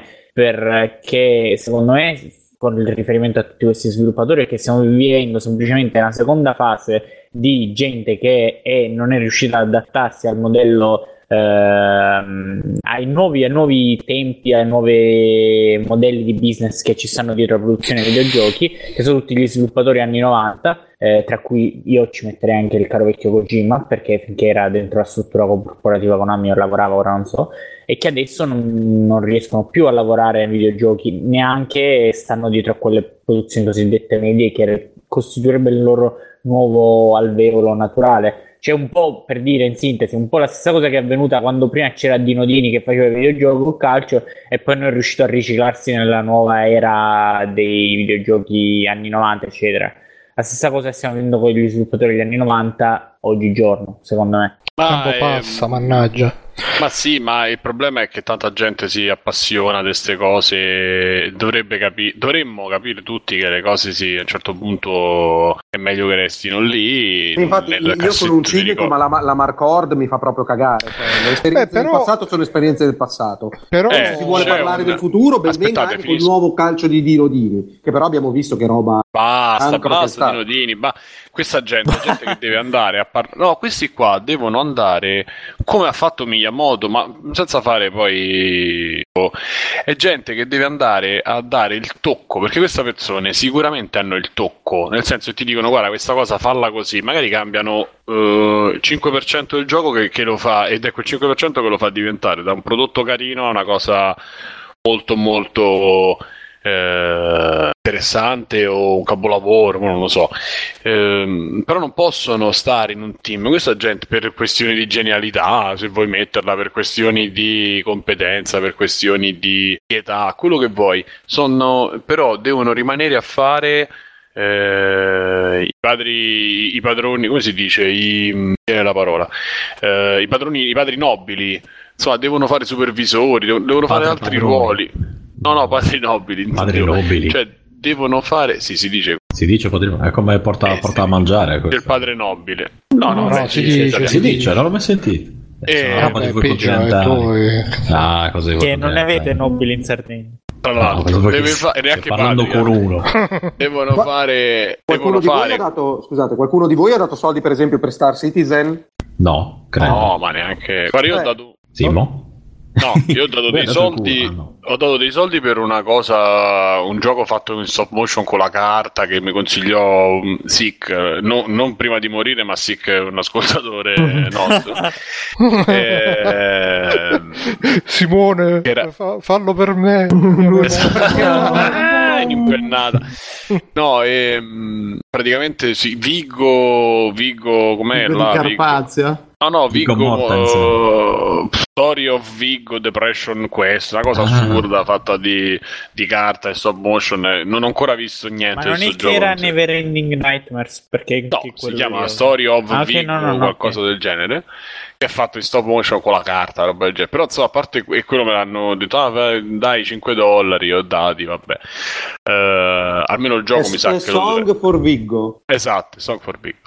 perché secondo me, con il riferimento a tutti questi sviluppatori, che stiamo vivendo semplicemente una seconda fase di gente che non è riuscita ad adattarsi al modello, ai nuovi tempi, ai nuovi modelli di business che ci stanno dietro la produzione dei videogiochi, che sono tutti gli sviluppatori anni 90, tra cui io ci metterei anche il caro vecchio Kojima, perché finché era dentro la struttura corporativa Konami lavorava, ora non so, e che adesso non riescono più a lavorare nei videogiochi, neanche stanno dietro a quelle produzioni cosiddette medie, che costituirebbe il loro nuovo alveolo naturale. C'è un po', per dire in sintesi, un po' la stessa cosa che è avvenuta quando prima c'era Dino Dini che faceva videogiochi o calcio e poi non è riuscito a riciclarsi nella nuova era dei videogiochi anni 90, eccetera. La stessa cosa stiamo vedendo con gli sviluppatori degli anni 90 oggigiorno, secondo me. Il tempo passa, mannaggia. Ma sì, ma il problema è che tanta gente si appassiona di queste cose. Dovremmo capire tutti che le cose a un certo punto è meglio che restino lì. Infatti io sono un cinico, ma la Marcord mi fa proprio cagare. Le esperienze del passato sono esperienze del passato. Però se si vuole parlare del futuro, ben venga anche con il nuovo calcio di Dino Dini, che però abbiamo visto che roba. Basta Dino Dini. questa gente che deve andare a no, questi qua devono andare come ha fatto Miyamoto, ma senza fare poi è gente che deve andare a dare il tocco, perché queste persone sicuramente hanno il tocco, nel senso che ti dicono guarda questa cosa falla così, magari cambiano 5% del gioco che lo fa, ed è quel 5% che lo fa diventare da un prodotto carino a una cosa molto molto interessante o un capolavoro, non lo so, però non possono stare in un team. Questa gente per questioni di genialità, se vuoi metterla, per questioni di competenza, per questioni di età, quello che vuoi, però devono rimanere a fare i padroni, come si dice? Viene la parola, i padri nobili, insomma, devono fare supervisori, devono fare altri ruoli. No, padri nobili. Padri nobili. Cioè, devono fare. Sì, si dice. Si dice padri nobili. È come porta a mangiare. Il padre nobile. No, si dice. Non l'ho mai sentito. Così che non ne avete nobili in Sardegna. Tra l'altro, deve fare neanche parlando con uno. Devono fare. Qualcuno di voi ha dato soldi, per esempio, per Star Citizen? No, credo. No, ma neanche. Guarda, io ho dato. Simo? No, io ho dato dei soldi. Ho dato dei soldi per una cosa, un gioco fatto in stop motion con la carta che mi consigliò Sick, non prima di morire, ma Sick è un ascoltatore nostro. Simone, fallo per me. Impennata. No, praticamente sì, Viggo, com'è là? Carpazia? No, Viggo, Story of Viggo Depression Quest, una cosa assurda fatta di carta e stop motion. Non ho ancora visto niente. Ma non è che era Neverending Nightmares? Perché no, si chiama Story of Viggo, qualcosa del genere, che è fatto in stop motion con la carta, roba del genere. Però insomma, a parte quello me l'hanno detto, dai $5, ho dati, vabbè. Almeno il gioco mi sa che Song for Viggo. Esatto, Song for Viggo.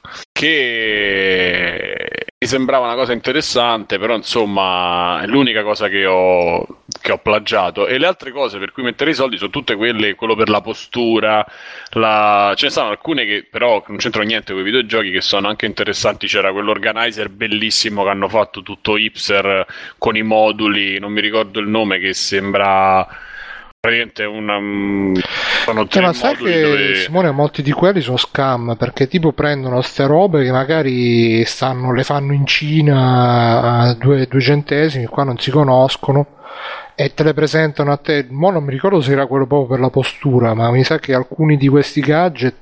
Che mi sembrava una cosa interessante, però insomma è l'unica cosa che ho plagiato, e le altre cose per cui mettere i soldi sono tutte quello per la postura, ce ne sono alcune che però non c'entrano niente con i videogiochi, che sono anche interessanti. C'era quell'organizer bellissimo che hanno fatto tutto hipster con i moduli, non mi ricordo il nome, che sembra praticamente sono tre ma sai che dove... Simone, molti di quelli sono scam, perché tipo prendono ste robe che magari le fanno in Cina a 2 centesimi, qua non si conoscono, e te le presentano a te. Mo non mi ricordo se era quello proprio per la postura, ma mi sa che alcuni di questi gadget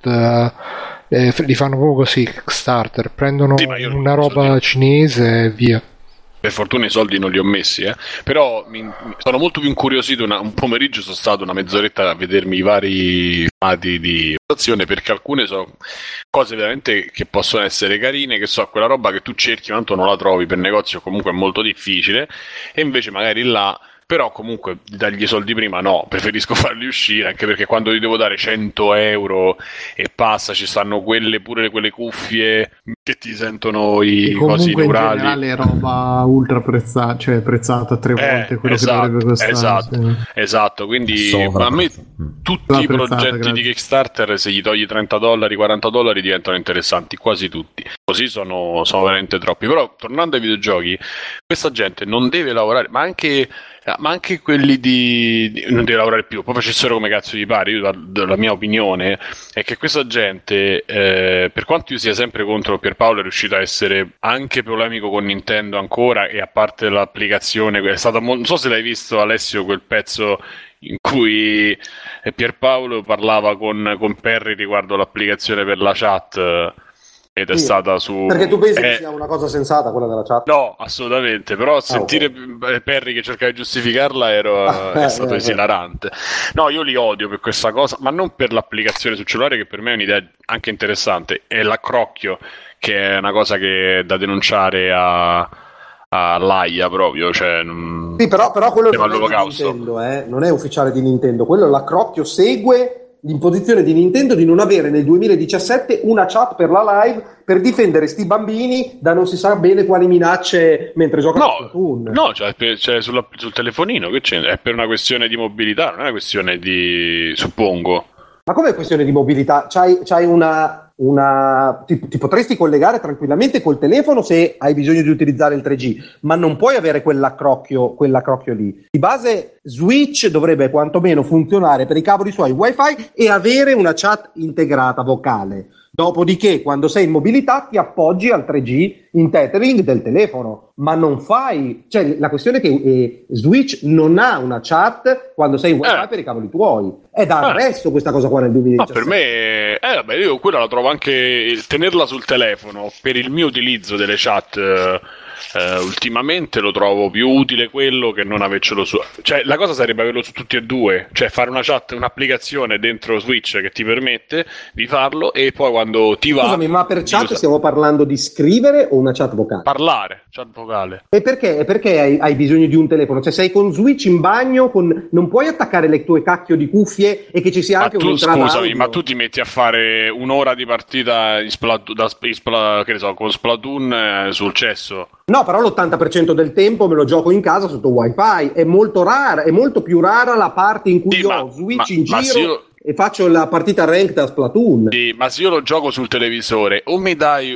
li fanno proprio così, Kickstarter, prendono una roba cinese e via. Per fortuna i soldi non li ho messi, però sono molto più incuriosito. Un pomeriggio sono stato una mezz'oretta a vedermi i vari formati di votazione, perché alcune sono cose veramente che possono essere carine, che so, quella roba che tu cerchi ma tanto non la trovi per negozio, comunque è molto difficile, e invece magari là, però comunque dargli i soldi prima no, preferisco farli uscire, anche perché quando gli devo dare €100 e passa, ci stanno quelle cuffie che ti sentono i cosi neurali. In generale è roba ultra prezzata, cioè prezzata 3 volte quello che dovrebbe costare. Esatto, quindi a me tutti i progetti di Kickstarter, se gli togli $30, $40 diventano interessanti, quasi tutti. Così sono veramente troppi. Però tornando ai videogiochi, questa gente non deve lavorare, ma anche quelli non deve lavorare più, poi facessero come cazzo gli pare. La mia opinione è che questa gente, per quanto io sia sempre contro, Pierpaolo è riuscito a essere anche polemico con Nintendo ancora, e a parte l'applicazione è stata non so se l'hai visto, Alessio, quel pezzo in cui Pierpaolo parlava con Perry riguardo l'applicazione per la chat, ed è stata su... Perché tu pensi che sia una cosa sensata quella della chat? No, assolutamente, però sentire Perry che cercava di giustificarla è stato esilarante. No, io li odio per questa cosa, ma non per l'applicazione sul cellulare, che per me è un'idea anche interessante, è l'accrocchio, che è una cosa che è da denunciare all'AIA proprio, cioè... Sì, però quello non è di Nintendo, non è ufficiale di Nintendo, quello l'accrocchio segue l'imposizione di Nintendo di non avere nel 2017 una chat per la live per difendere sti bambini da non si sa bene quali minacce mentre giocano a Splatoon. No, cioè sul telefonino, che c'è? È per una questione di mobilità, non è una questione di... suppongo. Ma com'è questione di mobilità? C'hai una ti potresti collegare tranquillamente col telefono se hai bisogno di utilizzare il 3G, ma non puoi avere quell'accrocchio lì. Di base Switch dovrebbe quantomeno funzionare per i caboli suoi Wi-Fi e avere una chat integrata vocale. Dopodiché, quando sei in mobilità, ti appoggi al 3G in tethering del telefono, ma non fai... Cioè, la questione è che Switch non ha una chat quando sei in Wi-Fi per i cavoli tuoi. È da arresto questa cosa qua nel 2017. Ma per me... vabbè, io quella la trovo anche... tenerla sul telefono per il mio utilizzo delle chat... ultimamente lo trovo più utile quello che non avercelo su, cioè la cosa sarebbe averlo su tutti e due, cioè fare una chat, un'applicazione dentro Switch che ti permette di farlo e poi quando ti va. Scusami, ma per chat stiamo parlando di scrivere o una chat vocale? Parlare, chat vocale. E perché hai bisogno di un telefono? Cioè sei con Switch in bagno, non puoi attaccare le tue cacchio di cuffie e che ci sia anche un'entrata audio? Scusami, ma tu ti metti a fare un'ora di partita in che ne so, con Splatoon sul cesso? No, però l'80% del tempo me lo gioco in casa sotto Wi-Fi. È molto più rara la parte in cui ho Switch in giro e faccio la partita ranked a Splatoon. Sì, ma se io lo gioco sul televisore, o mi dai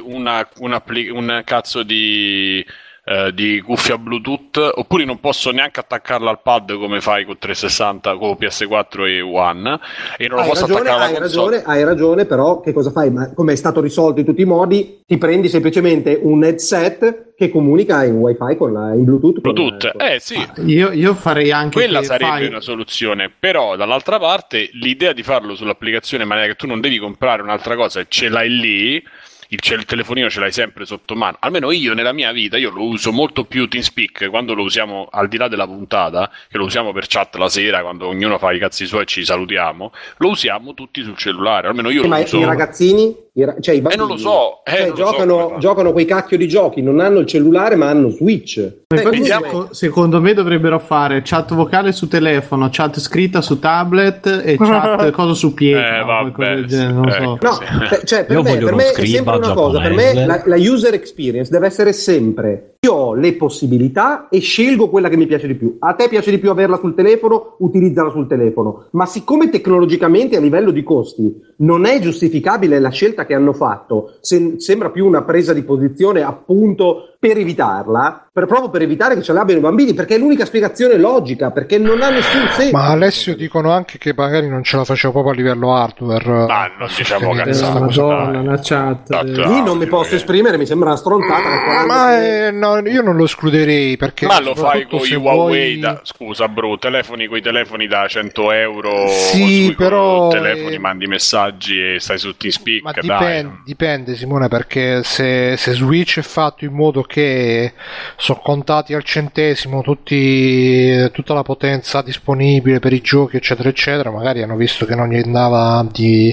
un cazzo di cuffia Bluetooth, oppure non posso neanche attaccarla al pad come fai con 360, con PS4 e One, e non lo posso attaccare alla console. Hai ragione, però che cosa fai? Ma come è stato risolto in tutti i modi, ti prendi semplicemente un headset che comunica in Wi-Fi in Bluetooth. Sì. Io farei anche quella sarebbe una soluzione, però dall'altra parte l'idea di farlo sull'applicazione in maniera che tu non devi comprare un'altra cosa e ce l'hai lì. Il telefonino ce l'hai sempre sotto mano. Almeno io nella mia vita io lo uso molto più TeamSpeak quando lo usiamo al di là della puntata, che lo usiamo per chat la sera quando ognuno fa i cazzi suoi e ci salutiamo, lo usiamo tutti sul cellulare. Almeno io lo uso. I ragazzini, cioè i bambini, non lo so, giocano quei cacchio di giochi, non hanno il cellulare ma hanno Switch. Secondo me dovrebbero fare chat vocale su telefono, chat scritta su tablet e chat cosa su pietra, non so. No, cioè per me è sempre una cosa, per me la user experience deve essere sempre: io ho le possibilità e scelgo quella che mi piace di più. A te piace di più averla sul telefono, utilizzala sul telefono, ma siccome tecnologicamente a livello di costi non è giustificabile la scelta che hanno fatto, sembra più una presa di posizione appunto per evitarla, proprio per evitare che ce l'abbiano i bambini, perché è l'unica spiegazione logica, perché non ha nessun senso. Ma Alessio dicono anche che magari non ce la faceva proprio a livello hardware. Ma non diciamo cazzata. Madonna, la chat. Lì non mi posso esprimere, mi sembra una stronzata. Ma io non lo escluderei, perché ma lo fai con i Huawei scusa bro, quei telefoni da 100 euro, sì, però telefoni mandi messaggi e stai su TeamSpeak. Ma dipende Simone, perché se Switch è fatto in modo che sono contati al centesimo tutta la potenza disponibile per i giochi eccetera eccetera, magari hanno visto che non gli andava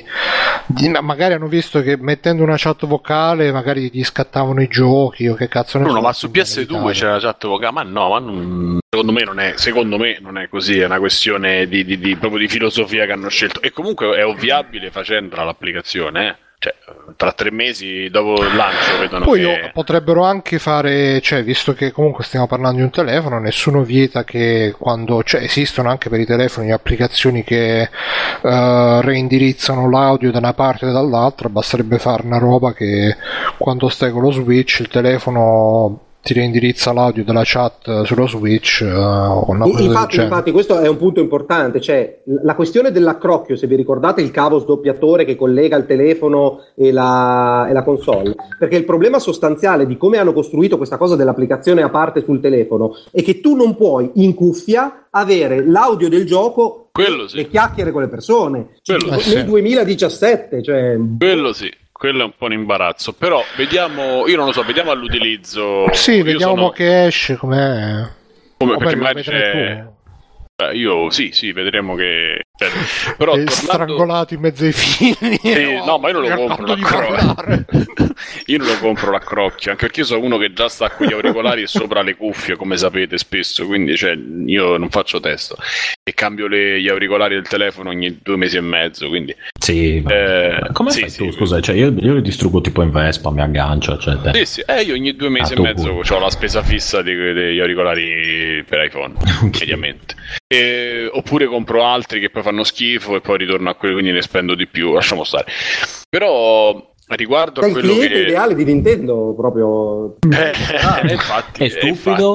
magari hanno visto che mettendo una chat vocale magari gli scattavano i giochi o che cazzo ne so. Ma su PS2 c'è la chat vocale, ma no, secondo me non è così, è una questione di proprio di filosofia che hanno scelto, e comunque è ovviabile facendola l'applicazione, Cioè, tra 3 mesi dopo il lancio vedono poi potrebbero anche fare, cioè, visto che comunque stiamo parlando di un telefono, nessuno vieta che quando, cioè, esistono anche per i telefoni applicazioni che reindirizzano l'audio da una parte e dall'altra, basterebbe fare una roba che quando stai con lo Switch il telefono ti reindirizza l'audio della chat sullo Switch infatti questo è un punto importante, cioè la questione dell'accrocchio, se vi ricordate il cavo sdoppiatore che collega il telefono e la console, perché il problema sostanziale di come hanno costruito questa cosa dell'applicazione a parte sul telefono è che tu non puoi in cuffia avere l'audio del gioco e chiacchiere con le persone nel 2017, cioè quello sì. Quello è un po' un imbarazzo, però vediamo, io non lo so, vediamo all'utilizzo. Sì, vediamo che esce, com'è. Perché magari c'è... Io sì, vedremo che... Però strangolato in mezzo ai fili. No, ma io non lo compro l'accrocchio. Io non lo compro l'accrocchio, anche perché io sono uno che già sta con gli auricolari e sopra le cuffie, come sapete spesso, quindi io non faccio testo e cambio gli auricolari del telefono ogni 2 mesi e mezzo, quindi sì, come fai tu? Scusa, cioè io li distruggo tipo in Vespa, mi aggancio, eccetera. Sì, io ogni 2 mesi e mezzo ho la spesa fissa degli auricolari per iPhone, mediamente. Oppure compro altri che poi fanno schifo e poi ritorno a quelli, quindi ne spendo di più, lasciamo stare. Però riguardo a quello che... il cliente ideale di Nintendo proprio... infatti, è stupido.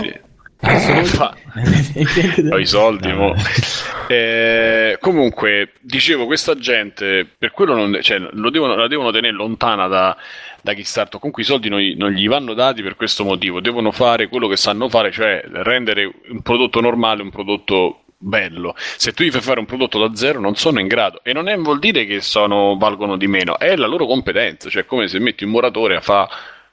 Ho i soldi comunque dicevo, questa gente per quello la devono tenere lontana da Kickstarter. Comunque i soldi non gli vanno dati per questo motivo, devono fare quello che sanno fare, cioè rendere un prodotto normale un prodotto bello. Se tu gli fai fare un prodotto da zero non sono in grado, e non vuol dire che valgono di meno, è la loro competenza, cioè come se metti un muratore a fare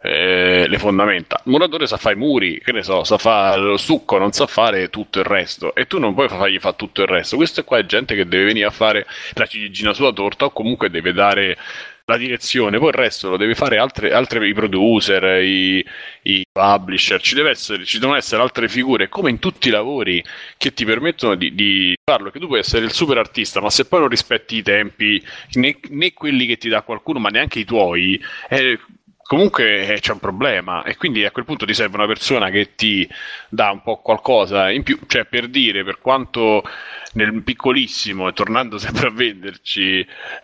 le fondamenta. Il muratore sa fare i muri, che ne so, sa fare lo stucco, non sa fare tutto il resto, e tu non puoi fargli fare tutto il resto. Questo qua è gente che deve venire a fare la ciliegina sulla torta, o comunque deve dare la direzione, poi il resto lo deve fare altre i producer, i publisher. Ci devono essere altre figure, come in tutti i lavori, che ti permettono di farlo, che tu puoi essere il super artista, ma se poi non rispetti i tempi, né quelli che ti dà qualcuno, ma neanche i tuoi, comunque c'è un problema, e quindi a quel punto ti serve una persona che ti dà un po' qualcosa in più, cioè, per dire, per quanto nel piccolissimo, e tornando sempre a venderci,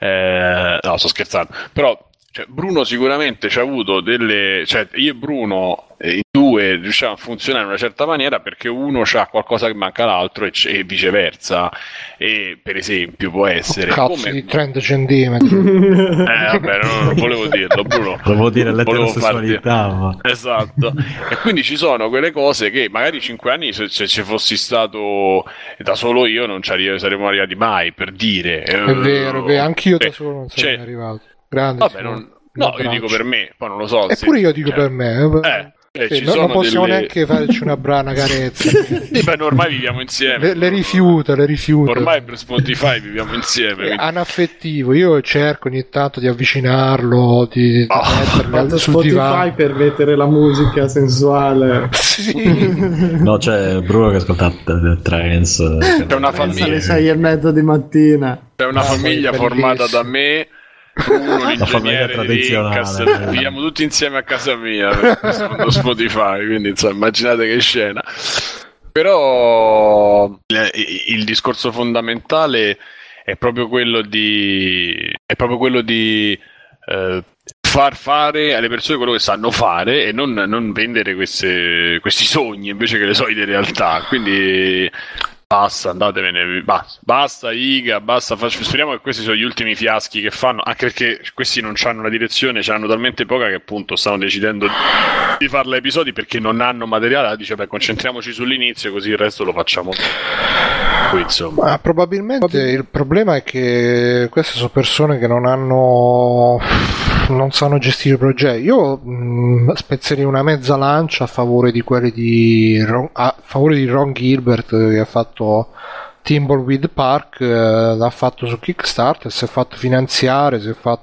no, sto scherzando, però Bruno sicuramente ci ha avuto io e Bruno i due riusciamo a funzionare in una certa maniera perché uno c'ha qualcosa che manca all'altro, e viceversa. E per esempio può essere come di 30 centimetri vabbè, non volevo dirlo, Bruno, volevo dire l'eterosessualità, ma... esatto. E quindi ci sono quelle cose che magari 5 anni, se ci fossi stato da solo io, non saremmo arrivati mai, per dire. È vero, anch'io da solo non sarei arrivato. Grande, vabbè, io dico per me, poi non lo so. Eppure io dico per me. Non possiamo neanche farci una brana carezza. Beh, ormai viviamo insieme. Le rifiuta. Ormai per Spotify viviamo insieme. Anaffettivo, io cerco ogni tanto di avvicinarlo, di mettermi sul Spotify divano per mettere la musica sensuale. Sì. No, c'è Bruno che ascolta trance. C'è una famiglia alle 6:30 di mattina. C'è una famiglia formata da me, Bruno, l'ingegnere tradizionale. Viviamo tutti insieme a casa mia, secondo Spotify, quindi insomma, immaginate che scena. Però il discorso fondamentale è proprio quello di far fare alle persone quello che sanno fare, e non vendere questi sogni invece che le solite realtà. Quindi basta, andatevene, basta Iga, basta. Speriamo che questi sono gli ultimi fiaschi che fanno, anche perché questi non hanno una direzione, ce l'hanno talmente poca che appunto stanno decidendo di farla episodi perché non hanno materiale. Dice, beh, concentriamoci sull'inizio, così il resto lo facciamo qui, insomma. Ma probabilmente il problema è che queste sono persone che non sanno gestire i progetti. Io spezzerei una mezza lancia a favore di quelli di Ron Gilbert, che ha fatto Thimbleweed Park, l'ha fatto su Kickstarter, si è fatto finanziare,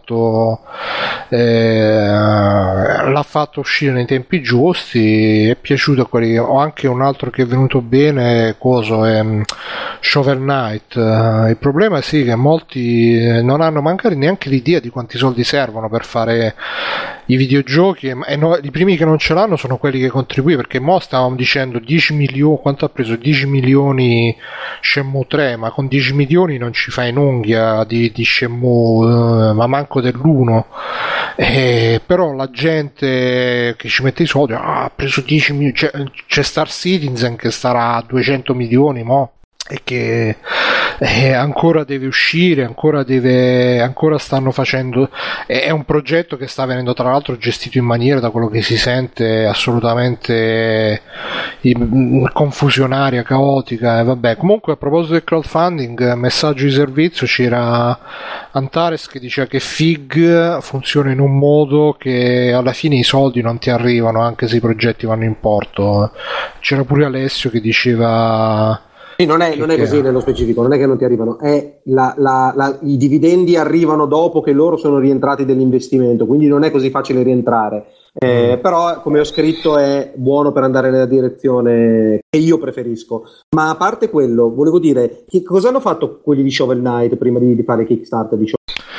l'ha fatto uscire nei tempi giusti, è piaciuto a quelli. Ho anche un altro che è venuto bene, è Shovel Knight. Il problema è sì che molti non hanno magari neanche l'idea di quanti soldi servono per fare i videogiochi, e i primi che non ce l'hanno sono quelli che contribuiscono, perché mo stavamo dicendo 10 milioni, quanto ha preso 10 milioni Shenmue 3, ma con 10 milioni non ci fai un'unghia di Shenmue, ma manco dell'1. Però la gente che ci mette i soldi ha preso 10 milioni, c'è Star Citizen che starà a 200 milioni mo, e che ancora deve uscire, ancora stanno facendo, è un progetto che sta venendo tra l'altro gestito in maniera, da quello che si sente, assolutamente confusionaria, caotica, e vabbè. Comunque, a proposito del crowdfunding, messaggio di servizio, c'era Antares che diceva che Fig funziona in un modo che alla fine i soldi non ti arrivano anche se i progetti vanno in porto. C'era pure Alessio che diceva... Sì, non è così nello specifico, non è che non ti arrivano, i dividendi arrivano dopo che loro sono rientrati dell'investimento, quindi non è così facile rientrare. Però, come ho scritto, è buono per andare nella direzione che io preferisco. Ma a parte quello, volevo dire, che cosa hanno fatto quelli di Shovel Knight prima di fare Kickstarter di Shovel Knight?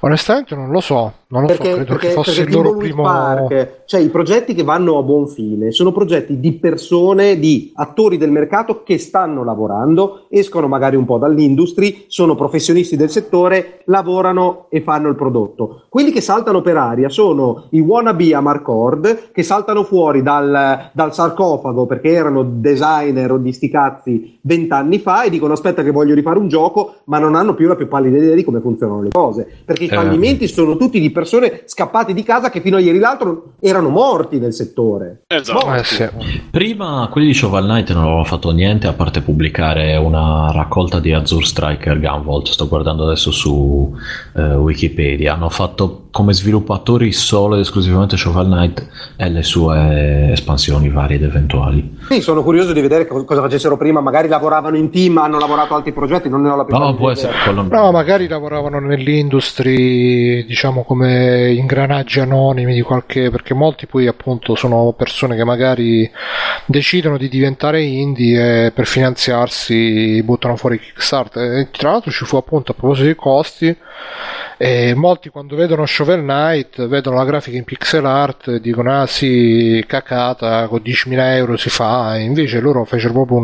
Onestamente non lo so, credo che fosse il loro primo Park, cioè i progetti che vanno a buon fine sono progetti di persone, di attori del mercato che stanno lavorando, escono magari un po' dall'industry, sono professionisti del settore, lavorano e fanno il prodotto. Quelli che saltano per aria sono i wannabe Amarcord, che saltano fuori dal sarcofago perché erano designer o di sti cazzi 20 anni fa e dicono aspetta che voglio rifare un gioco, ma non hanno più la più pallida idea di come funzionano le cose, perché i fallimenti sono tutti di persone scappate di casa che fino a ieri l'altro erano morti nel settore. Esatto. Sì. Prima quelli di Shovel Knight non avevano fatto niente a parte pubblicare una raccolta di Azure Striker Gunvolt. Sto guardando adesso su Wikipedia. Hanno fatto come sviluppatori solo ed esclusivamente Shovel Knight e le sue espansioni varie ed eventuali. Sì, sono curioso di vedere cosa facessero prima. Magari lavoravano in team, hanno lavorato altri progetti, non ne ho la più può essere quello. No, magari lavoravano nell'industry, diciamo, come ingranaggi anonimi di qualche, perché molti poi appunto sono persone che magari decidono di diventare indie e per finanziarsi buttano fuori Kickstarter. E tra l'altro ci fu appunto, a proposito dei costi, e molti quando vedono Shovel Knight vedono la grafica in pixel art e dicono ah sì, cacata, con 10.000 euro si fa, e invece loro fecero proprio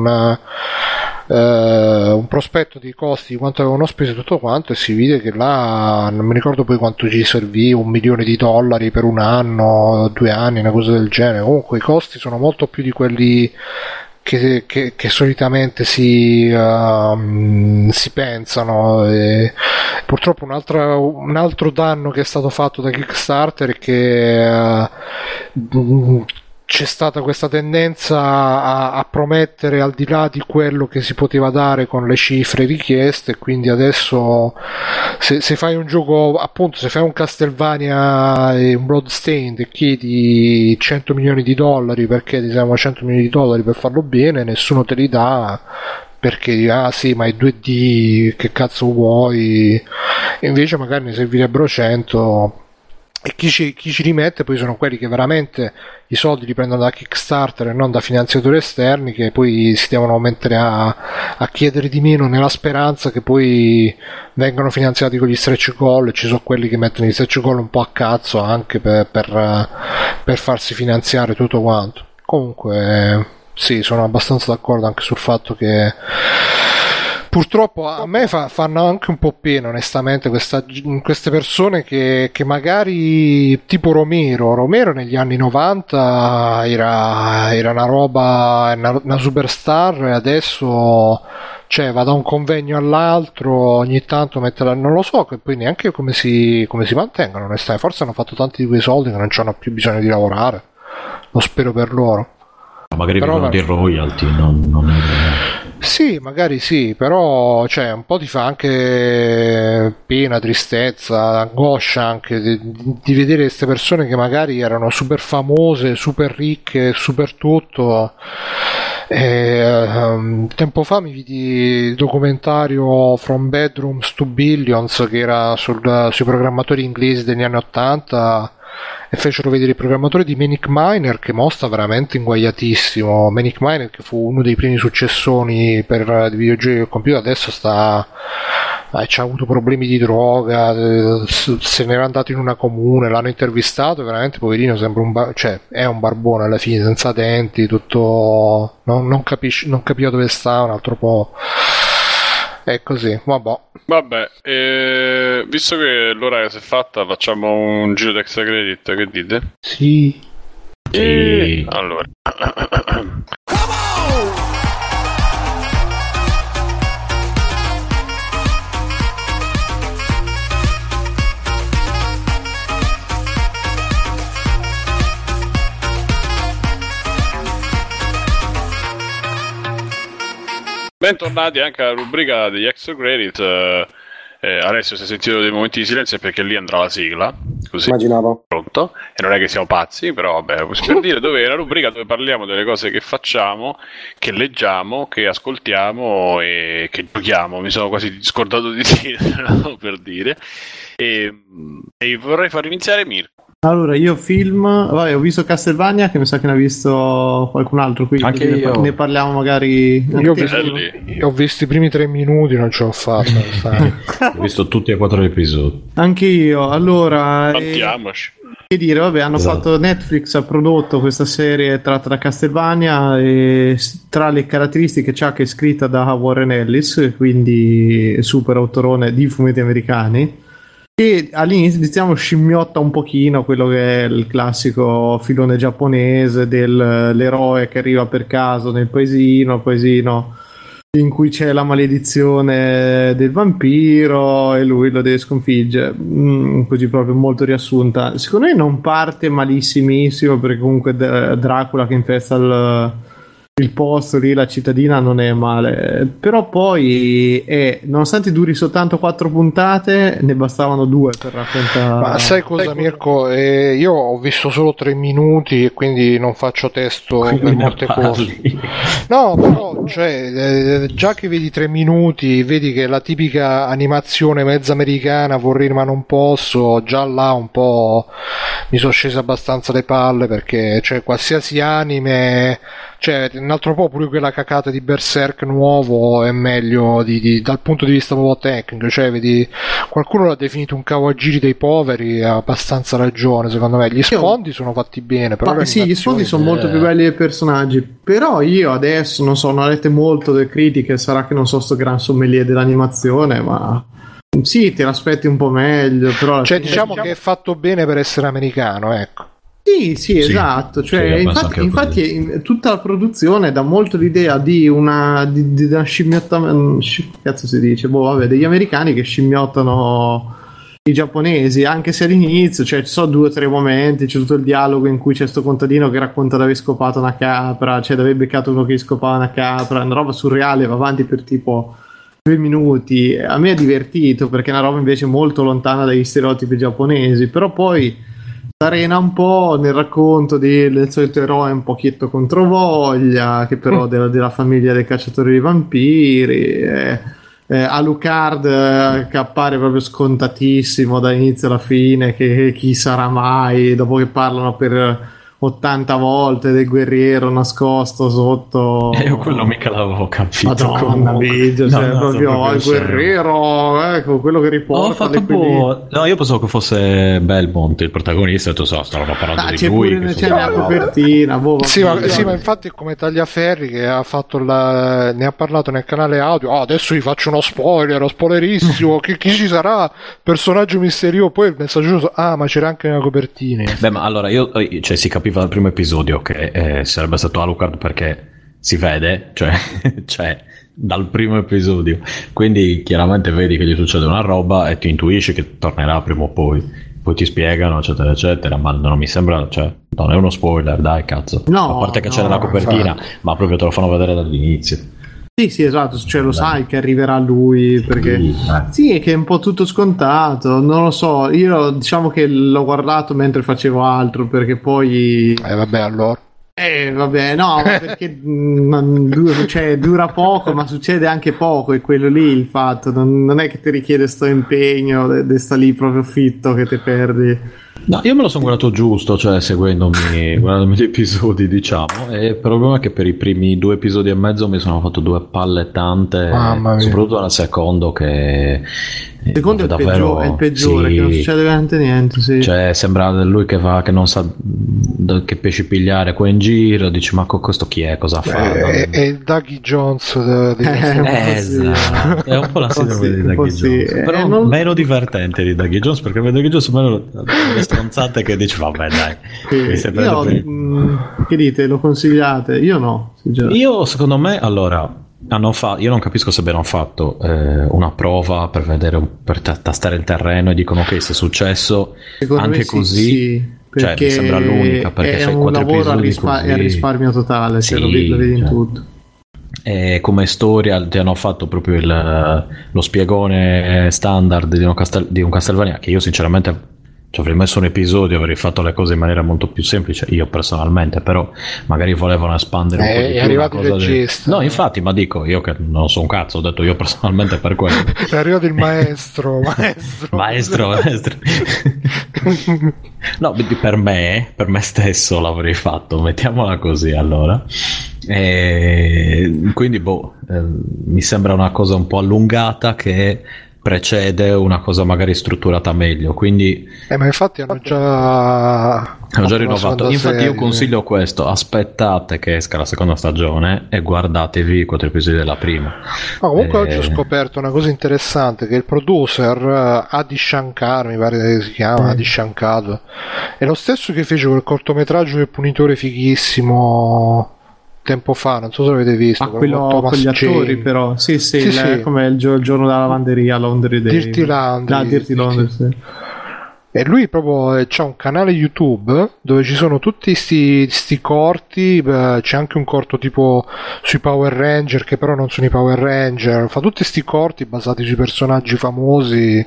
un prospetto di costi di quanto avevano speso tutto quanto, e si vide che là non mi ricordo poi quanto ci servì, $1 milione per un anno, 2 anni, una cosa del genere. Comunque i costi sono molto più di quelli che solitamente si pensano. E purtroppo un altro danno che è stato fatto da Kickstarter è che c'è stata questa tendenza a promettere al di là di quello che si poteva dare con le cifre richieste, quindi adesso se fai un gioco, appunto se fai un Castlevania e un Bloodstained e chiedi $100 milioni perché ti servono $100 milioni per farlo bene, nessuno te li dà, perché ah sì, ma è 2D, che cazzo vuoi? E invece magari ne servirebbero 100. E chi ci rimette poi sono quelli che veramente i soldi li prendono da Kickstarter e non da finanziatori esterni, che poi si devono mettere a chiedere di meno nella speranza che poi vengano finanziati con gli stretch goal, e ci sono quelli che mettono gli stretch goal un po' a cazzo anche per farsi finanziare tutto quanto. Comunque sì, sono abbastanza d'accordo anche sul fatto che purtroppo a me fanno anche un po' pena onestamente queste persone che magari tipo Romero negli anni 90 era una roba, una superstar, e adesso cioè va da un convegno all'altro, ogni tanto non lo so che poi neanche come si mantengono onestamente. Forse hanno fatto tanti di quei soldi che non hanno più bisogno di lavorare, lo spero per loro. Magari vivono di royalty, non è... Sì, magari sì, però cioè, un po' ti fa anche pena, tristezza, angoscia anche di vedere queste persone che magari erano super famose, super ricche, super tutto. Tempo fa mi vidi il documentario From Bedrooms to Billions, che era sui programmatori inglesi degli anni 80, e fecero vedere il programmatore di Manic Miner, che mo sta veramente inguaiatissimo. Manic Miner, che fu uno dei primi successoni per videogiochi del computer, adesso c'ha avuto problemi di droga, se n'era andato in una comune, l'hanno intervistato, veramente poverino, sembra è un barbone alla fine, senza denti, tutto non capiva dove sta, un altro po'. È così, vabbè, visto che l'ora si è fatta, facciamo un giro di extra credit, che dite? Sì. Allora bentornati anche alla rubrica degli extra credit. Alessio, se hai sentito dei momenti di silenzio è perché lì andrà la sigla, così. Immaginavo. Pronto? E non è che siamo pazzi, però vabbè, per dire dove è la rubrica dove parliamo delle cose che facciamo, che leggiamo, che ascoltiamo e che giochiamo. Mi sono quasi scordato di dirlo per dire. E vorrei far iniziare Mirko. Allora, io film, vabbè, ho visto Castlevania, che mi sa che ne ha visto qualcun altro, quindi anche io. Ne parliamo magari. Io ho visto i primi 3 minuti, non ce l'ho fatta. Ho visto tutti e 4 episodi. Anche io. Allora, partiamoci. Che dire, vabbè, hanno fatto, Netflix ha prodotto questa serie tratta da Castlevania, e tra le caratteristiche c'ha che è scritta da Warren Ellis, quindi super autorone di fumetti americani, che all'inizio diciamo scimmiotta un pochino quello che è il classico filone giapponese dell'eroe che arriva per caso nel paesino in cui c'è la maledizione del vampiro e lui lo deve sconfiggere, così proprio molto riassunta. Secondo me non parte malissimissimo, perché comunque Dracula che infesta il posto lì, la cittadina, non è male, però poi nonostante duri soltanto 4 puntate, ne bastavano 2 per raccontare. Ma sai cosa, Mirko? Io ho visto solo 3 minuti e quindi non faccio testo per molte cose. No, però già che vedi 3 minuti, vedi che la tipica animazione mezza americana, vorrei ma non posso, già là un po' mi sono scese abbastanza le palle, perché qualsiasi anime, un altro po' pure quella cacata di Berserk nuovo è meglio dal punto di vista proprio tecnico, vedi, qualcuno l'ha definito un cavo a giri dei poveri, ha abbastanza ragione secondo me. Gli sfondi sono fatti bene, però sì, gli sfondi sono molto più belli dei personaggi, però io adesso non so, non ho letto molto delle critiche, sarà che non so sto gran sommelier dell'animazione, ma sì, te l'aspetti un po' meglio, però diciamo che è fatto bene per essere americano, ecco. Sì, esatto, infatti tutta la produzione dà molto l'idea di una scimmiottamento, cazzo si dice, degli americani che scimmiottano i giapponesi, anche se all'inizio ci sono 2 o 3 momenti, c'è tutto il dialogo in cui c'è sto contadino che racconta di aver scopato una capra, di aver beccato uno che scopava una capra, una roba surreale, va avanti per tipo 2 minuti. A me è divertito, perché è una roba invece molto lontana dagli stereotipi giapponesi, però poi arena un po' nel racconto del solito eroe un pochetto controvoglia, che però della famiglia dei cacciatori di vampiri, Alucard che appare proprio scontatissimo dall'inizio alla fine, che chi sarà mai, dopo che parlano per 80 volte del guerriero nascosto sotto. Io quello mica l'avevo capito. Madonna, video, proprio il guerriero, ecco, quello che riporta. No, io pensavo che fosse Belmont il protagonista, e tu stavo parlando di lui. C'è la copertina. Sì, ma infatti è come Tagliaferri che ha fatto ne ha parlato nel canale audio. Adesso vi faccio uno spoilerissimo. chi ci sarà? Personaggio misterioso. Poi il messaggio, ma c'era anche una copertina. Beh, ma allora si capiva dal primo episodio che sarebbe stato Alucard, perché si vede, dal primo episodio, quindi chiaramente vedi che gli succede una roba e ti intuisci che tornerà prima o poi ti spiegano eccetera eccetera, ma non mi sembra, non è uno spoiler, dai, cazzo, a parte che c'è nella copertina, ma proprio te lo fanno vedere dall'inizio. Sì, esatto, lo sai che arriverà lui, perché sì, è che è un po' tutto scontato, non lo so, io diciamo che l'ho guardato mentre facevo altro, perché poi allora no, perché dura poco, ma succede anche poco, è quello lì il fatto, non è che ti richiede sto impegno e sta lì proprio fitto che ti perdi. No, io me lo sono guardato giusto, guardandomi gli episodi, diciamo, e il problema è che per i primi 2 episodi e mezzo mi sono fatto 2 palle tante, soprattutto al secondo, che il secondo è il peggiore, sì, che non succede veramente niente, sì. Sembra lui che non sa che pesci pigliare qua in giro, dici ma questo chi è, cosa fa? È il Dougie Jones esatto. È un po' la sindrome di Dougie Jones, però meno divertente di Dougie Jones, perché Dougie Jones meno le stronzate che dici vabbè dai, che dite, lo consigliate? Io no, io secondo me, allora io non capisco se abbiano fatto una prova per vedere, per tastare il terreno, e dicono ok, se è successo secondo anche così, perché mi sembra l'unica, perché è un lavoro a risparmio totale, lo vedi in tutto. E come storia ti hanno fatto proprio lo spiegone standard di un Castlevania, che io sinceramente avrei messo un episodio, avrei fatto le cose in maniera molto più semplice, io personalmente, però magari volevano espandere un po' di più. È arrivato il regista. No, infatti, ma dico, io che non so un cazzo, ho detto io personalmente per quello. È arrivato il maestro. No, per me stesso l'avrei fatto, mettiamola così allora. Quindi mi sembra una cosa un po' allungata che precede una cosa magari strutturata meglio, quindi ma infatti hanno già rinnovato. Infatti io consiglio questo: aspettate che esca la seconda stagione e guardatevi i 4 episodi della prima. Comunque oggi ho scoperto una cosa interessante, che il producer Adi Shankar, mi pare che si chiama Adi Shankar, è lo stesso che fece quel cortometraggio del Punitore fighissimo tempo fa, non so se l'avete visto. Quello con gli attori, però sì, come il giorno della lavanderia, Laundry Day, Dirty Laundry, sì. E lui proprio c'ha un canale YouTube dove ci sono tutti sti corti, c'è anche un corto tipo sui Power Ranger, che però non sono i Power Ranger, fa tutti sti corti basati sui personaggi famosi,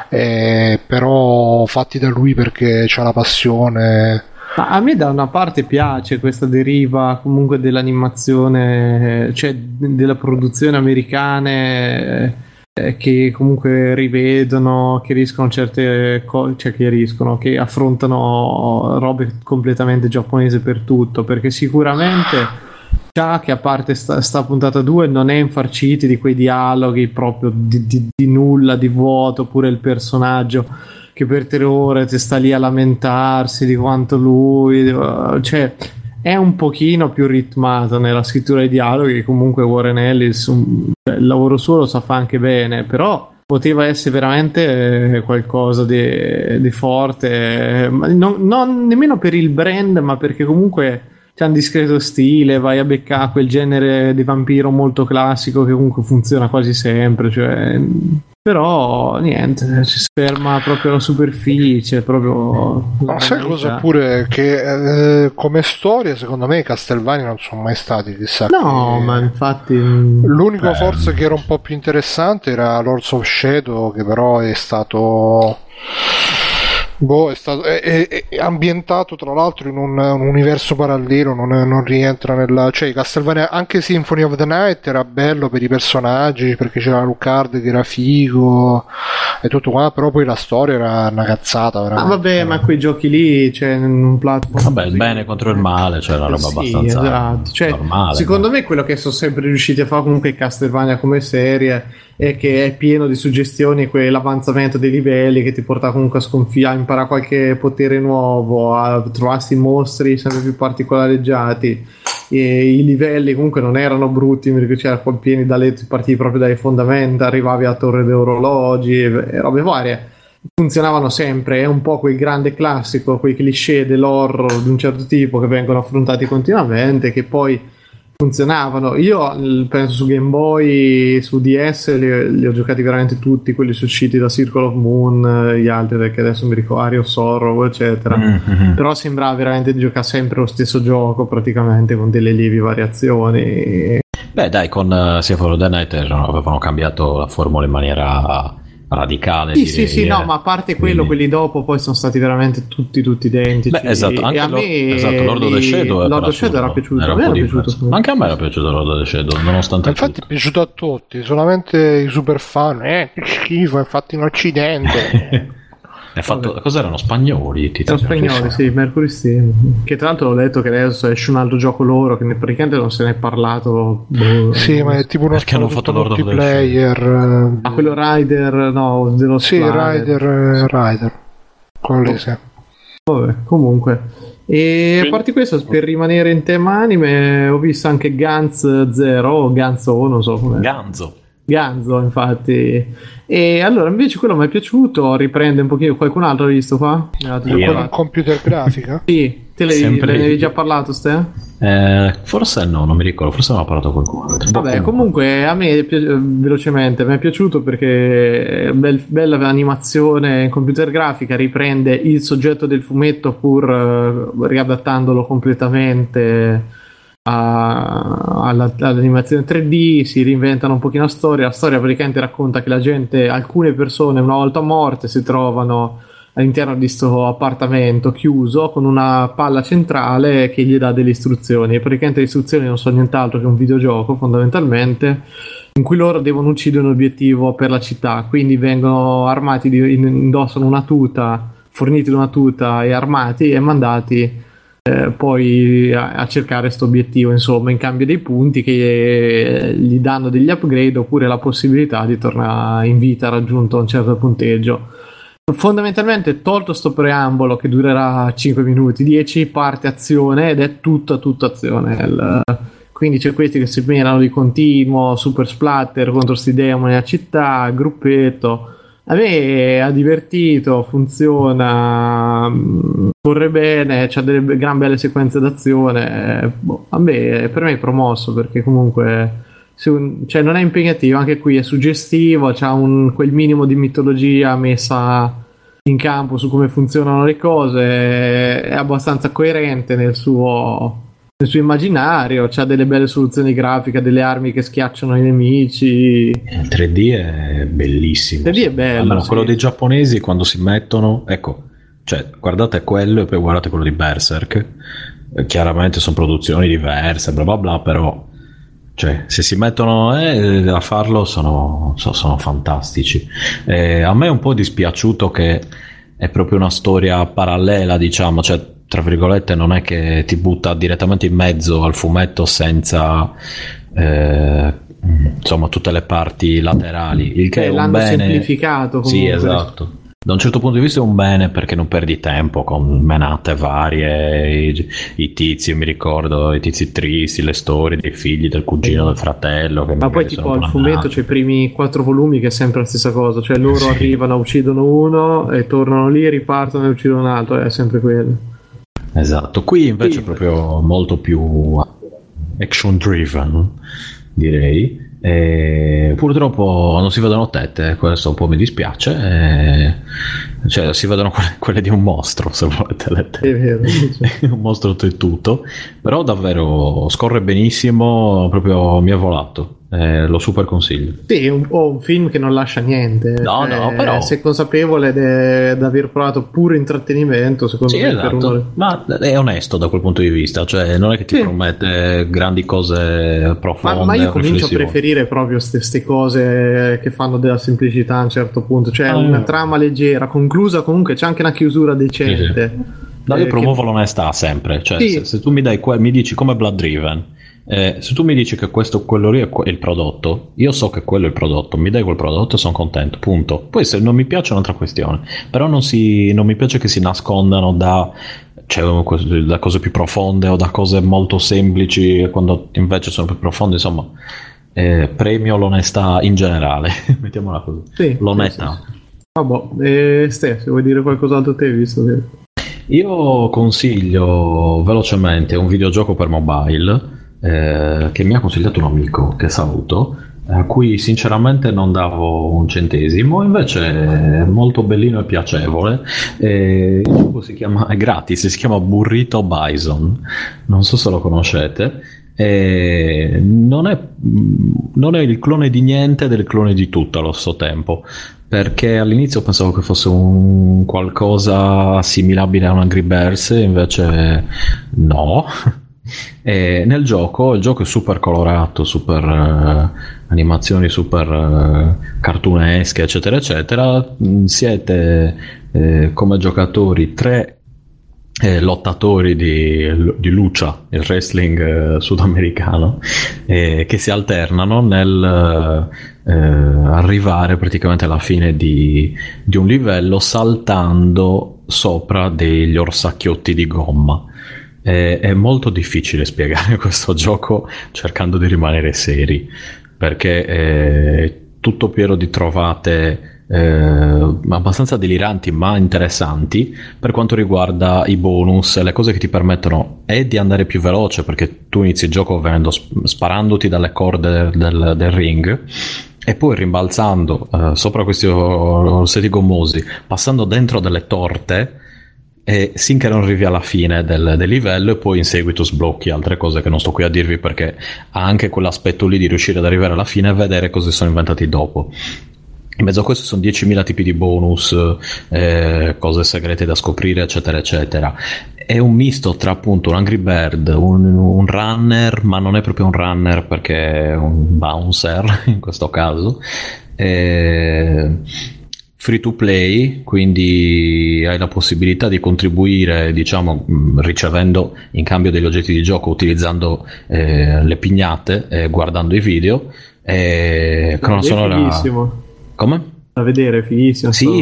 però fatti da lui perché c'ha la passione. A me da una parte piace questa deriva comunque dell'animazione, cioè della produzione americane, che comunque rivedono, che riscono certe cose, cioè che affrontano robe completamente giapponese per tutto, perché sicuramente già che a parte sta puntata 2 non è infarciti di quei dialoghi proprio di nulla, di vuoto, pure il personaggio che per 3 ore ti sta lì a lamentarsi di quanto lui, cioè è un pochino più ritmato nella scrittura dei dialoghi. Comunque Warren Ellis il lavoro suo lo sa fa anche bene, però poteva essere veramente qualcosa di forte, non nemmeno per il brand, ma perché comunque c'è un discreto stile, vai a beccare quel genere di vampiro molto classico che comunque funziona quasi sempre, cioè. Però niente, ci ferma proprio la superficie, proprio. Ma sai cosa pure? Che come storia secondo me i Castlevania non sono mai stati chissà. No, ma infatti l'unico forse che era un po' più interessante era Lords of Shadow, che però è stato è ambientato tra l'altro in un universo parallelo, non rientra nella, cioè Castlevania, anche Symphony of the Night era bello per i personaggi perché c'era Lucard che era figo e tutto qua, però poi la storia era una cazzata veramente. Vabbè, ma quei giochi lì c'è un platform, vabbè, il bene contro il male, cioè una roba abbastanza esatto. Cioè, normale, secondo me quello che sono sempre riusciti a fare comunque Castlevania come serie è che è pieno di suggestioni, quell'avanzamento dei livelli che ti porta comunque a sconfiggere, a imparare qualche potere nuovo, a trovarsi mostri sempre più particolareggiati, e i livelli comunque non erano brutti perché c'era pieni partivi proprio dalle fondamenta, arrivavi a torre di orologi e robe varie, funzionavano sempre. È un po' quel grande classico, quei cliché dell'horror di un certo tipo che vengono affrontati continuamente, che poi funzionavano. Io penso su Game Boy, su DS li ho giocati veramente tutti, quelli usciti da Circle of Moon, gli altri che adesso mi ricordo, Aria of Sorrow eccetera. Però sembrava veramente di giocare sempre lo stesso gioco praticamente, con delle lievi variazioni. Beh dai, con Symphony of the Night avevano cambiato la formula in maniera radicale. Sì, no, ma a parte quello, quelli dopo poi sono stati veramente tutti identici. Beh, esatto, anche a me Lord of the Shadow era piaciuto. Anche a me era piaciuto Lord of the Shadow, nonostante infatti è piaciuto a tutti, solamente i super fan che schifo, è fatto in Occidente. È fatto, cos'erano spagnoli? Sono spagnoli, sì, Mercury Steam, che tra l'altro ho letto che adesso esce un altro gioco loro che praticamente non se ne è parlato. Sì, ma è tipo uno perché hanno fatto Lord multiplayer. Quello Rider, no, dello Rider. Quello lì, sì. Vabbè, comunque. E a parte questo, per rimanere in tema anime, ho visto anche Gantz Zero o Ganzo, non so come. Ganzo, infatti. E allora invece quello mi è piaciuto, riprende un pochino. Qualcun altro l'ha visto qua? Con un computer grafica? Sì, te ne avevi già parlato, Ste? Forse no, non mi ricordo, forse non ho parlato con qualcuno. Vabbè, comunque a me velocemente mi è piaciuto perché bella animazione in computer grafica, riprende il soggetto del fumetto pur riadattandolo completamente all'animazione 3D, si reinventano un pochino la storia praticamente racconta che alcune persone una volta morte si trovano all'interno di questo appartamento chiuso con una palla centrale che gli dà delle istruzioni, e praticamente le istruzioni non sono nient'altro che un videogioco fondamentalmente in cui loro devono uccidere un obiettivo per la città, quindi vengono armati, indossano una tuta forniti di una tuta e armati e mandati poi a cercare questo obiettivo, insomma, in cambio dei punti che gli danno degli upgrade oppure la possibilità di tornare in vita raggiunto un certo punteggio. Fondamentalmente, tolto sto preambolo che durerà 5 minuti, 10 parte azione ed è tutta azione. Quindi c'è questi che si menano di continuo, super splatter contro sti demoni a città, gruppetto. A me ha divertito, funziona, corre bene, c'ha delle gran belle sequenze d'azione. Per me è promosso perché comunque cioè non è impegnativo, anche qui è suggestivo, c'ha quel minimo di mitologia messa in campo su come funzionano le cose, è abbastanza coerente nel suo immaginario, c'ha delle belle soluzioni grafiche, delle armi che schiacciano i nemici. Il 3D è bellissimo. Il 3D è bello. Allora, quello dei giapponesi quando si mettono, ecco, cioè guardate quello e poi guardate quello di Berserk. Chiaramente sono produzioni diverse, bla bla bla, però cioè, se si mettono a farlo sono fantastici. A me è un po' dispiaciuto che è proprio una storia parallela, diciamo, cioè tra virgolette non è che ti butta direttamente in mezzo al fumetto senza insomma tutte le parti laterali, il che è un bene. Semplificato comunque. Sì, esatto. Da un certo punto di vista è un bene perché non perdi tempo con menate varie, i tizi, mi ricordo, i tizi tristi, le storie dei figli, del cugino, del fratello. Che ma poi tipo al fumetto c'è i primi 4 volumi che è sempre la stessa cosa, cioè loro arrivano, uccidono uno e tornano lì, ripartono e uccidono un altro, è sempre quello. Esatto, qui invece è proprio molto più action driven, direi. Purtroppo non si vedono tette, questo un po' mi dispiace, cioè si vedono quelle di un mostro, se volete le tette. È vero, un mostro tutto, però davvero scorre benissimo, proprio mi ha volato. Lo super consiglio. Sì, un film che non lascia niente. No, però sei consapevole di aver provato puro intrattenimento, secondo me. Esatto. Ma è onesto da quel punto di vista, cioè non è che ti promette grandi cose profonde. Ma io comincio a preferire proprio queste cose che fanno della semplicità a un certo punto, cioè una trama leggera, conclusa, comunque c'è anche una chiusura decente. Sì. No, io promuovo l'onestà sempre, cioè se tu mi dai mi dici come Blood Driven. Se tu mi dici che quello lì è il prodotto, io so che quello è il prodotto, mi dai quel prodotto e sono contento, punto. Poi se non mi piace è un'altra questione, però non mi piace che si nascondano da cose più profonde o da cose molto semplici quando invece sono più profonde, insomma. Premio l'onestà in generale, mettiamola così. Sì, l'onestà. Vabbè, se vuoi dire qualcos'altro te, visto che... Io consiglio velocemente un videogioco per mobile che mi ha consigliato un amico che saluto, a cui sinceramente non davo un centesimo, invece è molto bellino e piacevole. Il gioco è gratis, si chiama Burrito Bison, non so se lo conoscete. Non è il clone di niente del clone di tutto allo stesso tempo, perché all'inizio pensavo che fosse un qualcosa assimilabile a un Angry Birds, invece no. E nel gioco, il gioco è super colorato, super animazioni super cartunesche, eccetera eccetera. Siete come giocatori 3 lottatori di lucha, il wrestling sudamericano, che si alternano nel arrivare praticamente alla fine di un livello saltando sopra degli orsacchiotti di gomma. È molto difficile spiegare questo gioco cercando di rimanere seri, perché è tutto pieno di trovate abbastanza deliranti ma interessanti per quanto riguarda i bonus, le cose che ti permettono di andare più veloce, perché tu inizi il gioco sparandoti dalle corde del ring e poi rimbalzando sopra questi orsetti gommosi, passando dentro delle torte e finché non arrivi alla fine del livello, e poi in seguito sblocchi altre cose che non sto qui a dirvi, perché ha anche quell'aspetto lì di riuscire ad arrivare alla fine e vedere cosa sono inventati dopo. In mezzo a questo sono 10.000 tipi di bonus, cose segrete da scoprire, eccetera eccetera. È un misto tra appunto un Angry Bird, un runner, ma non è proprio un runner perché è un bouncer in questo caso, free to play, quindi hai la possibilità di contribuire, diciamo, ricevendo in cambio degli oggetti di gioco, utilizzando le pignate, guardando i video. Colonna sonora. Fighissimo. Come? Da vedere, fighissimo. Sì.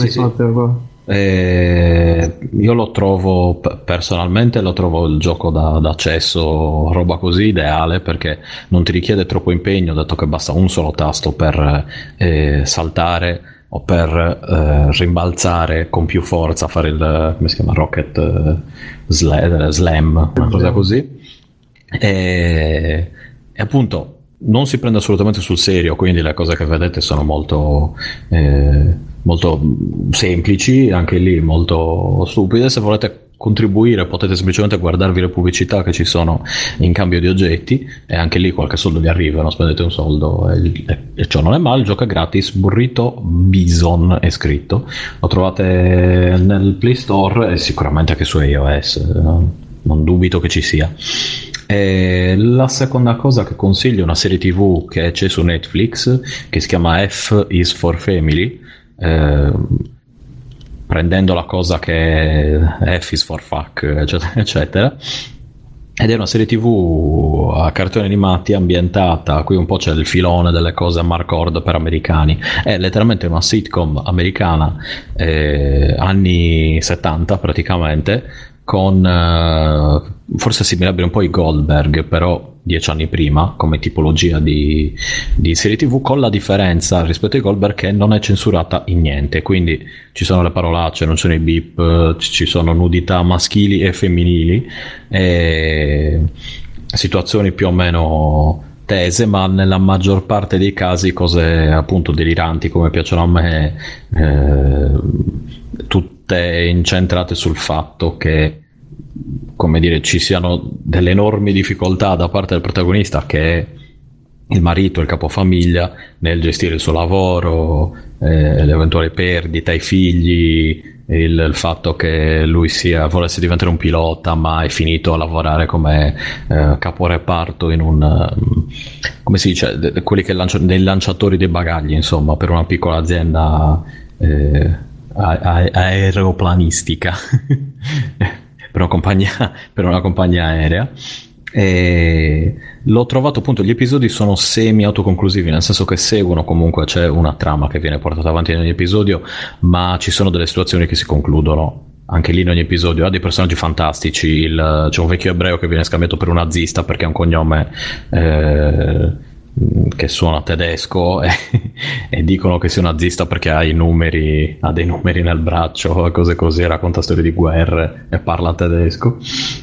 Io lo trovo personalmente il gioco d'accesso, roba così ideale, perché non ti richiede troppo impegno, dato che basta un solo tasto per saltare o per rimbalzare con più forza, fare il, come si chiama, rocket slam, una cosa così, e appunto non si prende assolutamente sul serio, quindi le cose che vedete sono molto semplici, anche lì molto stupide. Se volete contribuire potete semplicemente guardarvi le pubblicità che ci sono in cambio di oggetti, e anche lì qualche soldo vi arriva, non spendete un soldo e ciò non è male. Il gioco è gratis, Burrito Bison è scritto, lo trovate nel Play Store e sicuramente anche su iOS, non dubito che ci sia. E la seconda cosa che consiglio è una serie TV che c'è su Netflix che si chiama F is for Family, prendendo la cosa che F is for fuck, eccetera eccetera, ed è una serie TV a cartoni animati ambientata, qui un po' c'è il filone delle cose a Marcord per americani, è letteralmente una sitcom americana, anni 70 praticamente, con forse assimilabile un po' ai Goldberg, però 10 anni prima come tipologia di serie TV, con la differenza rispetto ai Goldberg che non è censurata in niente, quindi ci sono le parolacce, non sono i beep, ci sono nudità maschili e femminili, e situazioni più o meno tese, ma nella maggior parte dei casi cose appunto deliranti come piacciono a me, tutte incentrate sul fatto che, come dire, ci siano delle enormi difficoltà da parte del protagonista, che è il marito, il capofamiglia, nel gestire il suo lavoro, l'eventuale perdita, i figli, il fatto che lui volesse diventare un pilota ma è finito a lavorare come caporeparto in un, come si dice, quelli che dei lanciatori dei bagagli, insomma, per una piccola azienda aeroplanistica per una compagnia aerea. E l'ho trovato, appunto, gli episodi sono semi autoconclusivi, nel senso che seguono, comunque c'è una trama che viene portata avanti in ogni episodio, ma ci sono delle situazioni che si concludono anche lì in ogni episodio. Ha dei personaggi fantastici, c'è un vecchio ebreo che viene scambiato per un nazista perché ha un cognome che suona tedesco, e dicono che sia un nazista perché ha dei numeri nel braccio, cose così, racconta storie di guerre e parla tedesco.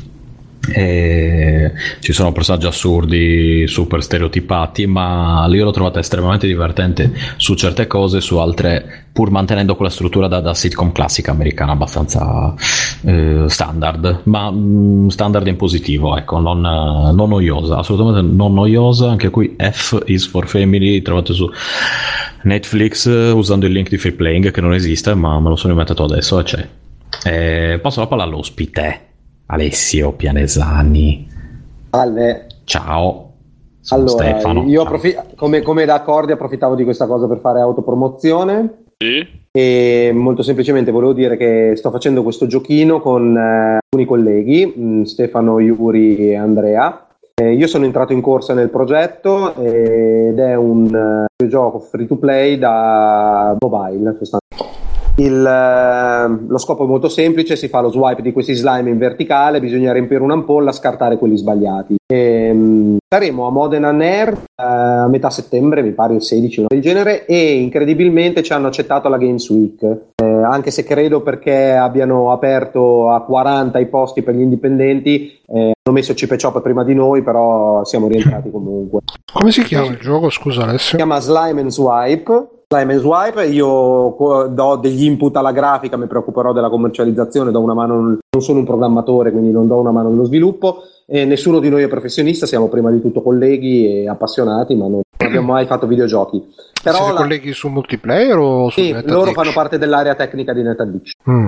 E ci sono personaggi assurdi, super stereotipati, ma io l'ho trovata estremamente divertente su certe cose, su altre pur mantenendo quella struttura da sitcom classica americana abbastanza standard, ma standard in positivo, ecco, non noiosa, assolutamente non noiosa. Anche qui F is for Family, trovate su Netflix usando il link di Free Playing, che non esiste ma me lo sono inventato adesso e c'è. Passo la palla all'ospite Alessio Pianesani. Salve. Ciao. Sono allora, Stefano. Io come da accordi approfittavo di questa cosa per fare autopromozione. Sì. E molto semplicemente volevo dire che sto facendo questo giochino con alcuni colleghi, Stefano, Yuri e Andrea. Io sono entrato in corsa nel progetto ed è un gioco free to play da mobile sostanzialmente. Lo scopo è molto semplice: si fa lo swipe di questi slime in verticale, bisogna riempire un'ampolla, scartare quelli sbagliati. Saremo a Modena Nerd a metà settembre, mi pare il 16 o del genere, e incredibilmente ci hanno accettato alla Games Week, anche se credo perché abbiano aperto a 40 i posti per gli indipendenti, hanno messo Chip e Chop prima di noi, però siamo rientrati comunque. Come si chiama il gioco, scusa Alessio? Si chiama Slime and Swipe. Io do degli input alla grafica, mi preoccuperò della commercializzazione, do una mano, non sono un programmatore, quindi non do una mano nello sviluppo, e nessuno di noi è professionista, siamo prima di tutto colleghi e appassionati, ma non abbiamo mai fatto videogiochi. Però siete colleghi su multiplayer o su Sì, loro fanno parte dell'area tecnica di NetAddiction.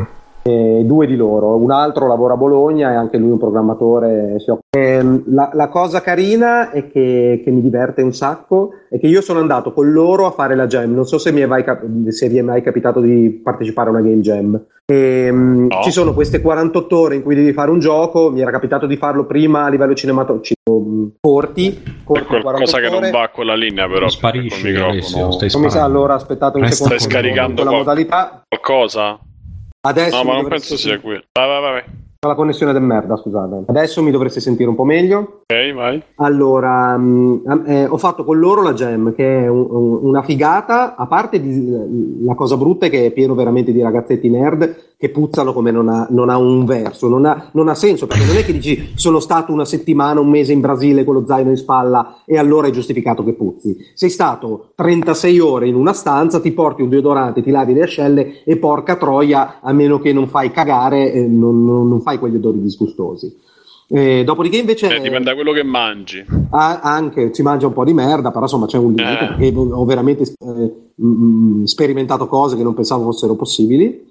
Due di loro, un altro lavora a Bologna e anche lui un programmatore. La cosa carina è che mi diverte un sacco è che io sono andato con loro a fare la jam. Non so se vi è mai capitato di partecipare a una game jam. No. Ci sono queste 48 ore in cui devi fare un gioco. Mi era capitato di farlo prima a livello cinematografico corti qualcosa che non va con la linea, però sparisce il microfono. Come sa, allora aspettate un secondo. Stai scaricando la modalità qualcosa? Adesso no, ma non penso sia qui. Vai. La connessione del merda, scusate. Adesso mi dovreste sentire un po' meglio. Ok, vai. Allora, ho fatto con loro la jam, che è una figata. A parte la cosa brutta è che è pieno veramente di ragazzetti nerd che puzzano come non ha un verso, non ha senso, perché non è che dici sono stato una settimana, un mese in Brasile con lo zaino in spalla e allora è giustificato che puzzi. Sei stato 36 ore in una stanza, ti porti un deodorante, ti lavi le ascelle e porca troia, a meno che non fai cagare, non fai quegli odori disgustosi. Dopodiché invece dipende da quello che mangi. Anche si mangia un po' di merda, però insomma c'è un limite, perché ho veramente sperimentato cose che non pensavo fossero possibili.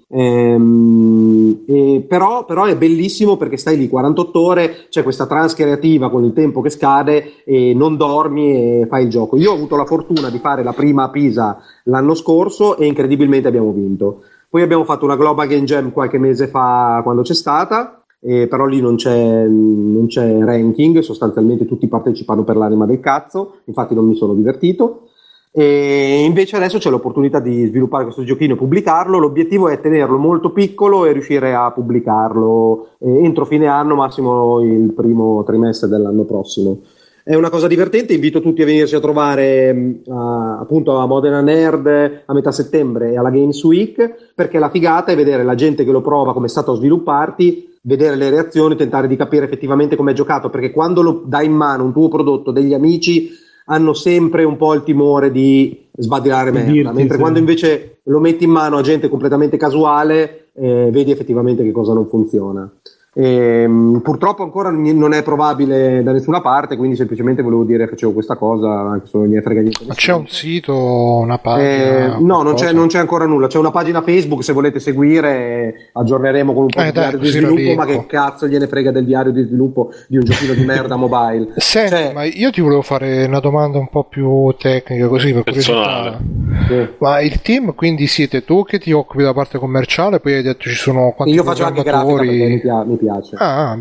Però è bellissimo perché stai lì 48 ore, c'è questa trance creativa con il tempo che scade e non dormi e fai il gioco. Io ho avuto la fortuna di fare la prima a Pisa l'anno scorso e incredibilmente abbiamo vinto. Poi abbiamo fatto una Global Game Jam qualche mese fa quando c'è stata. Però lì non c'è ranking, sostanzialmente tutti partecipano per l'anima del cazzo, infatti non mi sono divertito. E invece adesso c'è l'opportunità di sviluppare questo giochino e pubblicarlo. L'obiettivo è tenerlo molto piccolo e riuscire a pubblicarlo entro fine anno, massimo il primo trimestre dell'anno prossimo. È una cosa divertente, invito tutti a venirci a trovare appunto a Modena Nerd a metà settembre e alla Games Week, perché la figata è vedere la gente che lo prova, come è stato a svilupparti, vedere le reazioni, tentare di capire effettivamente come è giocato, perché quando lo dai in mano un tuo prodotto, degli amici hanno sempre un po' il timore di sbadilare merda, mentre quando invece lo metti in mano a gente completamente casuale vedi effettivamente che cosa non funziona. Purtroppo ancora non è probabile da nessuna parte, quindi semplicemente volevo dire che facevo questa cosa, anche se non mi frega niente. Ma c'è un sito, una pagina? No, non c'è ancora nulla. C'è una pagina Facebook, se volete seguire, aggiorneremo con un po' di diario di sviluppo, ma che cazzo gliene frega del diario di sviluppo di un giochino di merda mobile. Senti, ma io ti volevo fare una domanda un po' più tecnica, così per curiosità. Ma il team, quindi siete tu che ti occupi della parte commerciale, poi hai detto ci sono quanti io faccio anche grafica perché mi piace.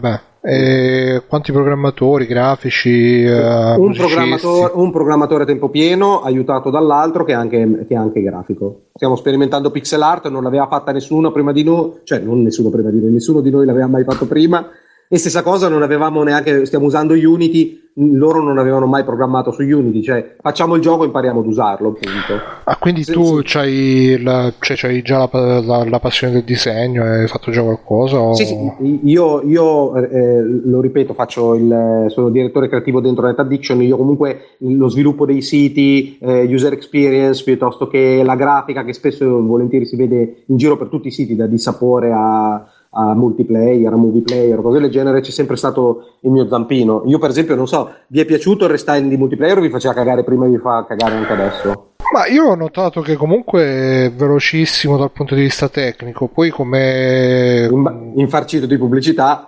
Quanti programmatori, grafici, un programmatore a tempo pieno aiutato dall'altro che è anche grafico. Stiamo sperimentando pixel art, non l'aveva fatta nessuno prima di noi, cioè non nessuno prima di noi, nessuno di noi l'aveva mai fatto prima. E stessa cosa, non avevamo neanche, stiamo usando Unity, loro non avevano mai programmato su Unity, cioè facciamo il gioco e impariamo ad usarlo, appunto. Quindi tu c'hai già la passione del disegno e hai fatto già qualcosa? O... Sì, io lo ripeto, sono direttore creativo dentro NetAddiction. Io comunque lo sviluppo dei siti, user experience, piuttosto che la grafica, che spesso e volentieri si vede in giro per tutti i siti, da Dissapore a multiplayer, a movie player, cose del genere, c'è sempre stato il mio zampino. Io per esempio, non so, vi è piaciuto il restyling di multiplayer o vi faceva cagare prima e vi fa cagare anche adesso? Ma io ho notato che comunque è velocissimo dal punto di vista tecnico, poi come infarcito di pubblicità,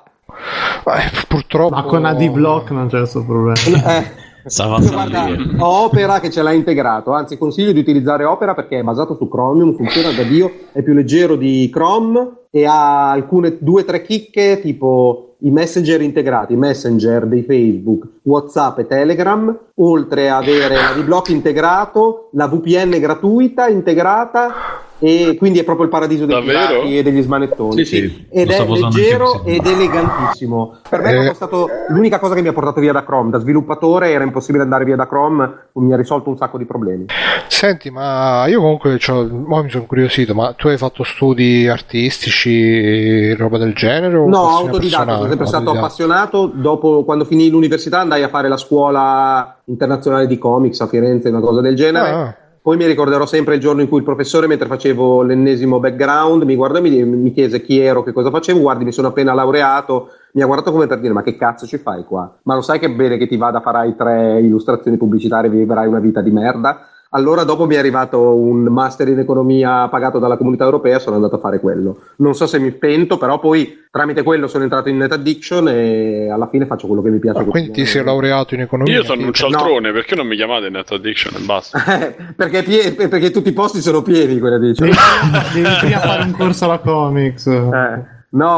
purtroppo, ma con AD-Block non c'è questo problema. Guarda, ho Opera che ce l'ha integrato, anzi consiglio di utilizzare Opera perché è basato su Chromium, funziona da Dio, è più leggero di Chrome e ha alcune 2-3 chicche, tipo i messenger integrati, messenger dei Facebook, WhatsApp e Telegram, oltre ad avere l'AD-Block integrato, la VPN gratuita integrata, e quindi è proprio il paradiso dei pirati e degli smanettoni. Sì. Ed è leggero ed elegantissimo. Per me è stato l'unica cosa che mi ha portato via da Chrome. Da sviluppatore era impossibile andare via da Chrome, mi ha risolto un sacco di problemi. Senti, ma io comunque mi sono incuriosito, ma tu hai fatto studi artistici, roba del genere? O no, autodidatta, sono sempre stato appassionato. Dopo, quando finì l'università, andai a fare la scuola internazionale di comics a Firenze, una cosa del genere. Poi mi ricorderò sempre il giorno in cui il professore, mentre facevo l'ennesimo background, mi guardò e mi chiese chi ero, che cosa facevo. Guardi, mi sono appena laureato. Mi ha guardato come per dire: ma che cazzo ci fai qua? Ma lo sai che bene che ti vada, farai 3 illustrazioni pubblicitarie e vivrai una vita di merda? allora dopo mi è arrivato un master in economia pagato dalla Comunità Europea, sono andato a fare quello. Non so se mi pento, però poi tramite quello sono entrato in NetAddiction e alla fine faccio quello che mi piace. Quindi ti sei laureato in economia? Io sono un cialtrone, perché non mi chiamate NetAddiction e basta? perché tutti i posti sono pieni, quella dice. Devi prima fare un corso alla Comics. No,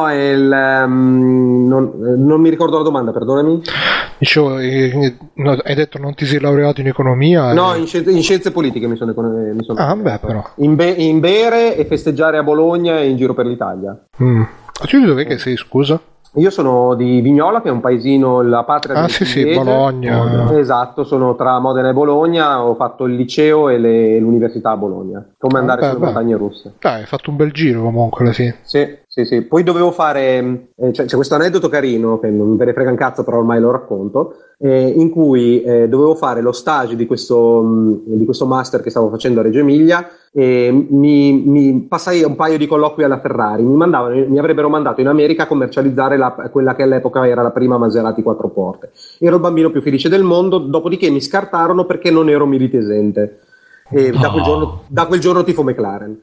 non mi ricordo la domanda, perdonami. Dicevo, hai detto non ti sei laureato in economia? No, in scienze politiche mi sono però. In bere e festeggiare a Bologna e in giro per l'Italia. Tu di dov'è che sei, scusa? Io sono di Vignola, che è un paesino, la patria sì, Bologna. Esatto, sono tra Modena e Bologna, ho fatto il liceo e l'università a Bologna, come andare sulle montagne russe. Hai fatto un bel giro comunque alla fine. Sì. Poi dovevo fare, c'è questo aneddoto carino, che non ve ne frega un cazzo, però ormai lo racconto, in cui dovevo fare lo stage di questo master che stavo facendo a Reggio Emilia, e mi passai un paio di colloqui alla Ferrari, mi avrebbero mandato in America a commercializzare quella che all'epoca era la prima Maserati 4 porte. Ero il bambino più felice del mondo, dopodiché mi scartarono perché non ero militesente. E da quel giorno tifo McLaren.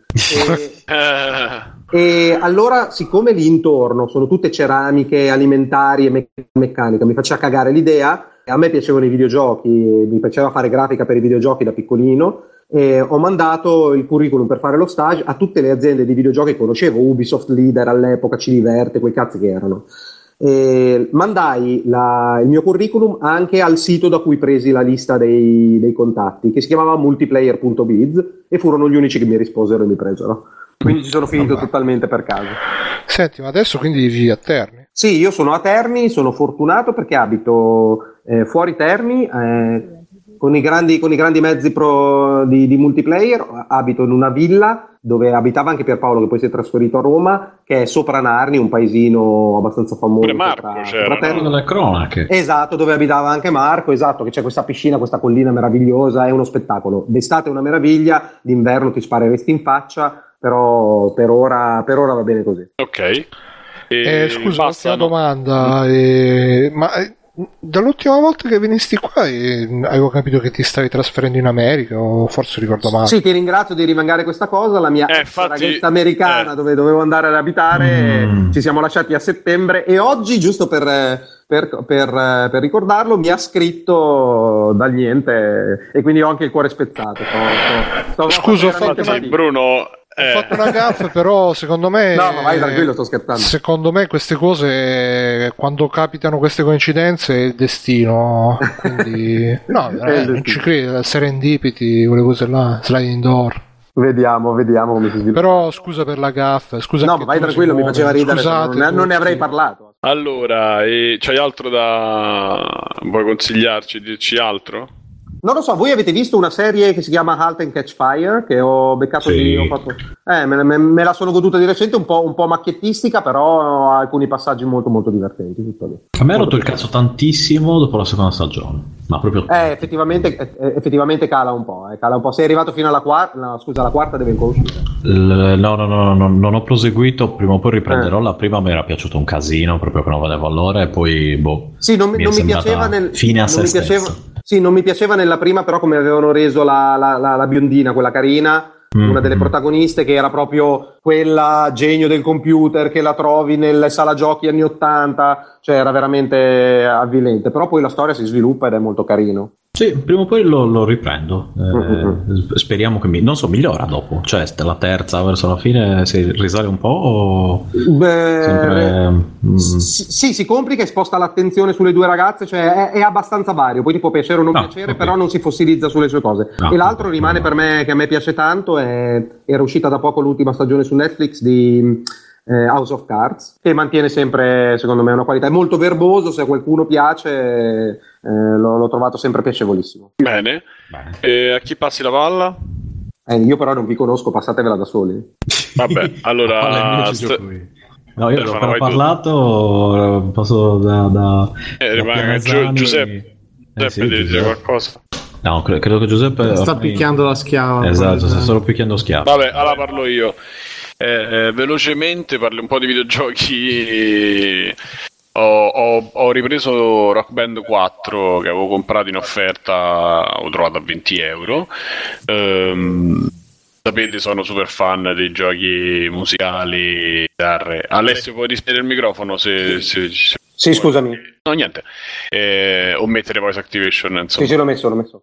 E allora, siccome lì intorno sono tutte ceramiche, alimentari e meccanica, mi faceva cagare l'idea. A me piacevano i videogiochi, mi piaceva fare grafica per i videogiochi da piccolino, e ho mandato il curriculum per fare lo stage a tutte le aziende di videogiochi che conoscevo, Ubisoft Leader all'epoca, Ci Diverte, quei cazzi che erano. E mandai il mio curriculum anche al sito da cui presi la lista dei contatti, che si chiamava multiplayer.biz, e furono gli unici che mi risposero e mi presero. Quindi ci sono finito totalmente per caso. Senti, ma adesso quindi vivi a Terni? Sì, io sono a Terni, sono fortunato perché abito fuori Terni, con i grandi mezzi di multiplayer. Abito in una villa dove abitava anche Pierpaolo, che poi si è trasferito a Roma, che è sopra Narni, un paesino abbastanza famoso. Pure Marco c'era, nelle cronache. Esatto, dove abitava anche Marco, esatto, che c'è questa piscina, questa collina meravigliosa, è uno spettacolo. D'estate è una meraviglia, d'inverno ti spareresti in faccia, però per ora va bene così. Ok. Scusa, una domanda, ma dall'ultima volta che venisti qua avevo capito che ti stavi trasferendo in America, o forse ricordo male? Sì, ti ringrazio di rimangare questa cosa. La mia ragazza americana dove dovevo andare ad abitare, ci siamo lasciati a settembre, e oggi, giusto per ricordarlo, mi ha scritto dal niente, e quindi ho anche il cuore spezzato. Scusa, Bruno, ho fatto una gaffa, però secondo me no, ma vai tranquillo, sto scherzando. Secondo me queste cose, quando capitano queste coincidenze, è il destino. Quindi non ci credo, serendipity, quelle cose là, sliding door. Vediamo come si sviluppa. Però scusa per la gaffa, scusa. No, ma vai tranquillo, mi faceva ridere. Scusate, non ne avrei parlato. Allora, c'hai altro vuoi consigliarci, dirci altro? Non lo so, voi avete visto una serie che si chiama Halt and Catch Fire, che ho beccato me la sono goduta di recente, un po' macchiettistica, però ha alcuni passaggi molto molto divertenti, tutto lì. A me ha rotto il cazzo tantissimo dopo la seconda stagione, ma proprio effettivamente cala un po', sei arrivato fino alla quarta, la quarta deve ancora uscire. No, non ho proseguito, prima o poi riprenderò. La prima mi era piaciuto un casino, proprio che non vedevo allora, e poi sì, non mi piaceva fine a se stesso. Sì, non mi piaceva nella prima, però come avevano reso la biondina, quella carina, una delle protagoniste, che era proprio quella genio del computer che la trovi nelle sala giochi anni 80, cioè era veramente avvilente, però poi la storia si sviluppa ed è molto carino. Sì, prima o poi lo riprendo. Speriamo che migliora dopo. Cioè, la terza verso la fine si risale un po'? O sì, si complica e sposta l'attenzione sulle due ragazze, cioè è abbastanza vario. Poi ti può piacere o non piacere, okay. Però non si fossilizza sulle sue cose. E l'altro rimane per me, che a me piace tanto, era uscita da poco l'ultima stagione su Netflix di House of Cards, che mantiene sempre, secondo me, una qualità. È molto verboso, se a qualcuno piace l'ho trovato sempre piacevolissimo. Bene. E a chi passi la palla? Io però non vi conosco, passatevela da soli. Vabbè, allora no, io l'ho appena parlato, passo da rimane Giuseppe. Giuseppe devi dire qualcosa. No, credo che Giuseppe sta picchiando la schiava. Esatto, sta solo picchiando schiava. Vabbè, allora parlo io. Velocemente parlo un po' di videogiochi Ho ripreso Rock Band 4 che avevo comprato in offerta, ho trovato a 20 euro. Sapete, sono super fan dei giochi musicali, chitarre. Alessio, puoi rispettare il microfono se sì, scusami. No, niente. O mettere voice activation, insomma. Sì, l'ho messo.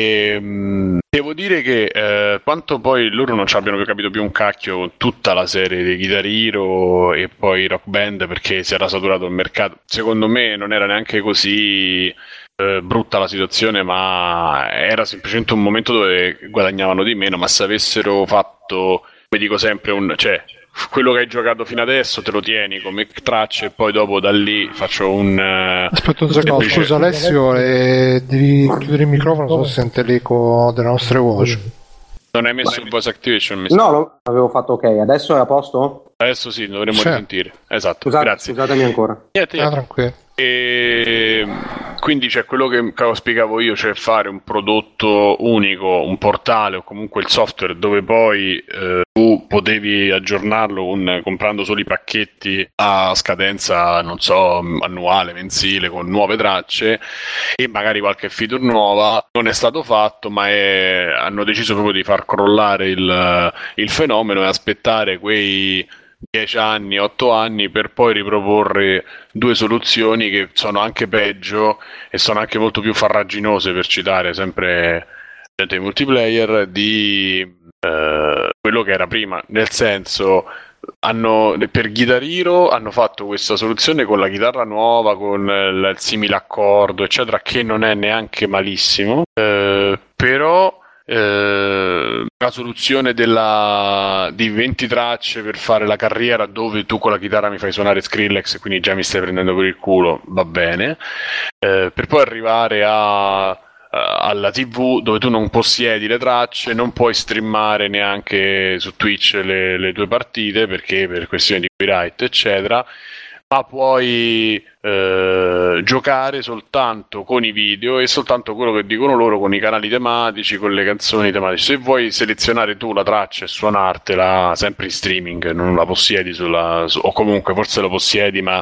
Devo dire che quanto poi loro non ci abbiano capito più un cacchio con tutta la serie di Guitar Hero e poi Rock Band, perché si era saturato il mercato. Secondo me non era neanche così brutta la situazione, ma era semplicemente un momento dove guadagnavano di meno. Ma se avessero fatto, come dico sempre, quello che hai giocato fino adesso te lo tieni come tracce e poi dopo da lì faccio un aspetta un secondo, scusa Alessio, devi chiudere il microfono, so se sente l'eco delle nostre voci. Non hai messo il voice activation? No, l'avevo fatto, ok, adesso è a posto? Adesso sì, dovremmo risentire. Esatto, grazie. Scusatemi ancora. Niente. Tranquillo. E quindi c'è quello che spiegavo io, cioè fare un prodotto unico, un portale o comunque il software dove poi tu potevi aggiornarlo comprando solo i pacchetti a scadenza, non so, annuale, mensile, con nuove tracce e magari qualche feature nuova. Non è stato fatto, ma hanno deciso proprio di far crollare il fenomeno e aspettare quei 10 anni, 8 anni per poi riproporre due soluzioni che sono anche peggio e sono anche molto più farraginose, per citare sempre il multiplayer, di quello che era prima. Nel senso, per Guitar Hero hanno fatto questa soluzione con la chitarra nuova, con il simile accordo, eccetera, che non è neanche malissimo, però la soluzione di 20 tracce per fare la carriera dove tu con la chitarra mi fai suonare Skrillex, quindi già mi stai prendendo per il culo, va bene, per poi arrivare alla TV dove tu non possiedi le tracce, non puoi streamare neanche su Twitch le tue partite perché per questioni di copyright eccetera, ma puoi giocare soltanto con i video e soltanto quello che dicono loro con i canali tematici, con le canzoni tematiche. Se vuoi selezionare tu la traccia e suonartela sempre in streaming, non la possiedi o comunque forse lo possiedi, ma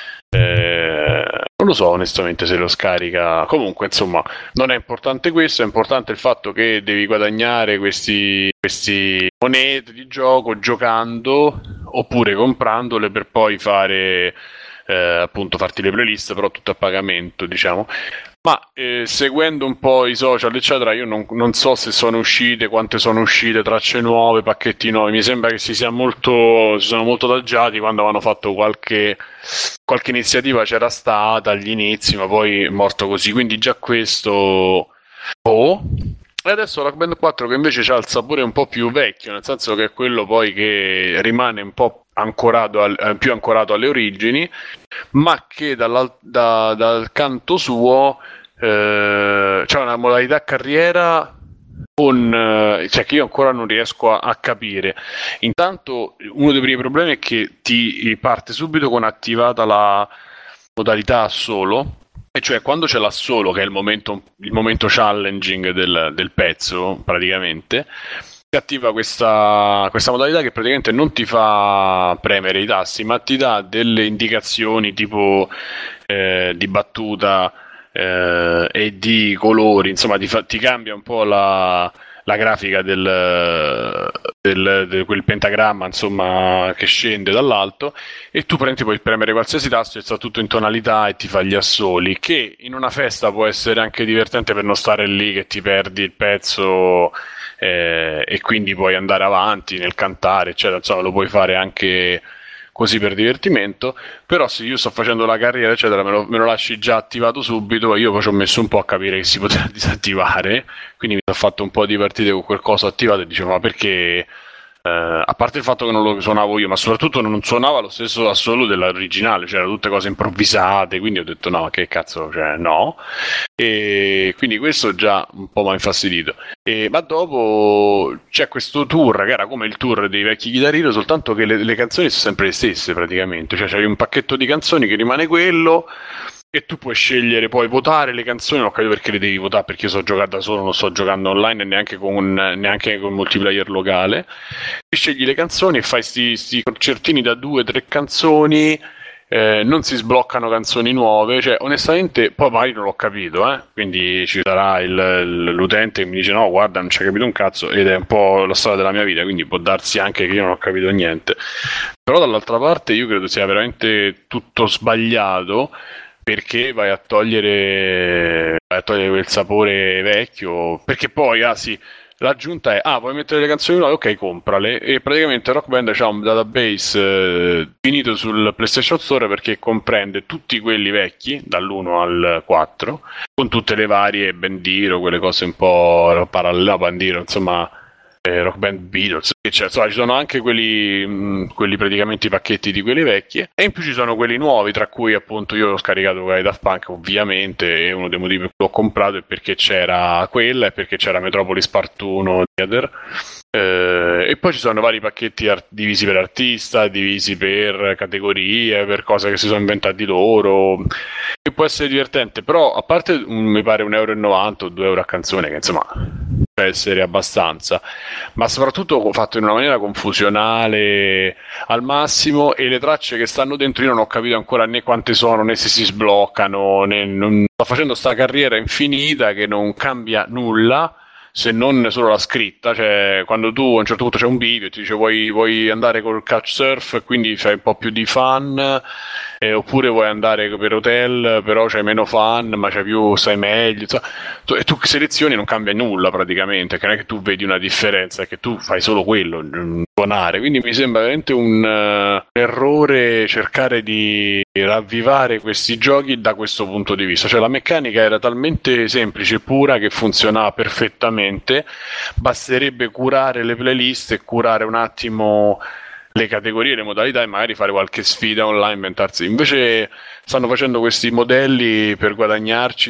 non lo so onestamente se lo scarica. Comunque insomma non è importante questo, è importante il fatto che devi guadagnare questi monete di gioco giocando oppure comprandole per poi fare appunto farti le playlist, però tutto a pagamento, diciamo. Ma seguendo un po' i social eccetera, io non so se sono uscite, quante sono uscite tracce nuove, pacchetti nuovi. Mi sembra che si sono molto adagiati. Quando avevano fatto qualche iniziativa c'era stata agli inizi, ma poi è morto così, quindi già questo E adesso Rock Band 4 che invece ha il sapore un po' più vecchio, nel senso che è quello poi che rimane un po' più ancorato alle origini, ma che dal canto suo c'è una modalità carriera cioè che io ancora non riesco a capire. Intanto uno dei primi problemi è che ti parte subito con attivata la modalità a solo, e cioè quando c'è l'assolo, che è il momento challenging del pezzo, praticamente si attiva questa modalità che praticamente non ti fa premere i tasti, ma ti dà delle indicazioni tipo di battuta e di colori, insomma ti cambia un po' la grafica di quel pentagramma, insomma, che scende dall'alto, e tu puoi premere qualsiasi tasto e sta tutto in tonalità e ti fa gli assoli, che in una festa può essere anche divertente per non stare lì che ti perdi il pezzo e quindi puoi andare avanti nel cantare, eccetera. Insomma, lo puoi fare anche così per divertimento. Però se io sto facendo la carriera eccetera, me lo lasci già attivato subito, e io poi ci ho messo un po' a capire che si poteva disattivare, quindi mi sono fatto un po' di partite con quel coso attivato e dicevo ma perché, a parte il fatto che non lo suonavo io, ma soprattutto non suonava lo stesso assolo dell'originale, cioè erano tutte cose improvvisate, quindi ho detto no, che cazzo, cioè no, e quindi questo già un po' mi ha infastidito. Ma dopo c'è questo tour che era come il tour dei vecchi Guitar Hero, soltanto che le canzoni sono sempre le stesse praticamente, cioè c'hai un pacchetto di canzoni che rimane quello e tu puoi scegliere, puoi votare le canzoni. Non ho capito perché le devi votare, perché io sto giocando da solo, non sto giocando online e neanche con multiplayer locale. E scegli le canzoni e fai sti concertini da 2-3 canzoni non si sbloccano canzoni nuove, cioè onestamente poi magari non l'ho capito, quindi ci sarà l'utente che mi dice no guarda non ci hai capito un cazzo, ed è un po' la storia della mia vita, quindi può darsi anche che io non ho capito niente, però dall'altra parte io credo sia veramente tutto sbagliato, perché vai a togliere quel sapore vecchio, perché poi l'aggiunta è vuoi mettere le canzoni nuove? Ok, comprale. E praticamente Rock Band c'ha un database finito sul PlayStation Store, perché comprende tutti quelli vecchi dall'1 al 4 con tutte le varie Bandiro, quelle cose un po' parallele a Bandiro, insomma Rock Band Beatles, insomma ci sono anche quelli praticamente i pacchetti di quelli vecchi, e in più ci sono quelli nuovi, tra cui appunto io ho scaricato quella di Daft Punk ovviamente, e uno dei motivi per cui l'ho comprato è perché c'era quella e perché c'era Metropolis Part 1 Theater, e poi ci sono vari pacchetti divisi per artista, divisi per categorie, per cose che si sono inventati loro, che può essere divertente, però a parte mi pare €1,90 o €2 a canzone, che insomma può essere abbastanza, ma soprattutto fatto in una maniera confusionale al massimo, e le tracce che stanno dentro io non ho capito ancora né quante sono, né se si sbloccano, non sto facendo sta carriera infinita che non cambia nulla, se non solo la scritta, cioè quando tu a un certo punto c'è un bivio e ti dice vuoi andare col couchsurf, quindi fai un po' più di fun, oppure vuoi andare per hotel però c'hai meno fun ma stai meglio, e tu selezioni, non cambia nulla praticamente, che non è che tu vedi una differenza, è che tu fai solo quello, suonare, quindi mi sembra veramente un errore cercare di ravvivare questi giochi da questo punto di vista, cioè la meccanica era talmente semplice e pura che funzionava perfettamente, basterebbe curare le playlist e curare un attimo le categorie, le modalità, e magari fare qualche sfida online, inventarsi. Invece stanno facendo questi modelli per guadagnarci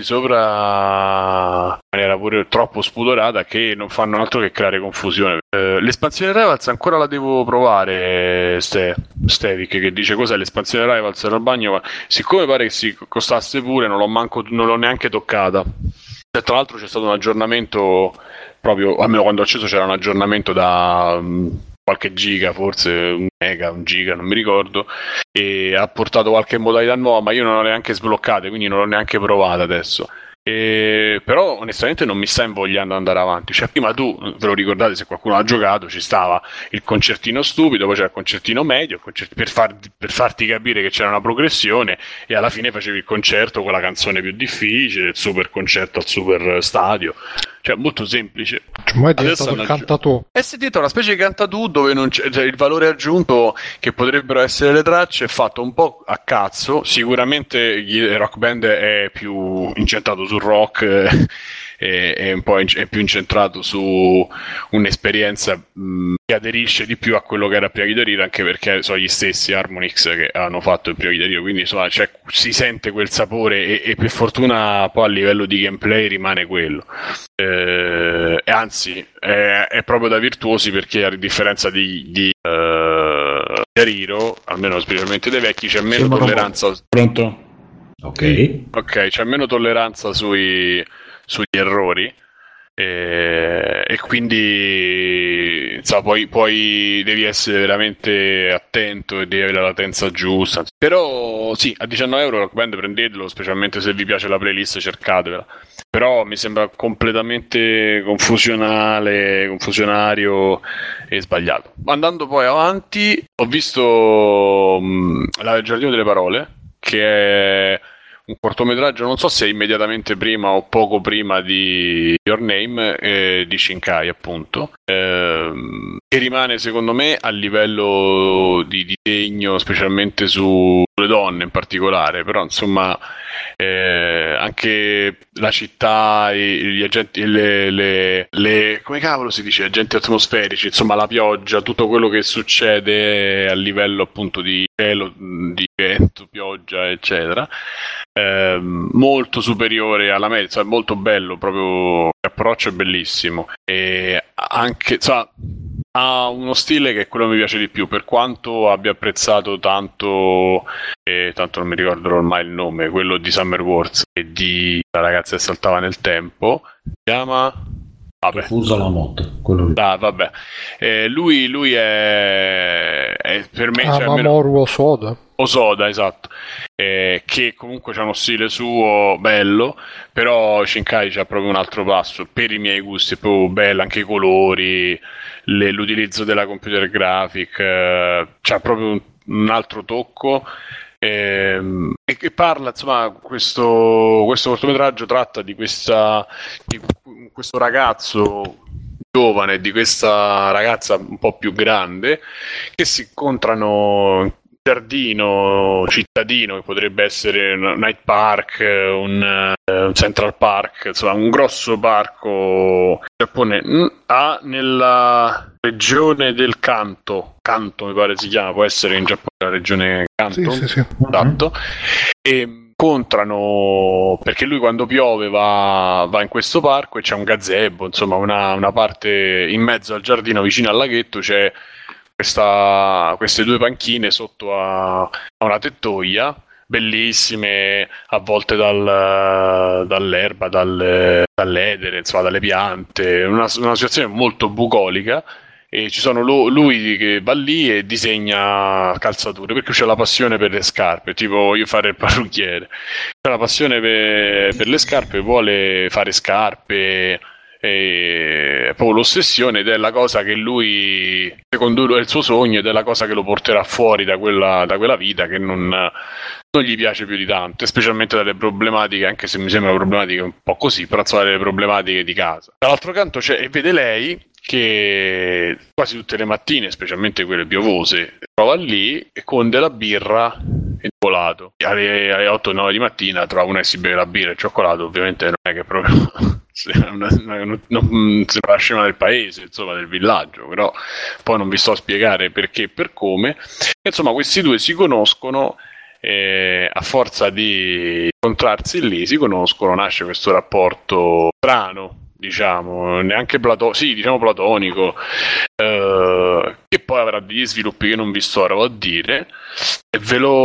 sopra in maniera pure troppo spudorata, che non fanno altro che creare confusione. L'espansione Rivals ancora la devo provare, Stevic, che dice cos'è l'espansione Rivals, era al bagno, ma siccome pare che si costasse pure non l'ho neanche toccata. E tra l'altro c'è stato un aggiornamento, proprio almeno quando ho acceso c'era un aggiornamento da qualche giga, forse un mega, un giga, non mi ricordo, e ha portato qualche modalità nuova, ma io non l'ho neanche sbloccata, quindi non l'ho neanche provata adesso. Però onestamente non mi sta invogliando ad andare avanti, cioè prima tu, ve lo ricordate se qualcuno ha giocato, ci stava il concertino stupido, poi c'era il concertino medio, per farti capire che c'era una progressione, e alla fine facevi il concerto con la canzone più difficile, il super concerto al super stadio, cioè molto semplice. Cioè, è diventato il cantatù. È diventato una specie di cantatù dove non c'è, cioè, il valore aggiunto che potrebbero essere le tracce è fatto un po' a cazzo. Sicuramente Rock Band è più incentrato sul rock, è un po' è più incentrato su un'esperienza che aderisce di più a quello che era prima Guitar Hero, anche perché sono gli stessi Harmonix che hanno fatto il primo Guitar Hero, quindi insomma si sente quel sapore, e per fortuna poi a livello di gameplay rimane quello, e anzi è proprio da virtuosi, perché a differenza di Guitar Hero, almeno specialmente dei vecchi, c'è meno tolleranza. Pronto? Ok, c'è meno tolleranza sugli errori, e quindi insomma, poi devi essere veramente attento e devi avere la latenza giusta, però sì, a €19 Rock Band prendetelo, specialmente se vi piace la playlist, cercatevela, però mi sembra completamente confusionario e sbagliato. Andando poi avanti, ho visto Il Giardino delle Parole, che è un cortometraggio, non so se immediatamente prima o poco prima di Your Name, di Shinkai appunto, che rimane secondo me a livello di disegno, specialmente sulle donne in particolare, però insomma anche la città, gli agenti, come cavolo si dice, agenti atmosferici, insomma la pioggia, tutto quello che succede a livello appunto di cielo, di vento, pioggia eccetera, molto superiore alla media, cioè molto bello, proprio l'approccio è bellissimo, e anche insomma ha uno stile che è quello che mi piace di più, per quanto abbia apprezzato tanto non mi ricordo ormai il nome, quello di Summer Wars e di La ragazza che saltava nel tempo, si chiama Fuso la moto, quello lì. Vabbè. Lui è per me Mamoru Osoda, esatto, che comunque c'ha uno stile suo bello, però Shinkai c'ha proprio un altro passo per i miei gusti, è proprio bello, anche i colori, l'utilizzo della computer graphic, c'ha proprio un altro tocco. E che parla, insomma, questo cortometraggio tratta di questo ragazzo giovane, di questa ragazza un po' più grande, che si incontrano in giardino cittadino, che potrebbe essere un Night Park, un Central Park, insomma un grosso parco giapponese, nella regione del Kanto mi pare si chiama, può essere in Giappone la regione Kanto, sì. Esatto. E incontrano, perché lui quando piove va in questo parco e c'è un gazebo, insomma una parte in mezzo al giardino vicino al laghetto c'è queste due panchine sotto a una tettoia, bellissime, avvolte dall'erba, dall'edere, insomma dalle piante, una situazione molto bucolica. E ci sono lui che va lì e disegna calzature, perché c'è la passione per le scarpe, tipo voglio fare il parrucchiere, c'è la passione per le scarpe, vuole fare scarpe, e proprio l'ossessione, ed è la cosa che lui, secondo lui, è il suo sogno, ed è la cosa che lo porterà fuori da quella vita che non gli piace più di tanto, e specialmente dalle problematiche, anche se mi sembra problematiche un po' così, però sono le problematiche di casa. Dall'altro canto vede lei che quasi tutte le mattine, specialmente quelle piovose, trova lì e con della birra e cioccolato. Alle 8-9 di mattina trova una che si beve la birra e il cioccolato, ovviamente non è che proprio non si fa la scema del paese, insomma del villaggio, però poi non vi sto a spiegare perché e per come. Insomma, questi due si conoscono, a forza di incontrarsi lì si conoscono, nasce questo rapporto strano, diciamo, neanche platonico, che poi avrà degli sviluppi che non vi sto ora a dire, e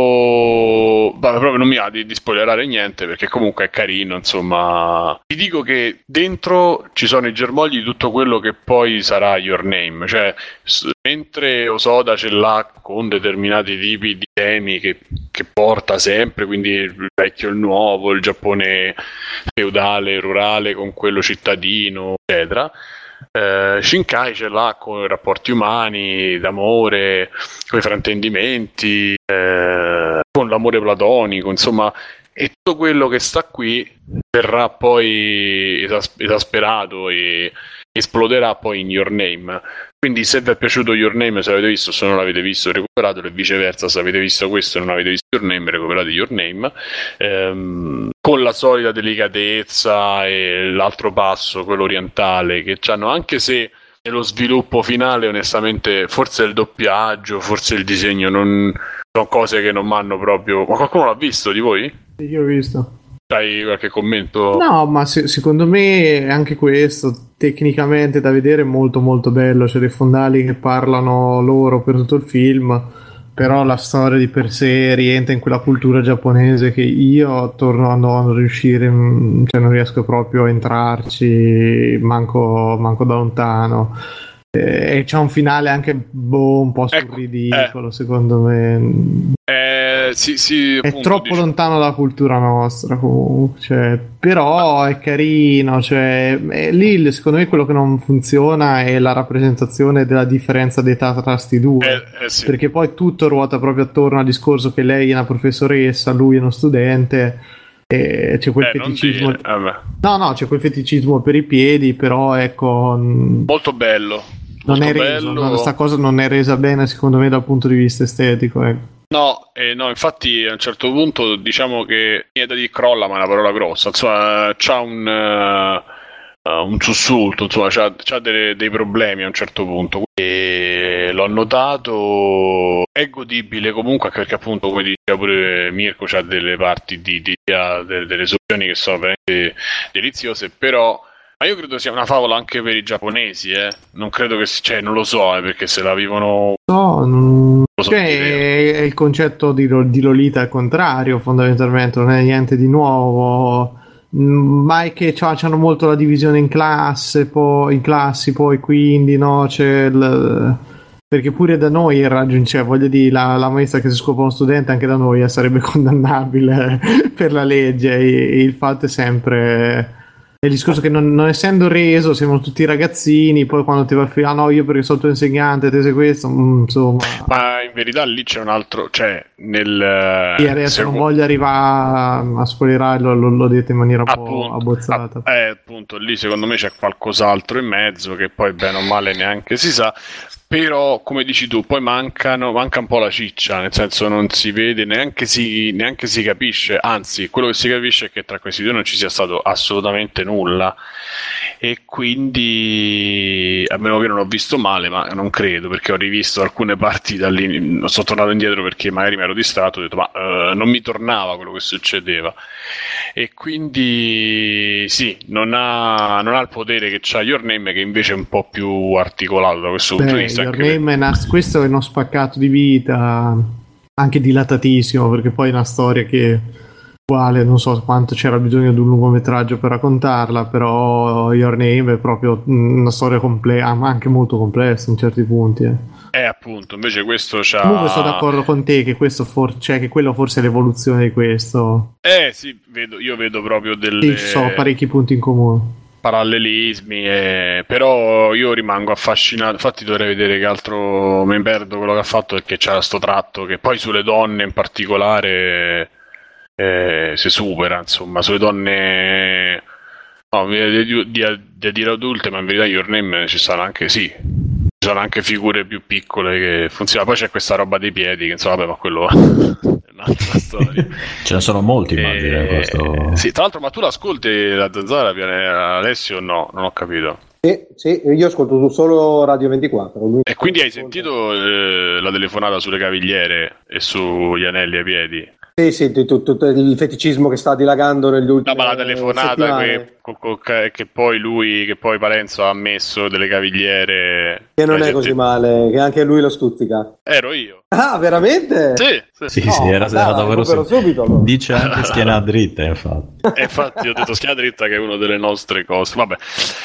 proprio non mi va di spoilerare niente, perché comunque è carino, insomma. Ti dico che dentro ci sono i germogli di tutto quello che poi sarà Your Name, cioè mentre Osoda ce l'ha con determinati tipi di temi che porta sempre, quindi il vecchio e il nuovo, il Giappone feudale, rurale con quello cittadino, eccetera. Shinkai ce l'ha con i rapporti umani, d'amore, con i fraintendimenti, con l'amore platonico, insomma, e tutto quello che sta qui verrà poi esasperato e esploderà poi in Your Name. Quindi se vi è piaciuto Your Name, se l'avete visto, se non l'avete visto, recuperatelo, e viceversa, se avete visto questo e non avete visto Your Name, recuperate Your Name, con la solita delicatezza e l'altro passo, quello orientale, che c'hanno, anche se nello sviluppo finale onestamente forse il doppiaggio, forse il disegno non sono cose che non mi hanno proprio. Ma qualcuno l'ha visto di voi? Sì, io ho visto. Hai qualche commento? No, ma secondo me anche questo tecnicamente da vedere è molto molto bello, c'è dei fondali che parlano loro per tutto il film, però la storia di per sé rientra in quella cultura giapponese che io torno a non riuscire, cioè non riesco proprio a entrarci manco da lontano, e c'è un finale anche un po' ridicolo, secondo me. Sì, è appunto, troppo lontano dalla cultura nostra comunque, cioè, però è carino, cioè, lì secondo me quello che non funziona è la rappresentazione della differenza d'età tra sti due, sì. Perché poi tutto ruota proprio attorno al discorso che lei è una professoressa, lui è uno studente, e c'è quel feticismo no, c'è quel feticismo per i piedi, però ecco, molto bello, non è reso, questa cosa non è resa bene secondo me dal punto di vista estetico, ecco. No, infatti a un certo punto diciamo che viene da dire crolla, ma è una parola grossa, insomma c'ha un sussulto, insomma c'ha dei problemi a un certo punto, e l'ho notato. È godibile comunque, anche perché appunto, come diceva pure Mirko, c'ha delle parti delle soluzioni che sono veramente deliziose, però. Ma io credo sia una favola anche per i giapponesi, non credo che non lo so, perché se la vivono. È il concetto di Lolita al contrario, fondamentalmente non è niente di nuovo, ma è che c'hanno molto la divisione in classi, poi quindi no, c'è perché pure da noi è raggiungibile, voglio dire, la maestra che si scopa uno studente anche da noi sarebbe condannabile per la legge, e il fatto è sempre il discorso che non essendo reso siamo tutti ragazzini, poi quando ti va a no, io perché sono il tuo insegnante, te sei questo, insomma. Ma in verità lì c'è un altro, cioè Sì, adesso non voglio arrivare a spoilerare, l'ho detto in maniera un po' abbozzata. Appunto, lì secondo me c'è qualcos'altro in mezzo che poi bene o male neanche si sa. Però, come dici tu, poi manca un po' la ciccia, nel senso non si vede, neanche si capisce, anzi, quello che si capisce è che tra questi due non ci sia stato assolutamente nulla, e quindi, a meno che non ho visto male, ma non credo, perché ho rivisto alcune parti da lì, sono tornato indietro perché magari mi ero distratto, ho detto, ma non mi tornava quello che succedeva, e quindi sì, non ha il potere che c'ha Your Name, che invece è un po' più articolato da questo punto di vista. Questo è uno spaccato di vita anche dilatatissimo, perché poi è una storia che uguale, non so quanto c'era bisogno di un lungometraggio per raccontarla, però Your Name è proprio una storia complessa, ma anche molto complessa in certi punti. Appunto, invece questo c'ha... Comunque sono d'accordo con te che questo che quello forse è l'evoluzione di questo. Sì, io vedo proprio delle... Sì, ci sono parecchi punti in comune. Parallelismi, però io rimango affascinato, infatti dovrei vedere che altro mi perdo quello che ha fatto, perché c'era sto tratto che poi sulle donne in particolare si supera, insomma, sulle donne di dire adulte, ma in verità Your Name ci sono anche figure più piccole che funzionano. Poi c'è questa roba dei piedi che insomma, vabbè, ma quello è un'altra storia. Ce ne sono molti, immagino, questo... Sì, tra l'altro, ma tu l'ascolti la Zanzara, Alessio, o no? Non ho capito. Sì, io ascolto solo Radio 24. E quindi hai sentito la telefonata sulle cavigliere e sugli anelli ai piedi? Sì, tutto il feticismo che sta dilagando negli ultimi ma la telefonata che poi Parenzo ha ammesso delle cavigliere, che non è così male, che anche lui lo stuzzica. Ero io. Ah, veramente? Sì, era davvero subito. Dice anche schiena dritta, infatti. Infatti ho detto schiena dritta, che è una delle nostre cose. Vabbè.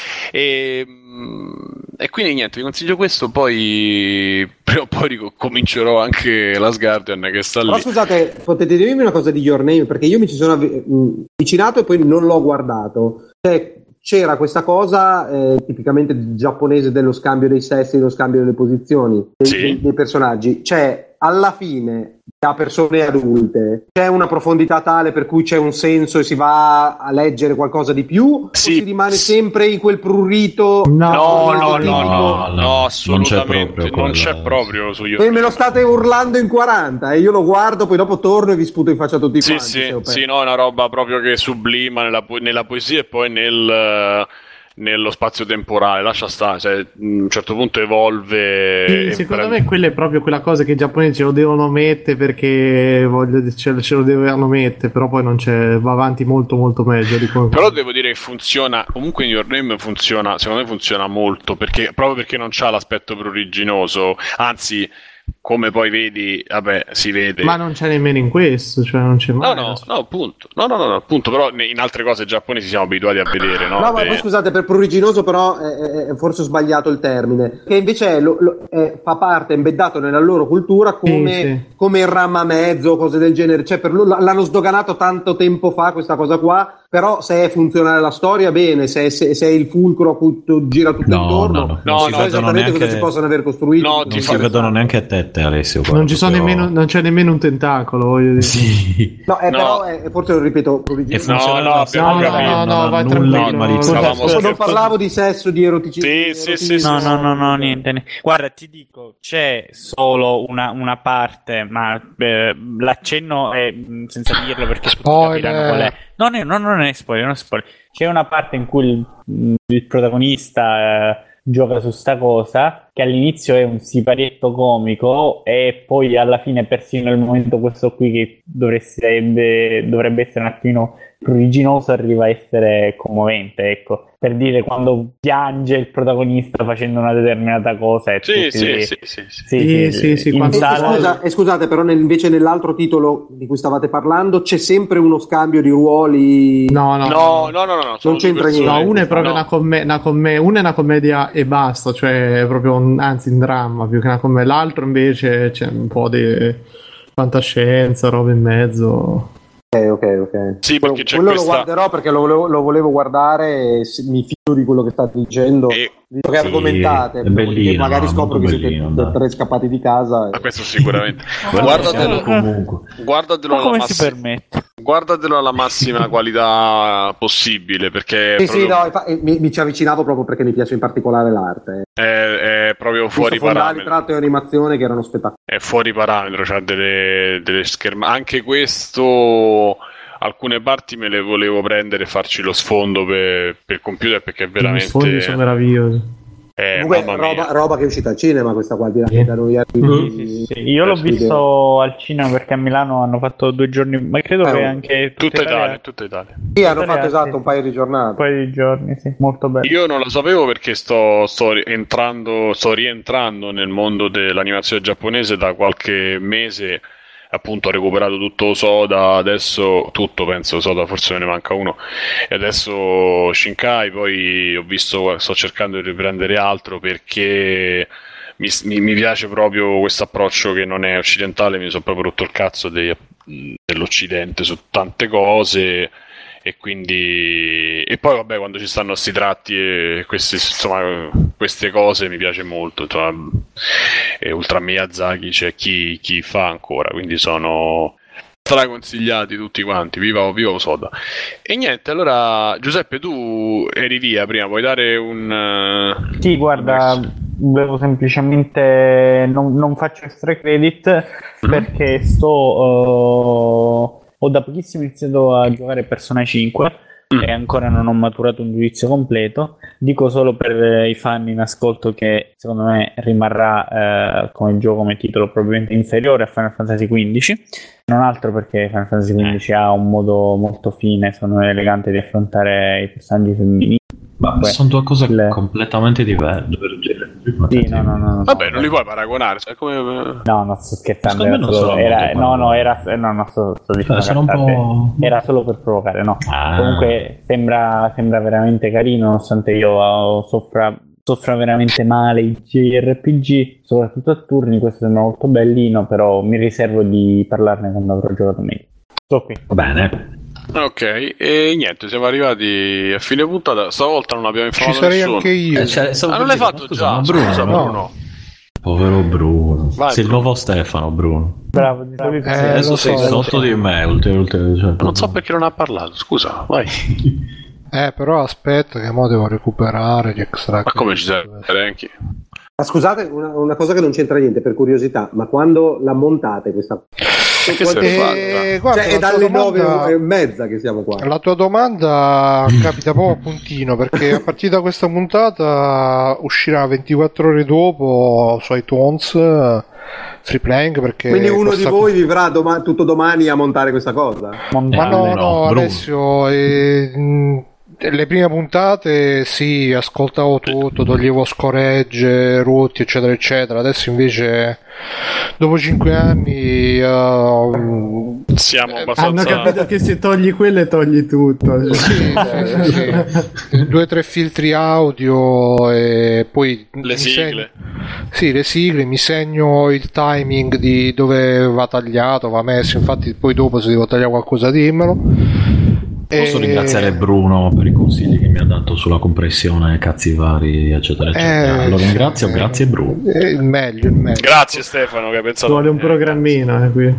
E quindi niente, vi consiglio questo, poi prima o poi comincerò anche Last Guardian, che sta lì. Però scusate, potete dirmi una cosa di Your Name, perché io mi ci sono avvicinato e poi non l'ho guardato. C'era questa cosa tipicamente giapponese dello scambio dei sessi, dello scambio delle posizioni dei personaggi. Alla fine, da persone adulte, c'è una profondità tale per cui c'è un senso e si va a leggere qualcosa di più? O si rimane sempre in quel prurito? No, assolutamente non c'è proprio su YouTube. E me lo state urlando in 40 e io lo guardo, poi dopo torno e vi sputo in faccia a tutti quanti. Sì, no, è una roba proprio che sublima nella poesia e poi nello spazio temporale, lascia stare, cioè, a un certo punto evolve. Secondo me quella è proprio quella cosa che i giapponesi ce lo devono mettere, perché ce lo dovevano mettere, però poi va avanti molto molto meglio di come... Però devo dire che funziona, comunque in Your Name funziona, secondo me funziona molto, proprio perché non c'ha l'aspetto pruriginoso, anzi, come poi vedi, vabbè, si vede. Ma non c'è nemmeno in questo, cioè non c'è mai. No, appunto. No, appunto, però in altre cose giapponesi siamo abituati a vedere, no? No, ma poi scusate, per pruriginoso però forse ho sbagliato il termine, che invece fa parte, embeddato nella loro cultura come il ramamezzo, cose del genere, cioè per loro l'hanno sdoganato tanto tempo fa questa cosa qua, però se è funzionale la storia, bene, se è il fulcro a cui gira tutto intorno, non si sa esattamente cosa ci possono aver costruito. Non si vedono neanche a tette, Alessio. Non c'è nemmeno un tentacolo, voglio dire. Sì. Però forse lo ripeto. No, vai tranquillo. Non parlavo di sesso, di eroticismo. Sì. No, niente. Guarda, ti dico, c'è solo una parte, ma l'accenno è senza dirlo perché capiranno qual è. Non è spoiler, C'è una parte in cui il protagonista gioca su sta cosa che all'inizio è un siparietto comico e poi alla fine persino il momento questo qui che dovrebbe essere un attimino pruriginoso arriva a essere commovente, ecco, per dire quando piange il protagonista facendo una determinata cosa e scusate, però invece nell'altro titolo di cui stavate parlando c'è sempre uno scambio di ruoli. No, non c'entra niente. No, una è proprio una è una commedia e basta, cioè è proprio anzi un dramma più che una commedia. L'altro invece c'è un po' di fantascienza, roba in mezzo. Ok. Sì, perché c'è quello lo guarderò perché lo volevo guardare e mi fido di quello che state dicendo, visto che argomentate, bellino, magari scopro che siete tre scappati di casa. Ma questo sicuramente. Guardatelo ma come si permette? Guardatelo alla massima qualità possibile, perché mi ci avvicinavo proprio perché mi piace in particolare l'arte. È proprio fuori parametro. Tratto e animazione che erano spettacolari. È fuori parametro, c'ha delle schermate. Anche questo, alcune parti me le volevo prendere e farci lo sfondo per computer, perché è veramente. Gli sfondi sono meravigliosi. Roba che è uscita al cinema, questa qua di Sì. Io l'ho visto al cinema perché a Milano hanno fatto 2 giorni, ma credo che anche tutta Italia. Sì, hanno fatto un paio di giornate. Un paio di giorni, sì, molto bello. Io non lo sapevo perché sto rientrando nel mondo dell'animazione giapponese da qualche mese. Appunto ho recuperato tutto Soda, adesso tutto penso Soda, forse me ne manca uno, e adesso Shinkai, poi sto cercando di riprendere altro perché mi piace proprio questo approccio che non è occidentale. Mi sono proprio rotto il cazzo dell'occidente su tante cose, e quindi e poi vabbè, quando ci stanno sti tratti e queste cose mi piace molto, insomma. E Ultra Miyazaki c'è chi fa ancora, quindi sono straconsigliati tutti quanti. Viva Soda. E niente, allora Giuseppe, tu eri via prima, vuoi dare un sì, guarda, volevo semplicemente non faccio extra credit perché ho da pochissimo iniziato a giocare Persona 5 e ancora non ho maturato un giudizio completo. Dico solo per i fan in ascolto che secondo me rimarrà come gioco, come titolo probabilmente inferiore a Final Fantasy XV, non altro perché Final Fantasy XV ha un modo molto fine, secondo me elegante, di affrontare i personaggi femminili. Ma sono due cose completamente diverse. Sì, no. Vabbè, non li puoi paragonare. Cioè, come... No, non sto scherzando. Era solo per provocare. No. Comunque sembra veramente carino, nonostante io soffra veramente male i JRPG, soprattutto a turni. Questo sembra molto bellino, però mi riservo di parlarne quando avrò giocato meglio. Sto qui. Va bene. Ok, e niente, siamo arrivati a fine puntata. Stavolta non abbiamo informato ci sarei nessuno. Anche io. Non l'hai fatto già? Bruno, Bruno. Povero Bruno. Vai, sei il nuovo Stefano, Bruno. Bravo, di solito adesso sei sotto di me. Non so perché non ha parlato, scusa, vai. Però aspetta che mo devo recuperare gli extra. Ma come ci serve anche? Ma scusate, una cosa che non c'entra niente, per curiosità, ma quando la montate questa... guarda, è dalle 9:30 che siamo qua. La tua domanda capita proprio a puntino, perché a partire da questa puntata uscirà 24 ore dopo su iTunes Free Playing, perché quindi uno di voi vivrà tutto domani a montare questa cosa? Ma no, Alessio, le prime puntate sì, ascoltavo tutto, toglievo scoregge, rotti, eccetera eccetera. Adesso invece dopo 5 anni siamo abbastanza... hanno capito che se togli quelle togli tutto. Sì. 2 o 3 filtri audio e poi le sigle. Le sigle, mi segno il timing di dove va tagliato, va messo. Infatti poi dopo se devo tagliare qualcosa dimmelo. Posso ringraziare Bruno per i consigli che mi ha dato sulla compressione, cazzi vari, eccetera eccetera. Lo ringrazio, grazie Bruno. Il meglio. Grazie Stefano che ha pensato. Vuole un programmino qui.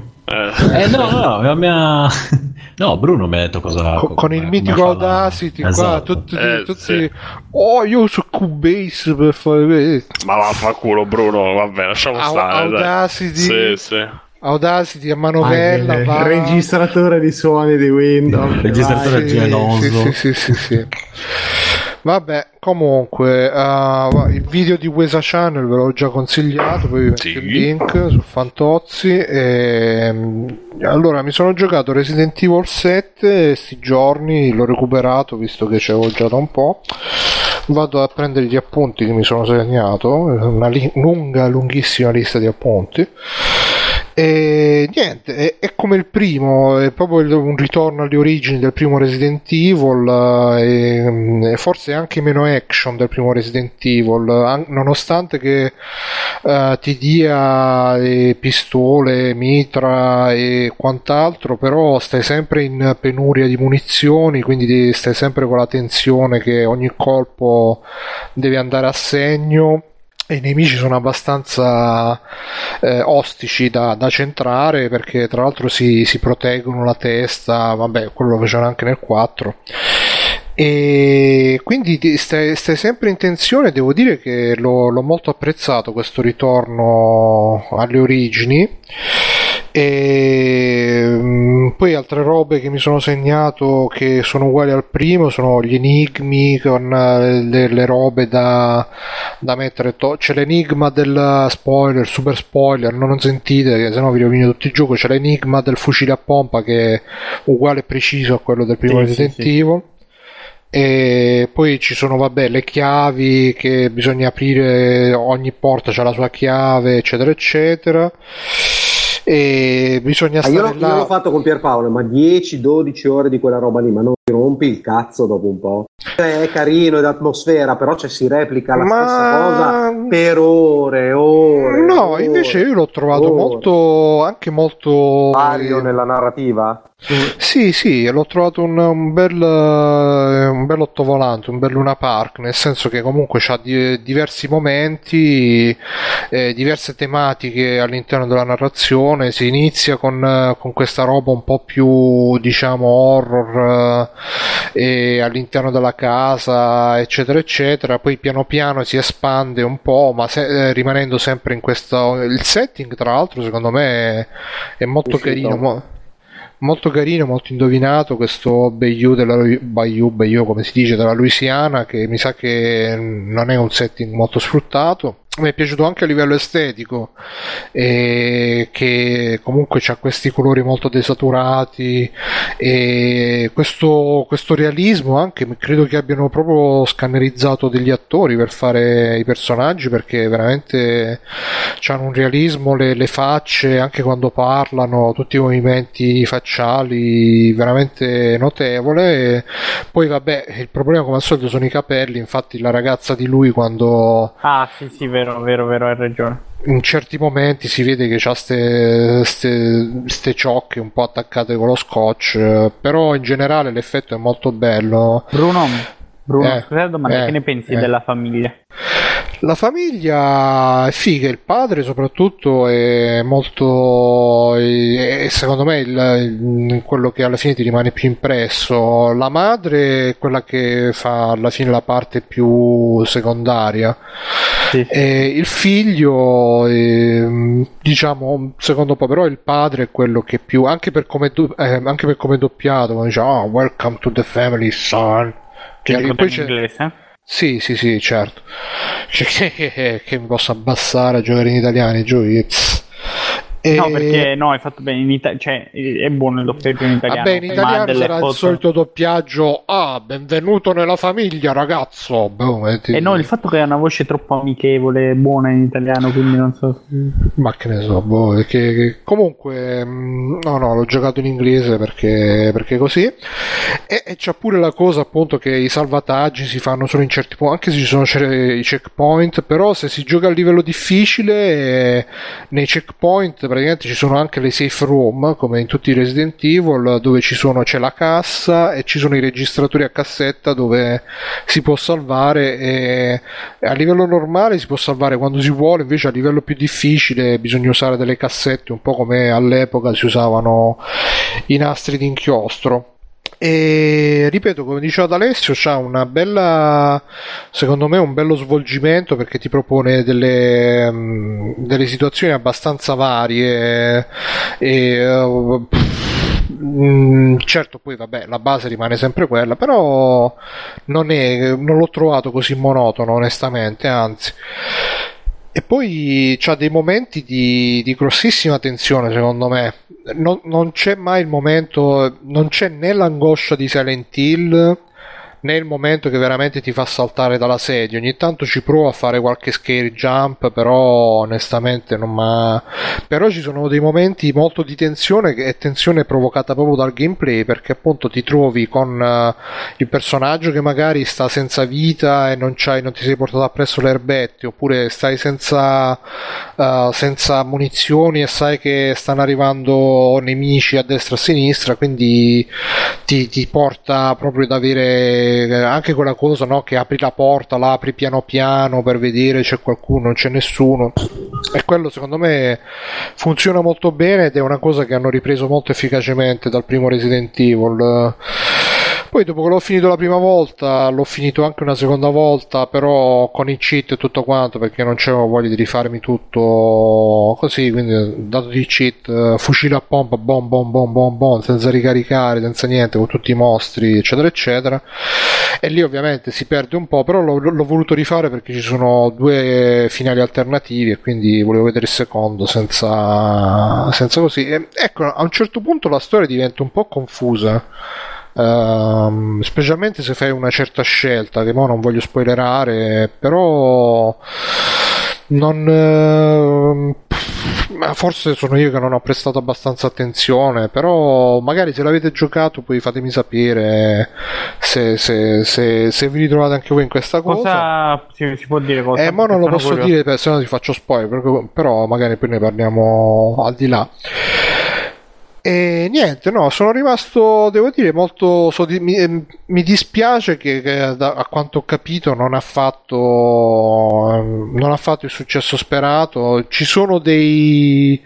No, Bruno mi ha detto cosa con il mitico Audacity, esatto. Qua tutti io uso Cubase per fare, ma vaffanculo Bruno, vabbè, lasciamo stare. Audacity, sì. Audacity a manovella, registratore di suoni di Windows, registratore geloso. Sì. Vabbè, comunque il video di Wesa Channel ve l'ho già consigliato, poi vi metto il link su Fantozzi. Allora, mi sono giocato Resident Evil 7 sti giorni, l'ho recuperato visto che ci avevo già da un po'. Vado a prendere gli appunti che mi sono segnato, una lunghissima lista di appunti. E niente, è come il primo, è proprio un ritorno alle origini del primo Resident Evil, e forse anche meno action del primo Resident Evil, nonostante che ti dia pistole, mitra e quant'altro, però stai sempre in penuria di munizioni, quindi stai sempre con la tensione che ogni colpo deve andare a segno. E i nemici sono abbastanza ostici da centrare, perché tra l'altro si proteggono la testa, vabbè, quello lo facevano anche nel 4. E quindi stai sempre in tensione. Devo dire che l'ho molto apprezzato questo ritorno alle origini. E poi altre robe che mi sono segnato che sono uguali al primo sono gli enigmi con le robe da mettere. C'è l'enigma del spoiler, super spoiler, non sentite, se no vi rovino tutto il gioco. C'è l'enigma del fucile a pompa che è uguale e preciso a quello del primo Resident Evil. E poi ci sono, vabbè, le chiavi che bisogna aprire, ogni porta c'ha la sua chiave, eccetera eccetera. E bisogna stare io l'ho fatto con Pierpaolo, ma 10-12 ore di quella roba lì, ma non ti rompi il cazzo dopo un po'. È carino, è d'atmosfera, però si replica la stessa cosa per ore. No, invece io l'ho trovato molto vario nella narrativa. Sì, l'ho trovato un bel ottovolante, un bel Luna Park, nel senso che comunque c'ha diversi momenti, diverse tematiche all'interno della narrazione. Si inizia con questa roba un po' più, diciamo, horror all'interno della casa, eccetera eccetera, poi piano piano si espande un po', ma rimanendo sempre in questo. Il setting, tra l'altro, secondo me è molto carino. Molto carino, molto indovinato, questo Bayou, come si dice, della Louisiana, che mi sa che non è un setting molto sfruttato. Mi è piaciuto anche a livello estetico, che comunque c'ha questi colori molto desaturati, e questo realismo anche. Credo che abbiano proprio scannerizzato degli attori per fare i personaggi, perché veramente c'hanno un realismo, le facce, anche quando parlano, tutti i movimenti facciali, veramente notevole. E poi vabbè, il problema come al solito sono i capelli. Infatti la ragazza di lui, quando sì, vero, hai ragione, in certi momenti si vede che c'ha ste ciocche un po' attaccate con lo scotch, però in generale l'effetto è molto bello. Bruno, scusa la domanda, che ne pensi della famiglia? La famiglia è figa, il padre soprattutto è molto, secondo me quello che alla fine ti rimane più impresso. La madre è quella che fa alla fine la parte più secondaria. Sì. Il figlio diciamo secondo po', però il padre è quello che più, anche per come è doppiato, quando dice welcome to the family, son, che poi c'è inglese? Sì, certo. Che mi posso abbassare a giocare in italiano, No, perché no, hai fatto bene cioè è buono il doppiaggio in italiano. Vabbè, in italiano sarà il solito doppiaggio: benvenuto nella famiglia, ragazzo. E no, il fatto che ha una voce troppo amichevole, buona in italiano, quindi non so. Ma che ne so, che comunque no, l'ho giocato in inglese perché così. E c'ha pure la cosa, appunto, che i salvataggi si fanno solo in certi punti, anche se ci sono i checkpoint, però se si gioca a livello difficile, nei checkpoint praticamente ci sono anche le safe room, come in tutti i Resident Evil, dove c'è la cassa e ci sono i registratori a cassetta dove si può salvare, e a livello normale si può salvare quando si vuole, invece a livello più difficile bisogna usare delle cassette, un po' come all'epoca si usavano i nastri d'inchiostro. E ripeto, come diceva D'Alessio, c'ha una bella, secondo me un bello svolgimento, perché ti propone delle situazioni abbastanza varie e Certo, poi vabbè, la base rimane sempre quella, però non l'ho trovato così monotono, onestamente, anzi. E poi c'ha dei momenti di grossissima tensione, secondo me. Non c'è mai il momento, non c'è né l'angoscia di Silent Hill, né il momento che veramente ti fa saltare dalla sedia. Ogni tanto ci provo a fare qualche scare jump, però onestamente non m'ha... Però ci sono dei momenti molto di tensione, e tensione provocata proprio dal gameplay, perché appunto ti trovi con il personaggio che magari sta senza vita e non ti sei portato appresso le erbette, oppure stai senza munizioni e sai che stanno arrivando nemici a destra e a sinistra, quindi ti porta proprio ad avere anche quella cosa, no? Che apri la porta, la apri piano piano per vedere c'è qualcuno, non c'è nessuno, e quello secondo me funziona molto bene ed è una cosa che hanno ripreso molto efficacemente dal primo Resident Evil. Poi dopo che l'ho finito la prima volta l'ho finito anche una seconda volta, però con i cheat e tutto quanto, perché non c'avevo voglia di rifarmi tutto così, quindi dato di cheat, fucile a pompa, bom bom bom bom bom, senza ricaricare, senza niente, con tutti i mostri eccetera eccetera, e lì ovviamente si perde un po', però l'ho voluto rifare perché ci sono 2 finali alternativi e quindi volevo vedere il secondo senza così. E ecco, a un certo punto la storia diventa un po' confusa. Specialmente se fai una certa scelta, che mo non voglio spoilerare, però forse sono io che non ho prestato abbastanza attenzione, però magari se l'avete giocato poi fatemi sapere se vi ritrovate anche voi in questa cosa. Si può dire cosa? Ma non lo posso dire, se no ti faccio spoiler, però magari poi ne parliamo al di là. E niente, no, sono rimasto, devo dire, molto mi dispiace che a quanto ho capito non ha fatto il successo sperato. Ci sono dei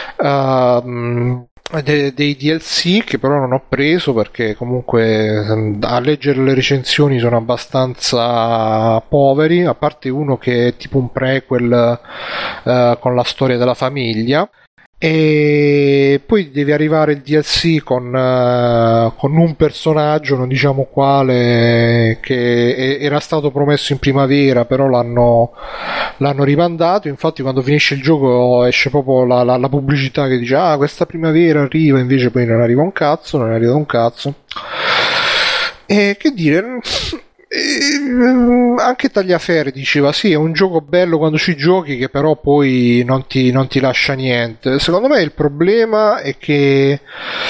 DLC che però non ho preso, perché comunque a leggere le recensioni sono abbastanza poveri, a parte uno che è tipo un prequel con la storia della famiglia. E poi deve arrivare il DLC con un personaggio, non diciamo quale, che era stato promesso in primavera, però l'hanno rimandato. Infatti quando finisce il gioco esce proprio la pubblicità che dice questa primavera arriva, invece poi non arriva un cazzo, e che dire, anche Tagliaferri diceva sì, è un gioco bello quando ci giochi, che però poi non ti lascia niente. Secondo me il problema è che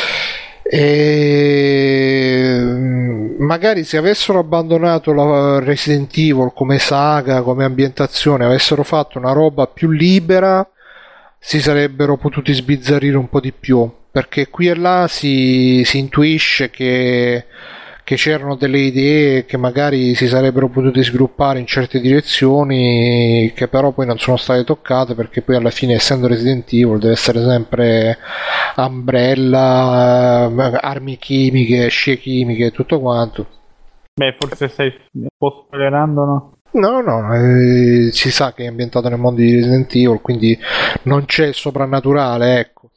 magari se avessero abbandonato la Resident Evil come saga, come ambientazione, avessero fatto una roba più libera, si sarebbero potuti sbizzarrire un po' di più, perché qui e là si intuisce che c'erano delle idee che magari si sarebbero potute sviluppare in certe direzioni, che però poi non sono state toccate, perché poi alla fine, essendo Resident Evil, deve essere sempre Umbrella, armi chimiche, scie chimiche e tutto quanto. Beh, forse stai un po' spoilerando, no? No, si sa che è ambientato nel mondo di Resident Evil, quindi non c'è il soprannaturale, ecco.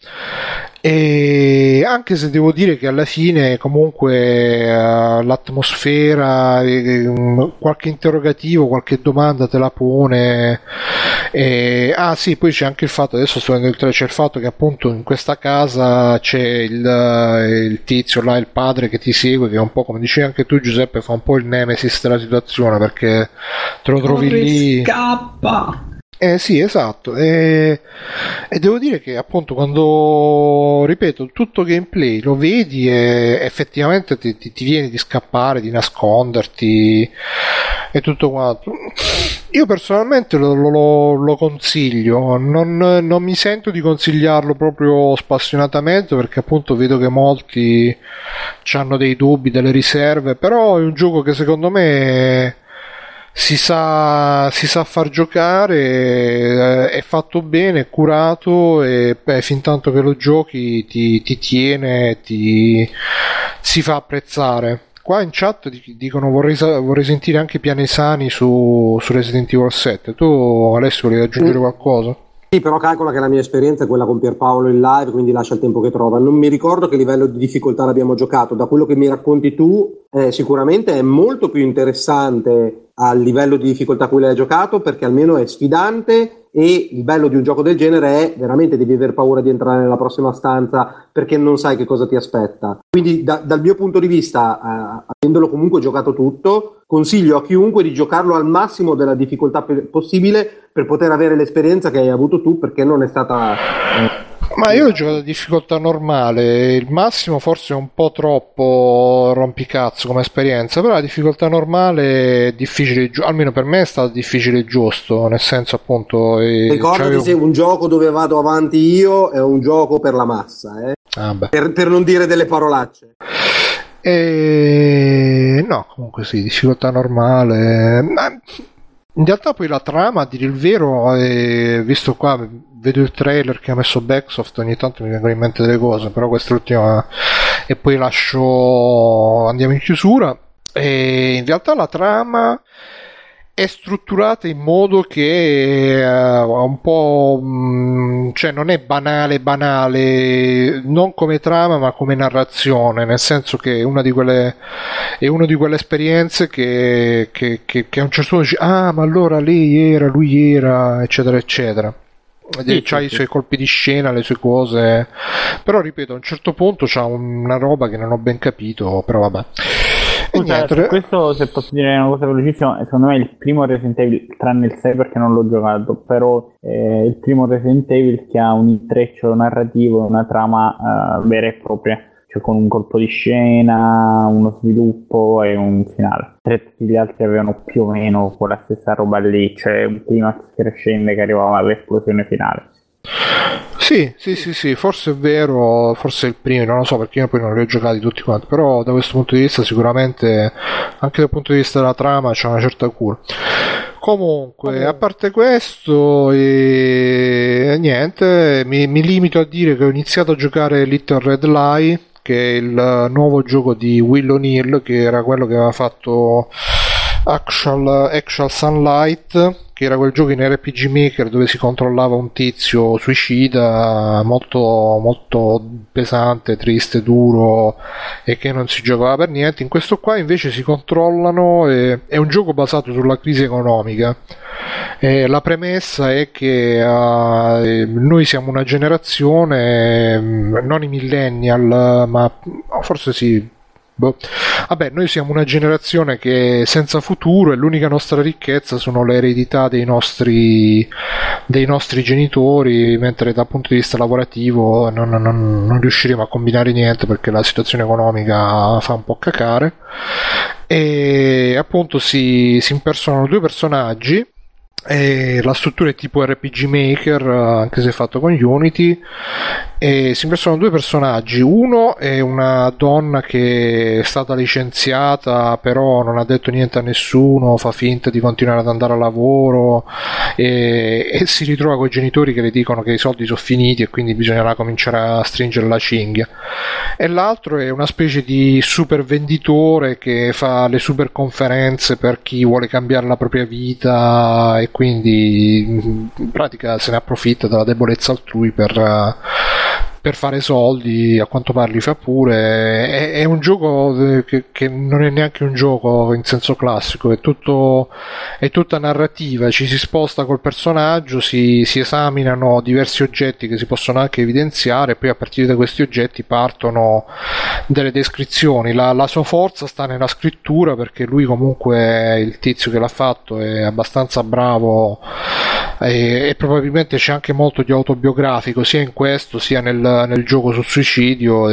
E anche se devo dire che alla fine comunque l'atmosfera, qualche interrogativo, qualche domanda te la pone. Sì, poi c'è anche il fatto, adesso sto vedendo il trailer, c'è il fatto che appunto in questa casa c'è il tizio là, il padre che ti segue, che è un po', come dicevi anche tu Giuseppe, fa un po' il nemesis della situazione, perché te lo trovi lì, scappa. Sì, esatto, e devo dire che appunto quando, ripeto, tutto gameplay lo vedi e effettivamente ti viene di scappare, di nasconderti e tutto quanto. Io personalmente lo consiglio, non mi sento di consigliarlo proprio spassionatamente, perché appunto vedo che molti hanno dei dubbi, delle riserve, però è un gioco che secondo me si sa far giocare, è fatto bene, è curato, e fin tanto che lo giochi ti tiene, si fa apprezzare. Qua in chat dicono vorrei sentire anche Pianesani su Resident Evil 7. Tu Alessio volevi aggiungere qualcosa? Sì, però calcola che la mia esperienza è quella con Pierpaolo in live, quindi lascia il tempo che trova. Non mi ricordo che livello di difficoltà l'abbiamo giocato. Da quello che mi racconti tu, sicuramente è molto più interessante al livello di difficoltà a cui l'hai giocato, perché almeno è sfidante, e il bello di un gioco del genere è veramente devi aver paura di entrare nella prossima stanza perché non sai che cosa ti aspetta. Quindi dal mio punto di vista, avendolo comunque giocato tutto, consiglio a chiunque di giocarlo al massimo della difficoltà possibile per poter avere l'esperienza che hai avuto tu, perché non è stata... Ma io ho giocato a difficoltà normale, il massimo forse è un po' troppo rompicazzo come esperienza, però la difficoltà normale è difficile, almeno per me è stato difficile e giusto, nel senso appunto... Ricordati, se un gioco dove vado avanti io è un gioco per la massa, per non dire delle parolacce. No, comunque sì, difficoltà normale... In realtà poi la trama, a dire il vero, visto qua, vedo il trailer che ha messo Backsoft, ogni tanto mi vengono in mente delle cose, però questa è l'ultima, e poi andiamo in chiusura. E in realtà la trama è strutturata in modo che un po' cioè non è banale, non come trama ma come narrazione, nel senso che è una di quelle esperienze che a un certo punto dici ma allora lui era, eccetera eccetera. C'ha i suoi colpi di scena, le sue cose, però ripeto, a un certo punto c'ha una roba che non ho ben capito, però vabbè. Questo, se posso dire una cosa velocissima, secondo me è il primo Resident Evil, tranne il 6 perché non l'ho giocato, però è il primo Resident Evil che ha un intreccio narrativo, una trama vera e propria, cioè con un colpo di scena, uno sviluppo e un finale. Tutti gli altri avevano più o meno quella stessa roba lì, cioè un climax crescente che arrivava all'esplosione finale. Sì, forse è vero, forse è il primo, non lo so perché io poi non li ho giocati tutti quanti, però da questo punto di vista sicuramente, anche dal punto di vista della trama, c'è una certa cura. Comunque, a parte questo, niente, mi limito a dire che ho iniziato a giocare Little Red Lie, che è il nuovo gioco di Will O'Neill, che era quello che aveva fatto Actual Sunlight, che era quel gioco in RPG Maker dove si controllava un tizio suicida, molto molto pesante, triste, duro, e che non si giocava per niente. In questo qua invece si controllano, è un gioco basato sulla crisi economica. La premessa è che noi siamo una generazione, non i millennial, ma forse sì, vabbè, noi siamo una generazione che è senza futuro e l'unica nostra ricchezza sono le eredità dei nostri genitori, mentre dal punto di vista lavorativo non riusciremo a combinare niente perché la situazione economica fa un po' cacare. E appunto si impersonano due personaggi. E la struttura è tipo RPG Maker, anche se è fatto con Unity, e si impersonano due personaggi. Uno è una donna che è stata licenziata però non ha detto niente a nessuno, fa finta di continuare ad andare a lavoro e si ritrova con i genitori che le dicono che i soldi sono finiti e quindi bisognerà cominciare a stringere la cinghia. E l'altro è una specie di super venditore che fa le super conferenze per chi vuole cambiare la propria vita e quindi in pratica se ne approfitta della debolezza altrui per fare soldi. A quanto pare li fa pure. È un gioco che non è neanche un gioco in senso classico, è tutta narrativa, ci si sposta col personaggio, si esaminano diversi oggetti che si possono anche evidenziare, poi a partire da questi oggetti partono delle descrizioni. La sua forza sta nella scrittura, perché lui comunque, il tizio che l'ha fatto, è abbastanza bravo e probabilmente c'è anche molto di autobiografico sia in questo sia nel gioco sul suicidio,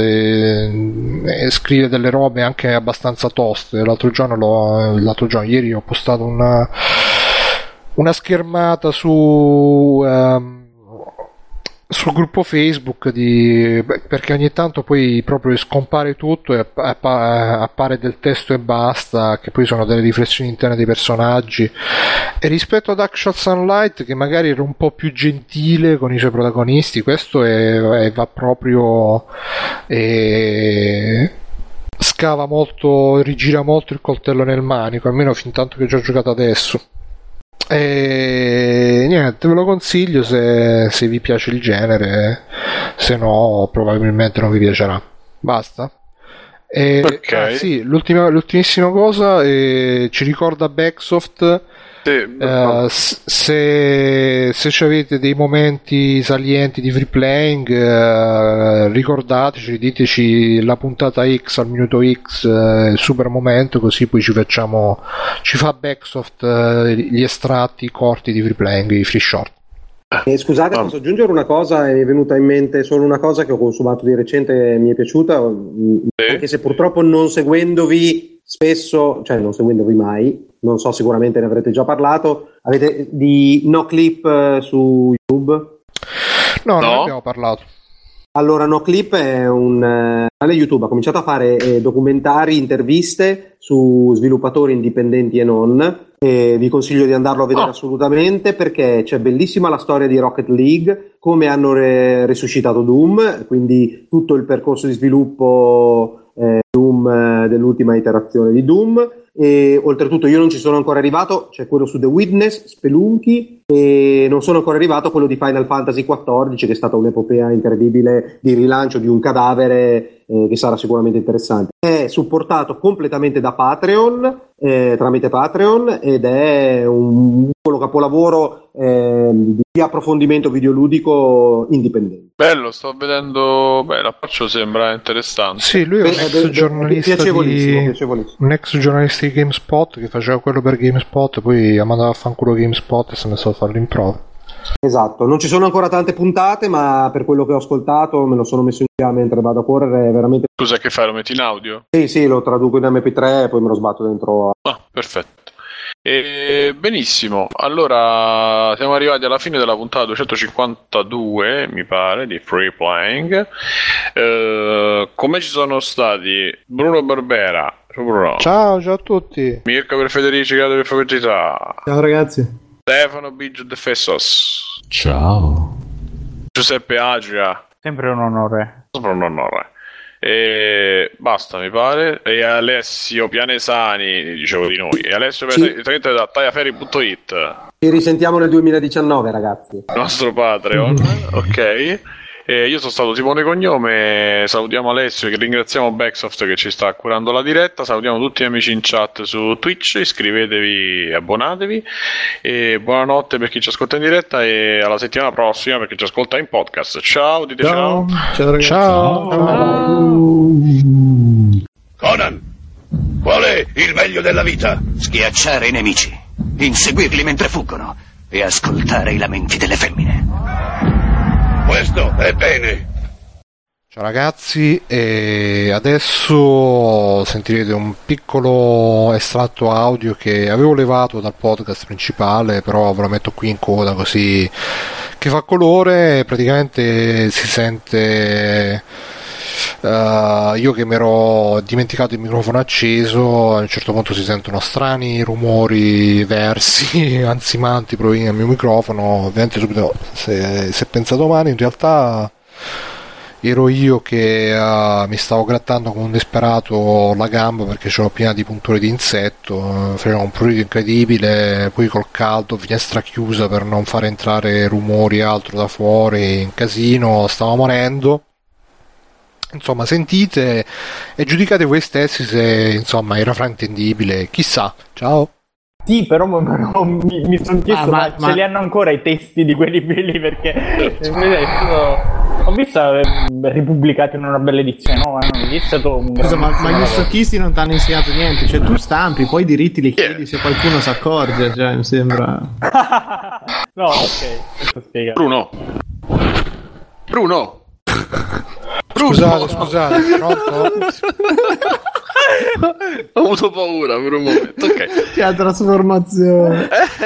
e scrive delle robe anche abbastanza toste. Ieri ho postato una schermata sul gruppo Facebook perché ogni tanto poi proprio scompare tutto e appare del testo e basta, che poi sono delle riflessioni interne dei personaggi. E rispetto ad Actual Sunlight, che magari era un po' più gentile con i suoi protagonisti, questo va proprio scava molto, rigira molto il coltello nel manico, almeno fin tanto che ci ho giocato adesso. E niente, ve lo consiglio se vi piace il genere, se no probabilmente non vi piacerà. Basta. Ok. Sì, l'ultimissima cosa, ci ricorda Backsoft. Se avete dei momenti salienti di free playing, ricordateci, diteci la puntata X al minuto X, super momento, così poi ci fa Backsoft gli estratti corti di free playing, i free short. Scusate, posso aggiungere una cosa? È venuta in mente solo una cosa che ho consumato di recente e mi è piaciuta, anche se purtroppo non seguendovi spesso, cioè non seguendovi mai, non so, sicuramente ne avrete già parlato, avete di NoClip su YouTube? No, non abbiamo parlato. Allora, NoClip è un canale YouTube, ha cominciato a fare documentari, interviste su sviluppatori indipendenti e non. Vi consiglio di andarlo a vedere assolutamente, perché c'è bellissima la storia di Rocket League, come hanno resuscitato Doom, quindi tutto il percorso di sviluppo Doom dell'ultima iterazione di Doom. E oltretutto io non ci sono ancora arrivato, c'è quello su The Witness, Spelunky, e non sono ancora arrivato a quello di Final Fantasy XIV, che è stata un'epopea incredibile di rilancio di un cadavere, che sarà sicuramente interessante. È supportato completamente da Patreon, tramite Patreon, ed è un piccolo capolavoro di approfondimento videoludico indipendente. Bello, sto vedendo, l'approccio sembra interessante. Sì, lui è un ex giornalista un ex giornalista di GameSpot, che faceva quello per GameSpot, poi ha mandato a fanculo GameSpot e se ne sta a fare l'improva. Esatto, non ci sono ancora tante puntate, ma per quello che ho ascoltato me lo sono messo in via mentre vado a correre, è veramente... Scusa, che fai? Lo metti in audio? Sì, lo traduco in MP3 e poi me lo sbatto dentro. Perfetto. Benissimo, allora siamo arrivati alla fine della puntata 252, mi pare, di Free Playing. Come ci sono stati Bruno Barbera, Bruno. Ciao a tutti. Mirko per Federici, grazie per felicità. Ciao ragazzi. Stefano Biggio De Fessos. Ciao. Giuseppe Agria. Sempre un onore. E basta, mi pare. E Alessio Pianesani, dicevo di noi. E Alessio Pianesani da tagliaferri.it. Ci risentiamo nel 2019, ragazzi. Il nostro Patreon. Ok. Io sono stato Simone Cognome, salutiamo Alessio, che ringraziamo Backsoft che ci sta curando la diretta, salutiamo tutti gli amici in chat su Twitch, iscrivetevi e abbonatevi, e buonanotte per chi ci ascolta in diretta e alla settimana prossima per chi ci ascolta in podcast. Ciao, dite ciao. Ciao ragazzi. Ciao. Conan, qual è il meglio della vita? Schiacciare i nemici, inseguirli mentre fuggono e ascoltare i lamenti delle femmine. Questo è bene. Ciao ragazzi, e adesso sentirete un piccolo estratto audio che avevo levato dal podcast principale, però ve lo metto qui in coda così che fa colore. Praticamente si sente io che mi ero dimenticato il microfono acceso, a un certo punto si sentono strani rumori versi ansimanti provenienti dal mio microfono. Ovviamente subito si è pensato male, in realtà ero io che mi stavo grattando come un disperato la gamba perché c'ero piena di punture di insetto, faceva un prurito incredibile, poi col caldo, finestra chiusa per non far entrare rumori e altro da fuori, in casino, stavo morendo. Insomma, sentite e giudicate voi stessi se insomma era fraintendibile, chissà. Ciao. Sì, però mi sono chiesto ma ce li hanno ancora i testi di quelli belli, perché ho visto ripubblicati in una bella edizione, no? È stato un Scusa, ma gli stocchisti non ti hanno insegnato niente, cioè tu stampi, poi i diritti li chiedi se qualcuno si accorge, cioè mi sembra. No, ok, questo spiega. Bruno. Scusate, pronto? Ho avuto paura per un momento. Ok. Che trasformazione.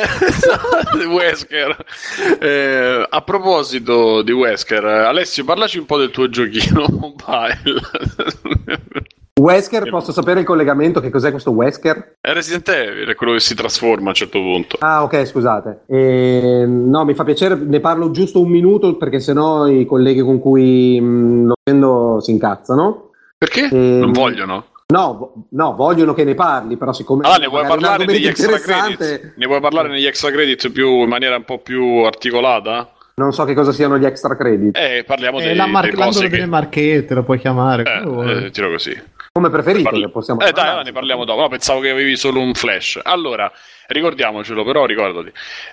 Wesker. A proposito di Wesker, Alessio, parlaci un po' del tuo giochino mobile. Wesker, posso sapere il collegamento? Che cos'è questo Wesker? È Resident Evil, è quello che si trasforma a un certo punto. Ah, ok, scusate. No, mi fa piacere, ne parlo giusto un minuto perché sennò i colleghi con cui lo prendo si incazzano. Perché? Non vogliono? No, vogliono che ne parli, però siccome ne vuoi parlare negli extra credit? Ne vuoi parlare negli extra credit in maniera un po' più articolata? Non so che cosa siano gli extra credit. Parliamo delle cose delle marchette, lo puoi chiamare. Tiro così. Come preferito, che possiamo dai, allora ne parliamo dopo. No, pensavo che avevi solo un flash. Allora, ricordiamocelo, però ricordati.